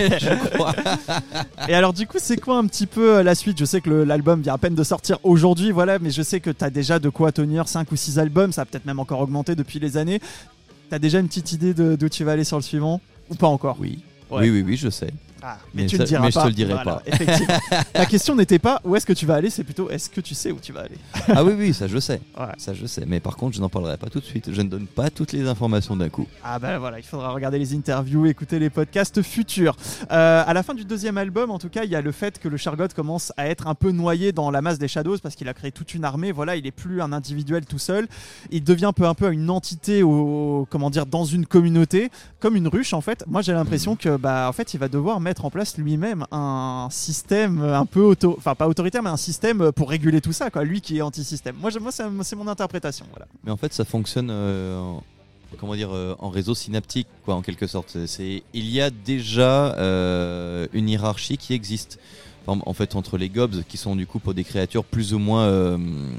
je crois. Et alors du coup, c'est quoi un petit peu euh, la suite? Je sais que le- l'album vient à peine de sortir aujourd'hui, voilà, mais je sais que tu as déjà de quoi tenir cinq ou six albums, ça a peut-être même encore augmenté depuis les années. T'as déjà une petite idée de, d'où tu vas aller sur le suivant? Ou pas encore? Oui. Ouais. oui, oui, oui, je sais. Ah, mais, Mais tu ça- le diras mais je pas. te le dirai Voilà, pas. Effectivement. La question n'était pas où est-ce que tu vas aller, c'est plutôt est-ce que tu sais où tu vas aller. Ah oui, oui, ça je sais. Ouais. Ça je sais. Mais par contre, je n'en parlerai pas tout de suite. Je ne donne pas toutes les informations d'un coup. Ah ben voilà, il faudra regarder les interviews, écouter les podcasts futurs. Euh, à la fin du deuxième album, en tout cas, il y a le fait que le Chargot commence à être un peu noyé dans la masse des Shadows parce qu'il a créé toute une armée. Voilà, il est plus un individuel tout seul. Il devient peu à peu une entité, au, comment dire, dans une communauté, comme une ruche en fait. Moi, j'ai l'impression que bah en fait, il va devoir mettre en place lui-même un système un peu auto, enfin pas autoritaire, mais un système pour réguler tout ça, quoi. Lui qui est anti-système. Moi, je- moi, c'est, c'est mon interprétation. Voilà. Mais en fait, ça fonctionne euh, en, comment dire, euh, en réseau synaptique, quoi, en quelque sorte. C'est- C'est, il y a déjà euh, une hiérarchie qui existe. Enfin, en fait, entre les gobs, qui sont du coup pour des créatures plus ou moins euh,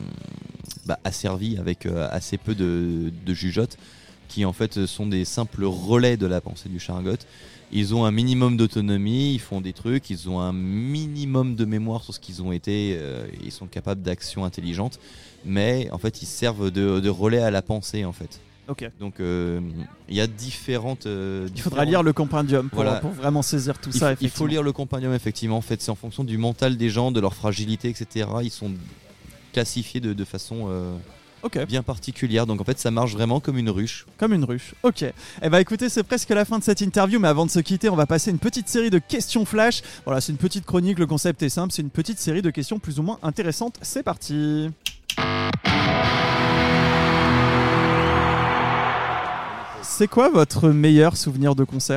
bah, asservies, avec euh, assez peu de, de jugeotes, qui en fait sont des simples relais de la pensée du Chargot. Ils ont un minimum d'autonomie, ils font des trucs, ils ont un minimum de mémoire sur ce qu'ils ont été, euh, ils sont capables d'actions intelligentes, mais en fait ils servent de, de relais à la pensée en fait. Ok. Donc euh, il y a différentes. euh, Il faudra différentes- lire le compendium pour, Voilà. pour vraiment saisir tout Il, ça. f- il faut effectivement. lire le compendium effectivement. En fait, c'est en fonction du mental des gens, de leur fragilité, et cetera. Ils sont classifiés de, de façon euh, Ok. bien particulière. Donc en fait, ça marche vraiment comme une ruche. Comme une ruche. Ok. Eh bah écoutez, c'est presque la fin de cette interview, mais avant de se quitter, on va passer une petite série de questions flash. Voilà, c'est une petite chronique, le concept est simple, c'est une petite série de questions plus ou moins intéressantes. C'est parti. C'est quoi votre meilleur souvenir de concert ?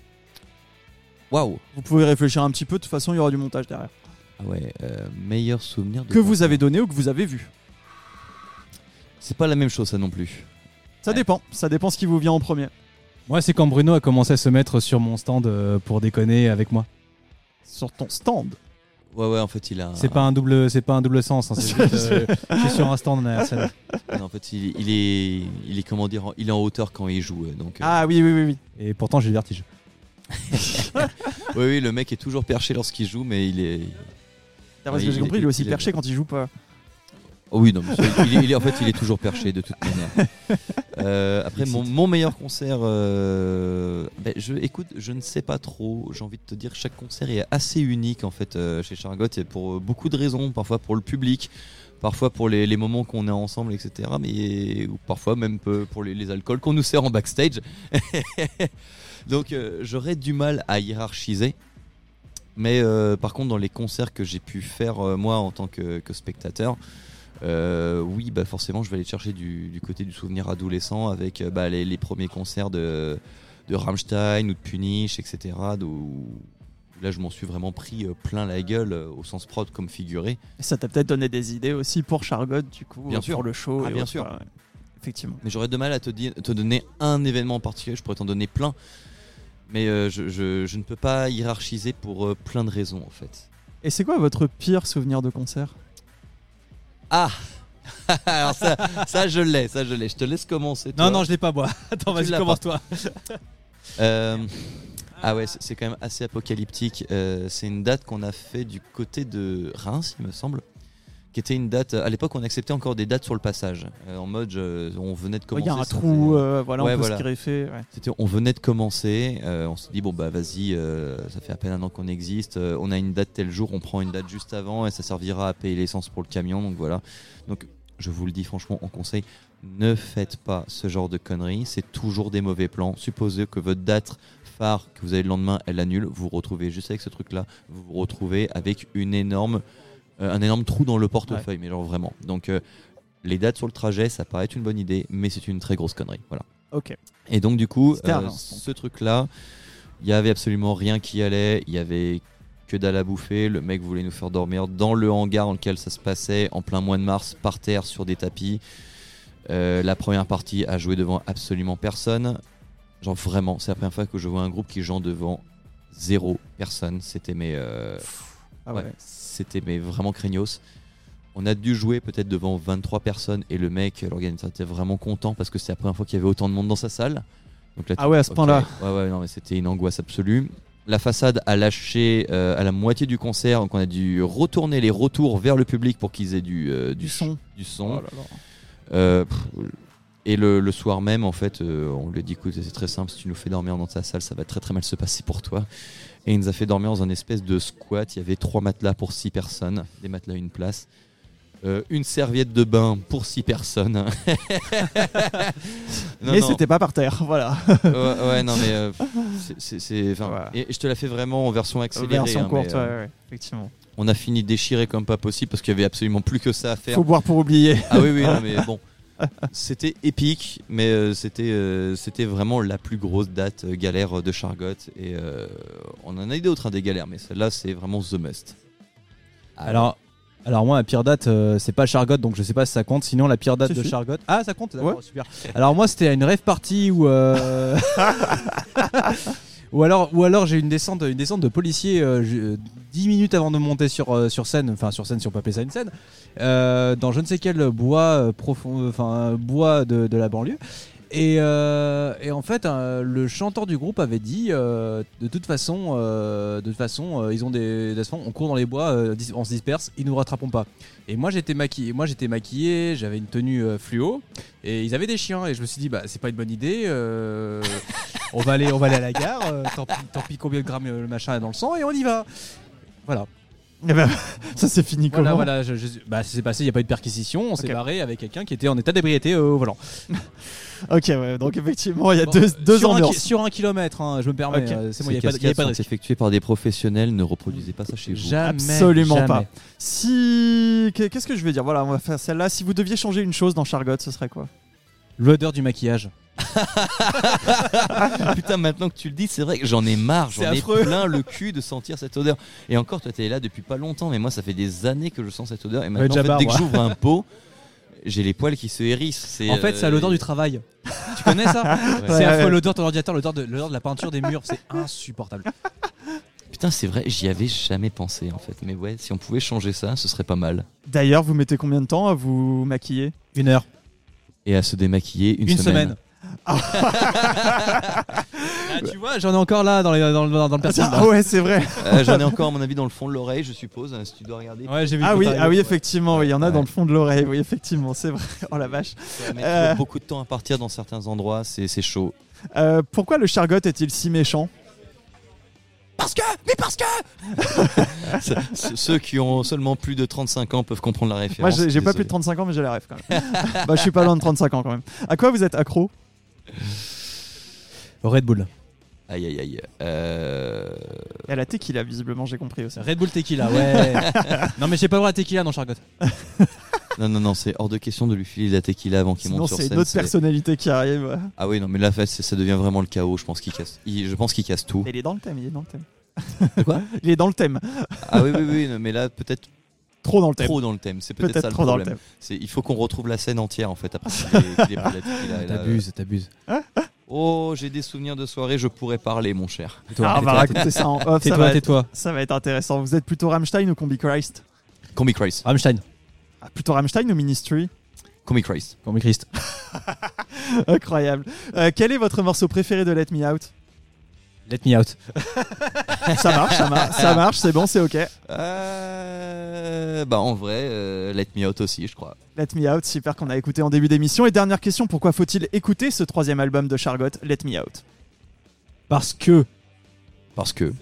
Waouh. Vous pouvez réfléchir un petit peu, de toute façon il y aura du montage derrière. Ah ouais. euh, meilleur souvenir. De Que vous concert. avez donné ou que vous avez vu. C'est pas la même chose ça non plus. Ça Ouais. dépend, ça dépend ce qui vous vient en premier. Moi, c'est quand Bruno a commencé à se mettre sur mon stand euh, pour déconner avec moi. Sur ton stand. Ouais ouais. En fait, il a. C'est pas un double, c'est pas un double sens. Hein, c'est juste, euh, je suis sur un stand en arrière scène. Non, en fait, il, il est, il est comment dire, en- il est en hauteur quand il joue. euh, Donc. euh, Ah oui, oui, oui, oui. Et pourtant, j'ai le vertige. Oui oui. Le mec est toujours perché lorsqu'il joue, mais il est. D'après ce il- que j'ai compris, il est aussi il est- perché quand il joue pas. Oh oui, non, mais c'est- il est, il est- en fait, il est toujours perché de toute manière. Euh, après, mon, mon meilleur concert, euh, ben, je, écoute, je ne sais pas trop. J'ai envie de te dire, chaque concert est assez unique en fait euh, chez Chargot, et pour beaucoup de raisons. Parfois pour le public, parfois pour les, les moments qu'on est ensemble, et cetera. Mais ou parfois même peu pour les, les alcools qu'on nous sert en backstage. Donc, euh, j'aurais du mal à hiérarchiser. Mais euh, par contre, dans les concerts que j'ai pu faire euh, moi en tant que, que spectateur. Euh, oui, bah forcément, je vais aller chercher du, du côté du souvenir adolescent avec euh, bah, les, les premiers concerts de, de Rammstein ou de Punish, et cetera. D'où- là, je m'en suis vraiment pris euh, plein la gueule, euh, au sens propre comme figuré. Et ça t'a peut-être donné des idées aussi pour Chargot, du coup, Bien euh, sûr. pour le show. Ah, et bien autres, sûr. ouais. Effectivement. Mais j'aurais de mal à te, dire, te donner un événement en particulier, je pourrais t'en donner plein. Mais euh, je, je- je ne peux pas hiérarchiser pour euh, plein de raisons en fait. Et c'est quoi votre pire souvenir de concert ? Ah Alors ça, ça je l'ai, ça je l'ai. Je te laisse commencer. Non, toi. non, je l'ai pas, moi. Attends, Tu vas-y, l'as commence toi. Euh, ah ouais, c'est c'est quand même assez apocalyptique. Euh, c'est une date qu'on a fait du côté de Reims, il me semble, qui était une date. À l'époque, on acceptait encore des dates sur le passage, euh, en mode, euh, on venait de Il commencer. y a un ça trou, faisait- euh, voilà, Ouais, on peut voilà. se greffer. Ouais. C'était, on venait de commencer. euh, on s'est dit bon bah vas-y, euh, ça fait à peine un an qu'on existe. euh, on a une date tel jour, on prend une date juste avant et ça servira à payer l'essence pour le camion. Donc voilà. Donc je vous le dis franchement, on conseille. Ne faites pas ce genre de conneries, c'est toujours des mauvais plans. Supposez que votre date phare que vous avez le lendemain, elle annule, vous vous retrouvez juste avec ce truc-là, vous vous retrouvez avec une énorme, euh, un énorme trou dans le portefeuille, mais genre vraiment. Donc euh, les dates sur le trajet, ça paraît être une bonne idée, mais c'est une très grosse connerie. Voilà. Ok. Et donc du coup, C'était à euh, Reims, donc. ce truc-là, il y avait absolument rien qui allait, il y avait que dalle à bouffer. Le mec voulait nous faire dormir dans le hangar dans lequel ça se passait, en plein mois de mars, par terre sur des tapis. Euh, la première partie a joué devant absolument personne. Genre vraiment, c'est la première fois que je vois un groupe qui joue devant zéro personne. C'était mes, euh, Ah ouais. ouais, c'était mes vraiment craignos. On a dû jouer peut-être devant vingt-trois personnes et le mec, l'organisateur, était vraiment content parce que c'était la première fois qu'il y avait autant de monde dans sa salle. Donc là, Ah ouais, à ce ok. point-là. Ouais, ouais, non, mais c'était une angoisse absolue. La façade a lâché euh, à la moitié du concert, donc on a dû retourner les retours vers le public pour qu'ils aient du, euh, Du son. Du son. Oh là là. Euh, pff, et le, le soir même, en fait, euh, on lui a dit écoute, c'est très simple, si tu nous fais dormir dans ta salle, ça va très très mal se passer pour toi. Et il nous a fait dormir dans un espèce de squat. Il y avait trois matelas pour six personnes, des matelas à une place. Euh, une serviette de bain pour six personnes. Non, Mais non. c'était pas par terre, voilà. ouais, ouais, non, mais euh, c'est- c'est, c'est, enfin, Voilà. et, et je te la fais vraiment en version accélérée. Version hein, courte, mais, euh, ouais, ouais, effectivement. on a fini déchiré comme pas possible parce qu'il y avait absolument plus que ça à faire. Faut boire pour oublier. Ah oui, oui, non, mais bon. C'était épique, mais euh, c'était, euh, c'était vraiment la plus grosse date euh, galère de Chargot. Et euh, on en a eu d'autres, hein, des galères, mais celle-là, c'est vraiment the must. Alors, alors moi, la pire date, euh, c'est pas Chargot, donc je sais pas si ça compte. Sinon, la pire date Si, de si. Chargot. Ah, ça compte, d'accord, Ouais. super. Alors moi, c'était à une rave party où. euh, Ou alors, ou alors j'ai une descente, une descente de policiers euh, je- euh, dix minutes avant de monter sur, euh, sur scène, enfin sur scène si on peut appeler ça une scène, euh, dans je ne sais quel bois euh, profond, enfin bois de, de la banlieue. Et, euh, et en fait, euh, le chanteur du groupe avait dit euh, de toute façon, euh, de toute façon, euh, ils ont des, de toute façon, on court dans les bois, euh, dis- on se disperse, ils nous rattraperont pas. Et moi j'étais maquillé, moi j'étais maquillé, j'avais une tenue euh, fluo, et ils avaient des chiens, et je me suis dit bah c'est pas une bonne idée, euh, on va aller, on va aller à la gare, euh, tant, pis, tant pis combien de grammes euh, le machin est dans le sang, et on y va. Voilà. Eh ben, ça c'est fini Voilà, comment voilà, je, je- bah, ça s'est passé, il n'y a pas eu de perquisition, on s'est Ok. barré avec quelqu'un qui était en état d'ébriété euh, au volant. Ok, ouais, donc effectivement, il y a Bon, deux, euh, deux sur, un ki- ambiances. sur un kilomètre, hein, je me permets, Ok. euh, c'est bon, Ces il n'y a, pas de- il y a cascades pas de sont risque. effectuées par des professionnels, ne reproduisez pas ça chez vous. Jamais, Absolument jamais. pas. Si. Qu'est- Qu'est-ce que je vais dire? Voilà, on va faire celle-là. Si vous deviez changer une chose dans Chargot, ce serait quoi? L'odeur du maquillage. Putain, maintenant que tu le dis, c'est vrai que j'en ai marre, C'est j'en ai affreux. plein le cul de sentir cette odeur. Et encore, toi, t'es là depuis pas longtemps, mais moi, ça fait des années que je sens cette odeur. Et maintenant, en fait, Jabbar, dès que moi. j'ouvre un pot, j'ai les poils qui se hérissent. C'est, En fait, c'est à euh, l'odeur du travail. Tu connais ça? Ouais. C'est Ouais, affreux, ouais. l'odeur de ton ordinateur, l'odeur de, l'odeur de la peinture des murs, c'est insupportable. Putain, c'est vrai, j'y avais jamais pensé en fait. Mais ouais, si on pouvait changer ça, ce serait pas mal. D'ailleurs, vous mettez combien de temps à vous maquiller? Une heure. Et à se démaquiller une, Une semaine. Ah, tu vois, j'en ai encore là dans, les, dans, le- dans le piercing. Ah ouais, c'est vrai. Euh, J'en ai encore, à mon avis, dans le fond de l'oreille, je suppose, hein, si tu dois regarder. Ouais, j'ai vu. Ah que oui, t'arrivais. ah oui, effectivement, oui, il y en a Ouais. dans le fond de l'oreille. Oui, effectivement, c'est vrai. Oh la vache. Ça va mettre Euh. beaucoup de temps à partir dans certains endroits, c'est c'est chaud. Euh, pourquoi le Chargot est-il si méchant? Parce que, mais parce que Ce- ce- Ceux qui ont seulement plus de trente-cinq ans peuvent comprendre la Moi, référence. j'ai j'ai pas désolé. plus de trente-cinq ans, mais j'ai la rêve quand même. Bah, je suis pas loin de trente-cinq ans quand même. À quoi vous êtes accro? Red Bull. Aïe aïe aïe. Euh... Et à la tequila, visiblement, j'ai compris aussi. Red Bull tequila, ouais. Non, mais j'ai pas le droit à tequila dans Chargot. Non, non, non, c'est hors de question de lui filer de la tequila avant qu'il Sinon, monte sur c'est scène. une autre c'est- personnalité qui arrive. ouais. Ah oui, non, mais là, fait, c'est- ça devient vraiment le chaos. Je pense qu'il casse, il- je pense qu'il casse tout. Mais il est dans le thème, il est dans le thème. De quoi Il est dans le thème. Ah oui, oui, oui, non, mais là, peut-être Trop dans le thème. trop dans le thème. C'est peut-être Peut-être ça le trop dans le problème. thème. C'est- il faut qu'on retrouve la scène entière, en fait, après qu'il ait- qu'il ait pris la tequila. Et là, T'abuses, t'abuses. Oh, j'ai des souvenirs de soirée, je pourrais parler, mon cher. Tais-toi, Ah, on va tais-toi, raconter ça en off. Ça tais-toi, va, être, tais-toi. ça va être intéressant. Vous êtes plutôt Rammstein ou Combi Christ? Combi Christ. Rammstein, Ah, plutôt Rammstein ou Ministry? Combi Christ. comme Christ. Incroyable. Euh, quel est votre morceau préféré de Let Me Out? Let me out. Ça marche, ça marche, ça marche, c'est bon, c'est ok. Euh, bah, en vrai, euh, Let Me Out aussi, je crois. Let Me Out, super qu'on a écouté en début d'émission. Et dernière question, pourquoi faut-il écouter ce troisième album de Chargot, Let Me Out? Parce que. Parce que.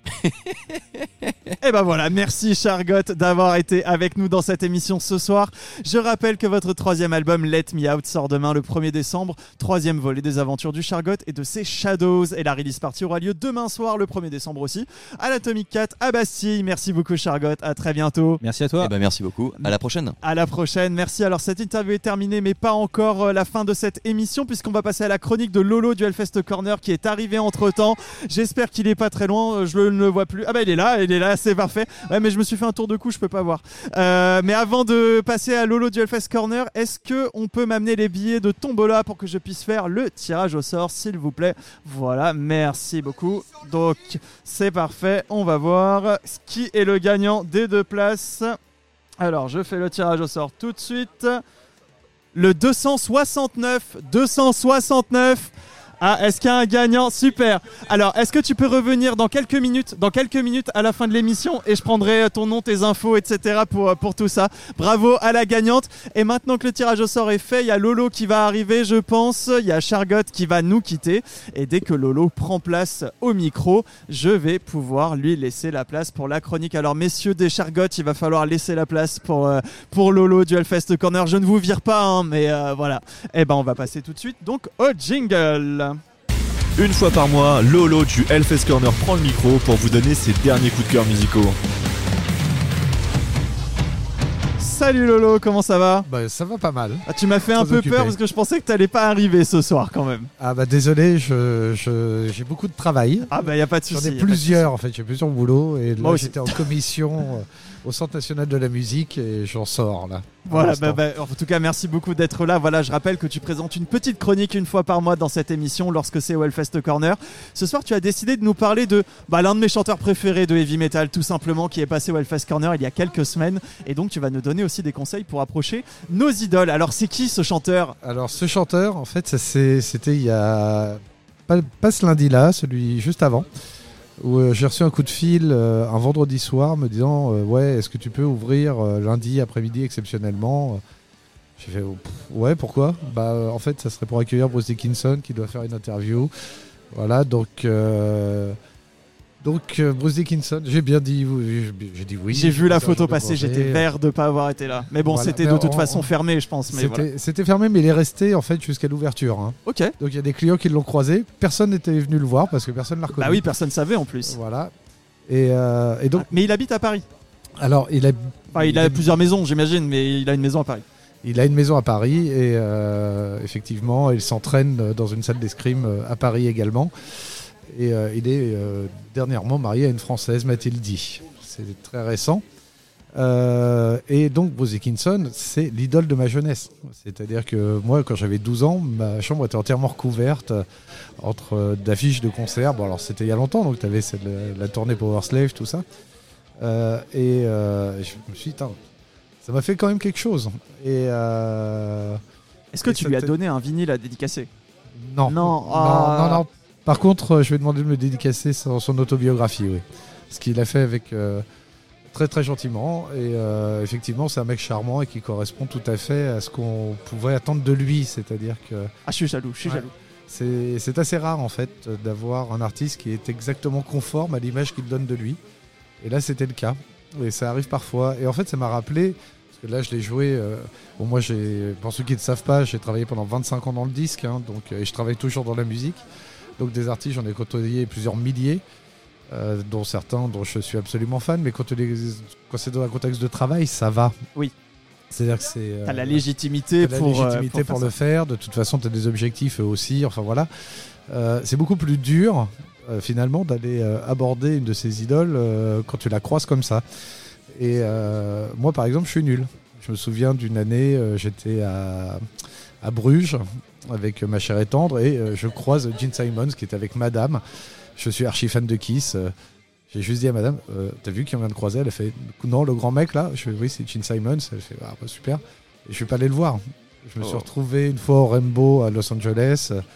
Et ben voilà, merci Chargot d'avoir été avec nous dans cette émission ce soir. Je rappelle que votre troisième album Let Me Out sort demain le premier décembre, troisième volet des aventures du Chargot et de ses Shadows. Et la release party aura lieu demain soir le premier décembre aussi à l'Atomic quatre à Bastille. Merci beaucoup Chargot, à très bientôt. Merci à toi. Eh ben, merci beaucoup. À la prochaine. À la prochaine, merci. Alors cette interview est terminée mais pas encore euh, la fin de cette émission puisqu'on va passer à la chronique de Lolo du Hellfest Corner qui est arrivé entre temps. J'espère qu'il est pas très loin, euh, je le- ne le vois plus. Ah bah il est là, il est là, c'est parfait. Ouais mais je me suis fait un tour de cou, je peux pas voir. Euh, mais avant de passer à Lolo du Hellfest Corner, est-ce que on peut m'amener les billets de Tombola pour que je puisse faire le tirage au sort s'il vous plaît? Voilà, merci beaucoup. Donc c'est parfait, on va voir qui est le gagnant des deux places. Alors, je fais le tirage au sort tout de suite. Le deux cent soixante-neuf. deux cent soixante-neuf. Ah, est-ce qu'il y a un gagnant? Super. Alors, est-ce que tu peux revenir dans quelques minutes, dans quelques minutes à la fin de l'émission et je prendrai ton nom, tes infos, et cetera pour, pour tout ça. Bravo à la gagnante. Et maintenant que le tirage au sort est fait, il y a Lolo qui va arriver, je pense. Il y a Chargot qui va nous quitter. Et dès que Lolo prend place au micro, je vais pouvoir lui laisser la place pour la chronique. Alors, messieurs des Chargot, il va falloir laisser la place pour, euh, pour Lolo du Hellfest Corner. Je ne vous vire pas, hein, mais euh, voilà. Et ben, on va passer tout de suite donc au jingle. Une fois par mois, Lolo du Hellfest Corner prend le micro pour vous donner ses derniers coups de cœur musicaux. Salut Lolo, comment ça va? Bah, ça va pas mal. Ah, tu m'as fait un Très peu occupé. peur parce que je pensais que t'allais pas arriver ce soir quand même. Ah bah désolé, je, je- j'ai beaucoup de travail. Ah bah y a pas de J'en souci. ai y a pas de plusieurs en fait, j'ai plusieurs boulots et Moi là aussi. j'étais en commission euh, au Centre National de la Musique et j'en sors là. pour Voilà, l'instant. bah, bah, en tout cas, merci beaucoup d'être là. Voilà, je rappelle que tu présentes une petite chronique une fois par mois dans cette émission lorsque c'est au Hellfest Corner. Ce soir, tu as décidé de nous parler de bah, l'un de mes chanteurs préférés de heavy metal, tout simplement, qui est passé au Hellfest Corner il y a quelques semaines. Et donc, tu vas nous donner aussi des conseils pour approcher nos idoles. Alors c'est qui ce chanteur ? Alors ce chanteur, en fait, ça, c'est, c'était il y a pas, pas ce lundi-là, celui juste avant, où euh, j'ai reçu un coup de fil euh, un vendredi soir me disant euh, ouais, est-ce que tu peux ouvrir euh, lundi après-midi exceptionnellement ? J'ai fait oh, pff, ouais, pourquoi ? Bah euh, en fait, ça serait pour accueillir Bruce Dickinson qui doit faire une interview. Voilà, donc euh, donc euh, Bruce Dickinson, j'ai bien dit oui, j'ai dit oui. J'ai vu la Ça, photo je passer, vais j'étais vert de pas avoir été là. Mais bon, Voilà. c'était Mais de toute on- façon on- fermé, je pense. Mais C'était, voilà. c'était fermé, mais il est resté en fait jusqu'à l'ouverture. Hein. Ok. Donc il y a des clients qui l'ont croisé. Personne n'était venu le voir parce que personne ne l'a reconnu. Bah oui, personne savait en plus. Voilà. Et, euh, et donc, Ah, mais il habite à Paris. alors il a, Enfin, il a plusieurs maisons, j'imagine, mais il a une maison à Paris. il a une maison à Paris et euh, effectivement, il s'entraîne dans une salle d'escrime euh, à Paris également. Et euh, il est euh, dernièrement marié à une Française, Mathilde. C'est très récent. Euh, et donc Bruce Dickinson, c'est l'idole de ma jeunesse. C'est-à-dire que moi, quand j'avais douze ans, ma chambre était entièrement recouverte euh, entre euh, d'affiches de concerts. Bon, alors c'était il y a longtemps, donc tu avais la, la tournée Power Slave, tout ça. Euh, et euh, je me suis dit, tain, ça m'a fait quand même quelque chose. Et euh, Est-ce que Et tu ça lui as te- donné un vinyle à dédicacer ? non. Non, non, ah. non, non. Par contre, euh, je vais demander de me dédicacer son, son autobiographie, oui. Ce qu'il a fait avec euh, très très gentiment. Et euh, effectivement, c'est un mec charmant et qui correspond tout à fait à ce qu'on pouvait attendre de lui. C'est-à-dire que Ah, je suis jaloux, je suis Ouais. jaloux. c'est, c'est assez rare en fait euh, d'avoir un artiste qui est exactement conforme à l'image qu'il donne de lui. Et là, c'était le cas. Et ça arrive parfois. Et en fait, ça m'a rappelé. Parce que là, je l'ai joué. Euh, bon, moi, j'ai, pour ceux qui ne savent pas, j'ai travaillé pendant vingt-cinq ans dans le disque. Hein, donc, euh, et je travaille toujours dans la musique. Donc, des artistes, j'en ai côtoyé plusieurs milliers. Euh, dont certains dont je suis absolument fan. Mais quand, les, quand c'est dans un contexte de travail, ça va. Oui. C'est-à-dire que c'est. euh, T'as la légitimité, T'as la pour, euh, légitimité pour, faire le ça. faire. De toute façon, tu as des objectifs eux aussi. Enfin voilà. Euh, c'est beaucoup plus dur, euh, finalement, d'aller euh, aborder une de ces idoles euh, quand tu la croises comme ça. Et euh, moi, par exemple, je suis nul. Je me souviens d'une année, euh, j'étais à, à Bruges avec ma chère et tendre et euh, je croise Gene Simmons qui était avec Madame. Je suis archi fan de Kiss. Euh, J'ai juste dit à Madame, euh, t'as vu qui on vient de croiser ? Elle a fait, non, le grand mec là. Je fais, oui, c'est Gene Simmons. Elle fait, ah, bah, super. Et je suis pas allé le voir. Je me suis Oh. retrouvé une fois au Rainbow à Los Angeles. euh,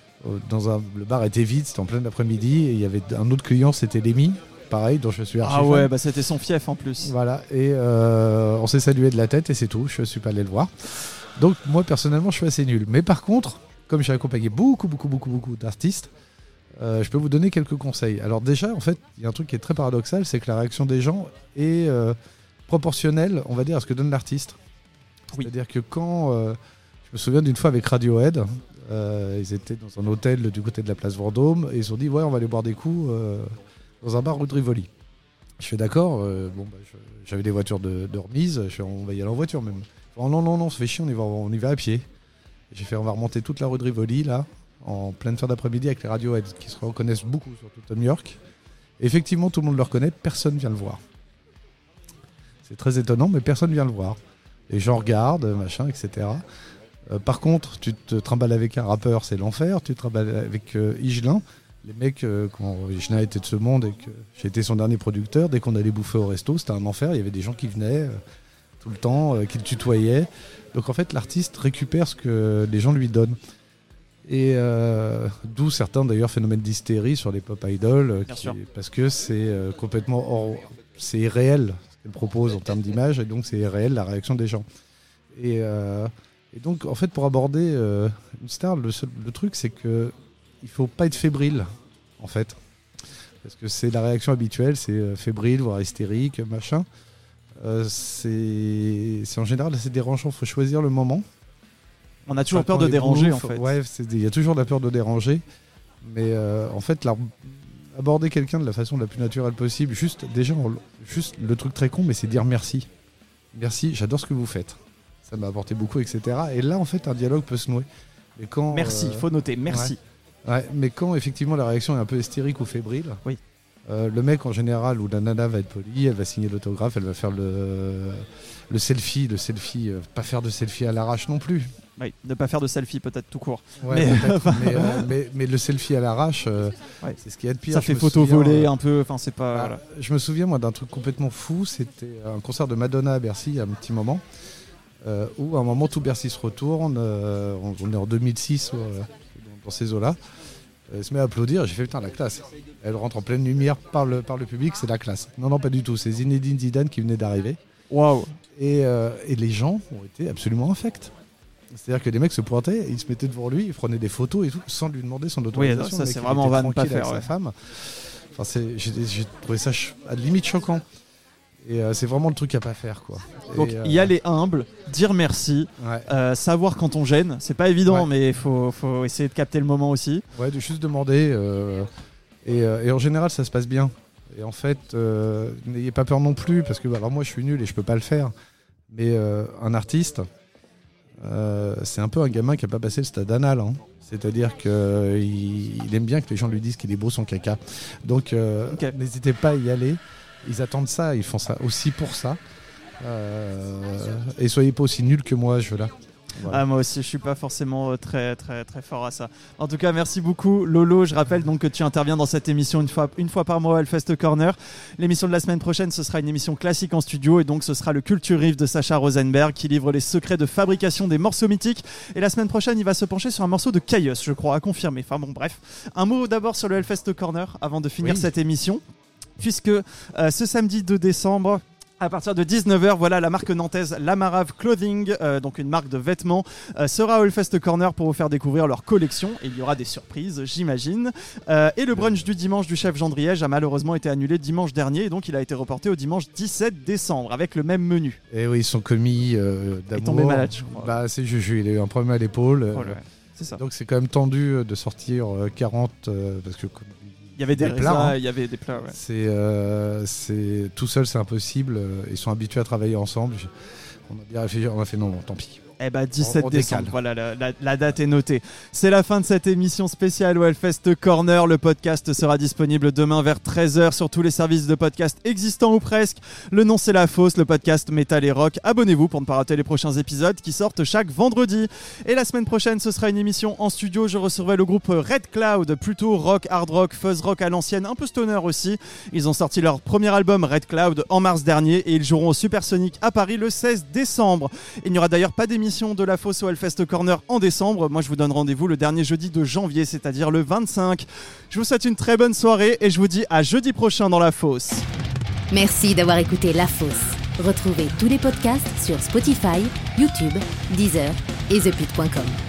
Dans un, le bar était vide, c'était en plein après-midi. Et il y avait un autre client, c'était Lemmy, pareil, dont je suis archi Ah fan. ouais, bah c'était son fief en plus. Voilà, et euh, on s'est salué de la tête et c'est tout. Je suis pas allé le voir. Donc moi personnellement, je suis assez nul. Mais par contre, comme j'ai accompagné beaucoup, beaucoup, beaucoup, beaucoup d'artistes, euh, je peux vous donner quelques conseils. Alors déjà, en fait, il y a un truc qui est très paradoxal, c'est que la réaction des gens est euh, proportionnelle, on va dire, à ce que donne l'artiste. Oui. C'est-à-dire que quand, euh, je me souviens d'une fois avec Radiohead, euh, ils étaient dans un hôtel du côté de la place Vendôme et ils se sont dit ouais, on va aller boire des coups euh, dans un bar rue de Rivoli. Je fais d'accord, euh, bon, bah, je- j'avais des voitures de, de remise, je fais, on va y aller en voiture même. Oh, non, non, non, ça fait chier, on y va, on y va à pied. J'ai fait, on va remonter toute la rue de Rivoli, là, en pleine fin d'après-midi avec les Radiohead, qui se reconnaissent beaucoup, surtout à New York. Et effectivement, tout le monde le reconnaît, personne vient le voir. C'est très étonnant, mais personne vient le voir. Les gens regardent, machin, et cetera. Euh, par contre, tu te trimbales avec un rappeur, c'est l'enfer. Tu te trimbales avec euh, Higelin. Les mecs, euh, quand Higelin était de ce monde et que j'étais son dernier producteur, dès qu'on allait bouffer au resto, c'était un enfer. Il y avait des gens qui venaient euh, tout le temps, euh, qui le tutoyaient. Donc en fait, l'artiste récupère ce que les gens lui donnent. Et euh, d'où certains d'ailleurs phénomènes d'hystérie sur les pop idols, euh, Bien qui- sûr. parce que c'est euh, complètement hors, c'est irréel ce qu'elle propose en termes d'image, et donc c'est irréel la réaction des gens. Et, euh, et donc en fait, pour aborder euh, une star, le, seul- le truc c'est que il faut pas être fébrile en fait, parce que c'est la réaction habituelle, c'est euh, fébrile, voire hystérique, machin. Euh, c'est c'est en général assez dérangeant. Il faut choisir le moment. On a toujours Enfin, peur quand de les déranger en bouffes, fait. Ouais, c'est- il y a toujours la peur de déranger. Mais euh, en fait, la- aborder quelqu'un de la façon la plus naturelle possible, juste déjà, on- juste le truc très con, mais c'est dire merci. Merci, j'adore ce que vous faites. Ça m'a apporté beaucoup, et cetera. Et là, en fait, un dialogue peut se nouer. Mais quand, Merci, euh, il faut noter, merci. Ouais, mais quand effectivement la réaction est un peu hystérique ou fébrile, Oui. Euh, le mec en général ou la nana va être poli, elle va signer l'autographe, elle va faire le, le selfie, le selfie, euh, pas faire de selfie à l'arrache non plus. Oui, ne pas faire de selfie peut-être tout court. Ouais, mais, mais, euh, mais, mais le selfie à l'arrache, euh, ouais. c'est ce qu'il y a de pire. Ça Je fait me photo souviens, volée euh, un peu, enfin c'est pas... bah, voilà. Je me souviens moi d'un truc complètement fou, c'était un concert de Madonna à Bercy il y a un petit moment, euh, où à un moment tout Bercy se retourne, euh, on, on est en deux mille six, euh, dans, dans ces eaux-là. Elle se met à applaudir, j'ai fait putain la classe. Elle rentre en pleine lumière par le, par le public, c'est la classe. Non, non, pas du tout, c'est Zinedine Zidane qui venait d'arriver. Waouh. Et, euh, et les gens ont été absolument infects. C'est-à-dire que les mecs se pointaient, ils se mettaient devant lui, ils prenaient des photos et tout, sans lui demander son autorisation. Oui, ça Le mec, c'est il vraiment était va ne pas tranquille avec faire. sa Ouais. femme. Enfin, c'est, j'ai, j'ai trouvé ça ch- à la limite choquant. Et euh, c'est vraiment le truc à pas faire, quoi. Donc et, euh, y aller humble, dire merci, ouais. euh, savoir quand on gêne, c'est pas évident, Ouais. mais il faut, faut essayer de capter le moment aussi. Ouais, de juste demander. Euh, et, euh, et en général, ça se passe bien. Et en fait, euh, n'ayez pas peur non plus, parce que bah, alors moi, je suis nul et je peux pas le faire. Mais euh, un artiste, euh, c'est un peu un gamin qui a pas passé le stade anal. Hein. C'est-à-dire qu'il il aime bien que les gens lui disent qu'il est beau son caca. Donc, euh, Ok. n'hésitez pas à y aller. Ils attendent ça, ils font ça aussi pour ça. Euh, et soyez pas aussi nuls que moi à ce jeu-là. Voilà. Ah, moi aussi, je suis pas forcément euh, très très très fort à ça. En tout cas, merci beaucoup, Lolo. Je rappelle donc que tu interviens dans cette émission une fois une fois par mois au Hellfest Corner. L'émission de la semaine prochaine, ce sera une émission classique en studio et donc ce sera le Culture Riff de Sacha Rosenberg qui livre les secrets de fabrication des morceaux mythiques. Et la semaine prochaine, il va se pencher sur un morceau de Chaos, je crois, à confirmer. Enfin bon, bref. Un mot d'abord sur le Hellfest Corner avant de finir Oui. cette émission, puisque euh, ce samedi deux décembre. À partir de dix-neuf heures, voilà, la marque nantaise Lamarave Clothing, euh, donc une marque de vêtements, euh, sera au Hellfest Corner pour vous faire découvrir leur collection. Et il y aura des surprises, j'imagine. Euh, et le brunch du dimanche du chef Jean Driège a malheureusement été annulé dimanche dernier, et donc il a été reporté au dimanche dix-sept décembre avec le même menu. Et oui, son commis euh, Il d'amour. est tombé malade, je crois. Bah, c'est Juju, il a eu un problème à l'épaule. euh, Oh là, c'est ça. Donc c'est quand même tendu euh, de sortir euh, quarante euh, parce que comme- Il y avait des, des plats, raisins, hein. il y avait des plats. Ouais. c'est, euh, c'est tout seul, c'est impossible. euh, Ils sont habitués à travailler ensemble. Je- On a bien réfléchi, on a fait non, non, tant pis. Eh bah dix-sept On- on décembre, décale. voilà, la, la- la date est notée. C'est la fin de cette émission spéciale au Hellfest Corner. Le podcast sera disponible demain vers treize heures sur tous les services de podcast existants ou presque. Le nom c'est La Fosse, le podcast Metal et Rock. Abonnez-vous pour ne pas rater les prochains épisodes qui sortent chaque vendredi. Et la semaine prochaine, ce sera une émission en studio. Je recevrai le groupe Red Cloud, plutôt rock, hard rock, fuzz rock à l'ancienne, un peu stoner aussi. Ils ont sorti leur premier album Red Cloud en mars dernier et ils joueront au Supersonic à Paris le seize décembre. Il n'y aura d'ailleurs pas d'émission de La Fosse au Hellfest Corner en décembre. Moi, je vous donne rendez-vous le dernier jeudi de janvier, c'est-à-dire le vingt-cinq. Je vous souhaite une très bonne soirée et je vous dis à jeudi prochain dans La Fosse. Merci d'avoir écouté La Fosse. Retrouvez tous les podcasts sur Spotify, YouTube, Deezer et the pit point com.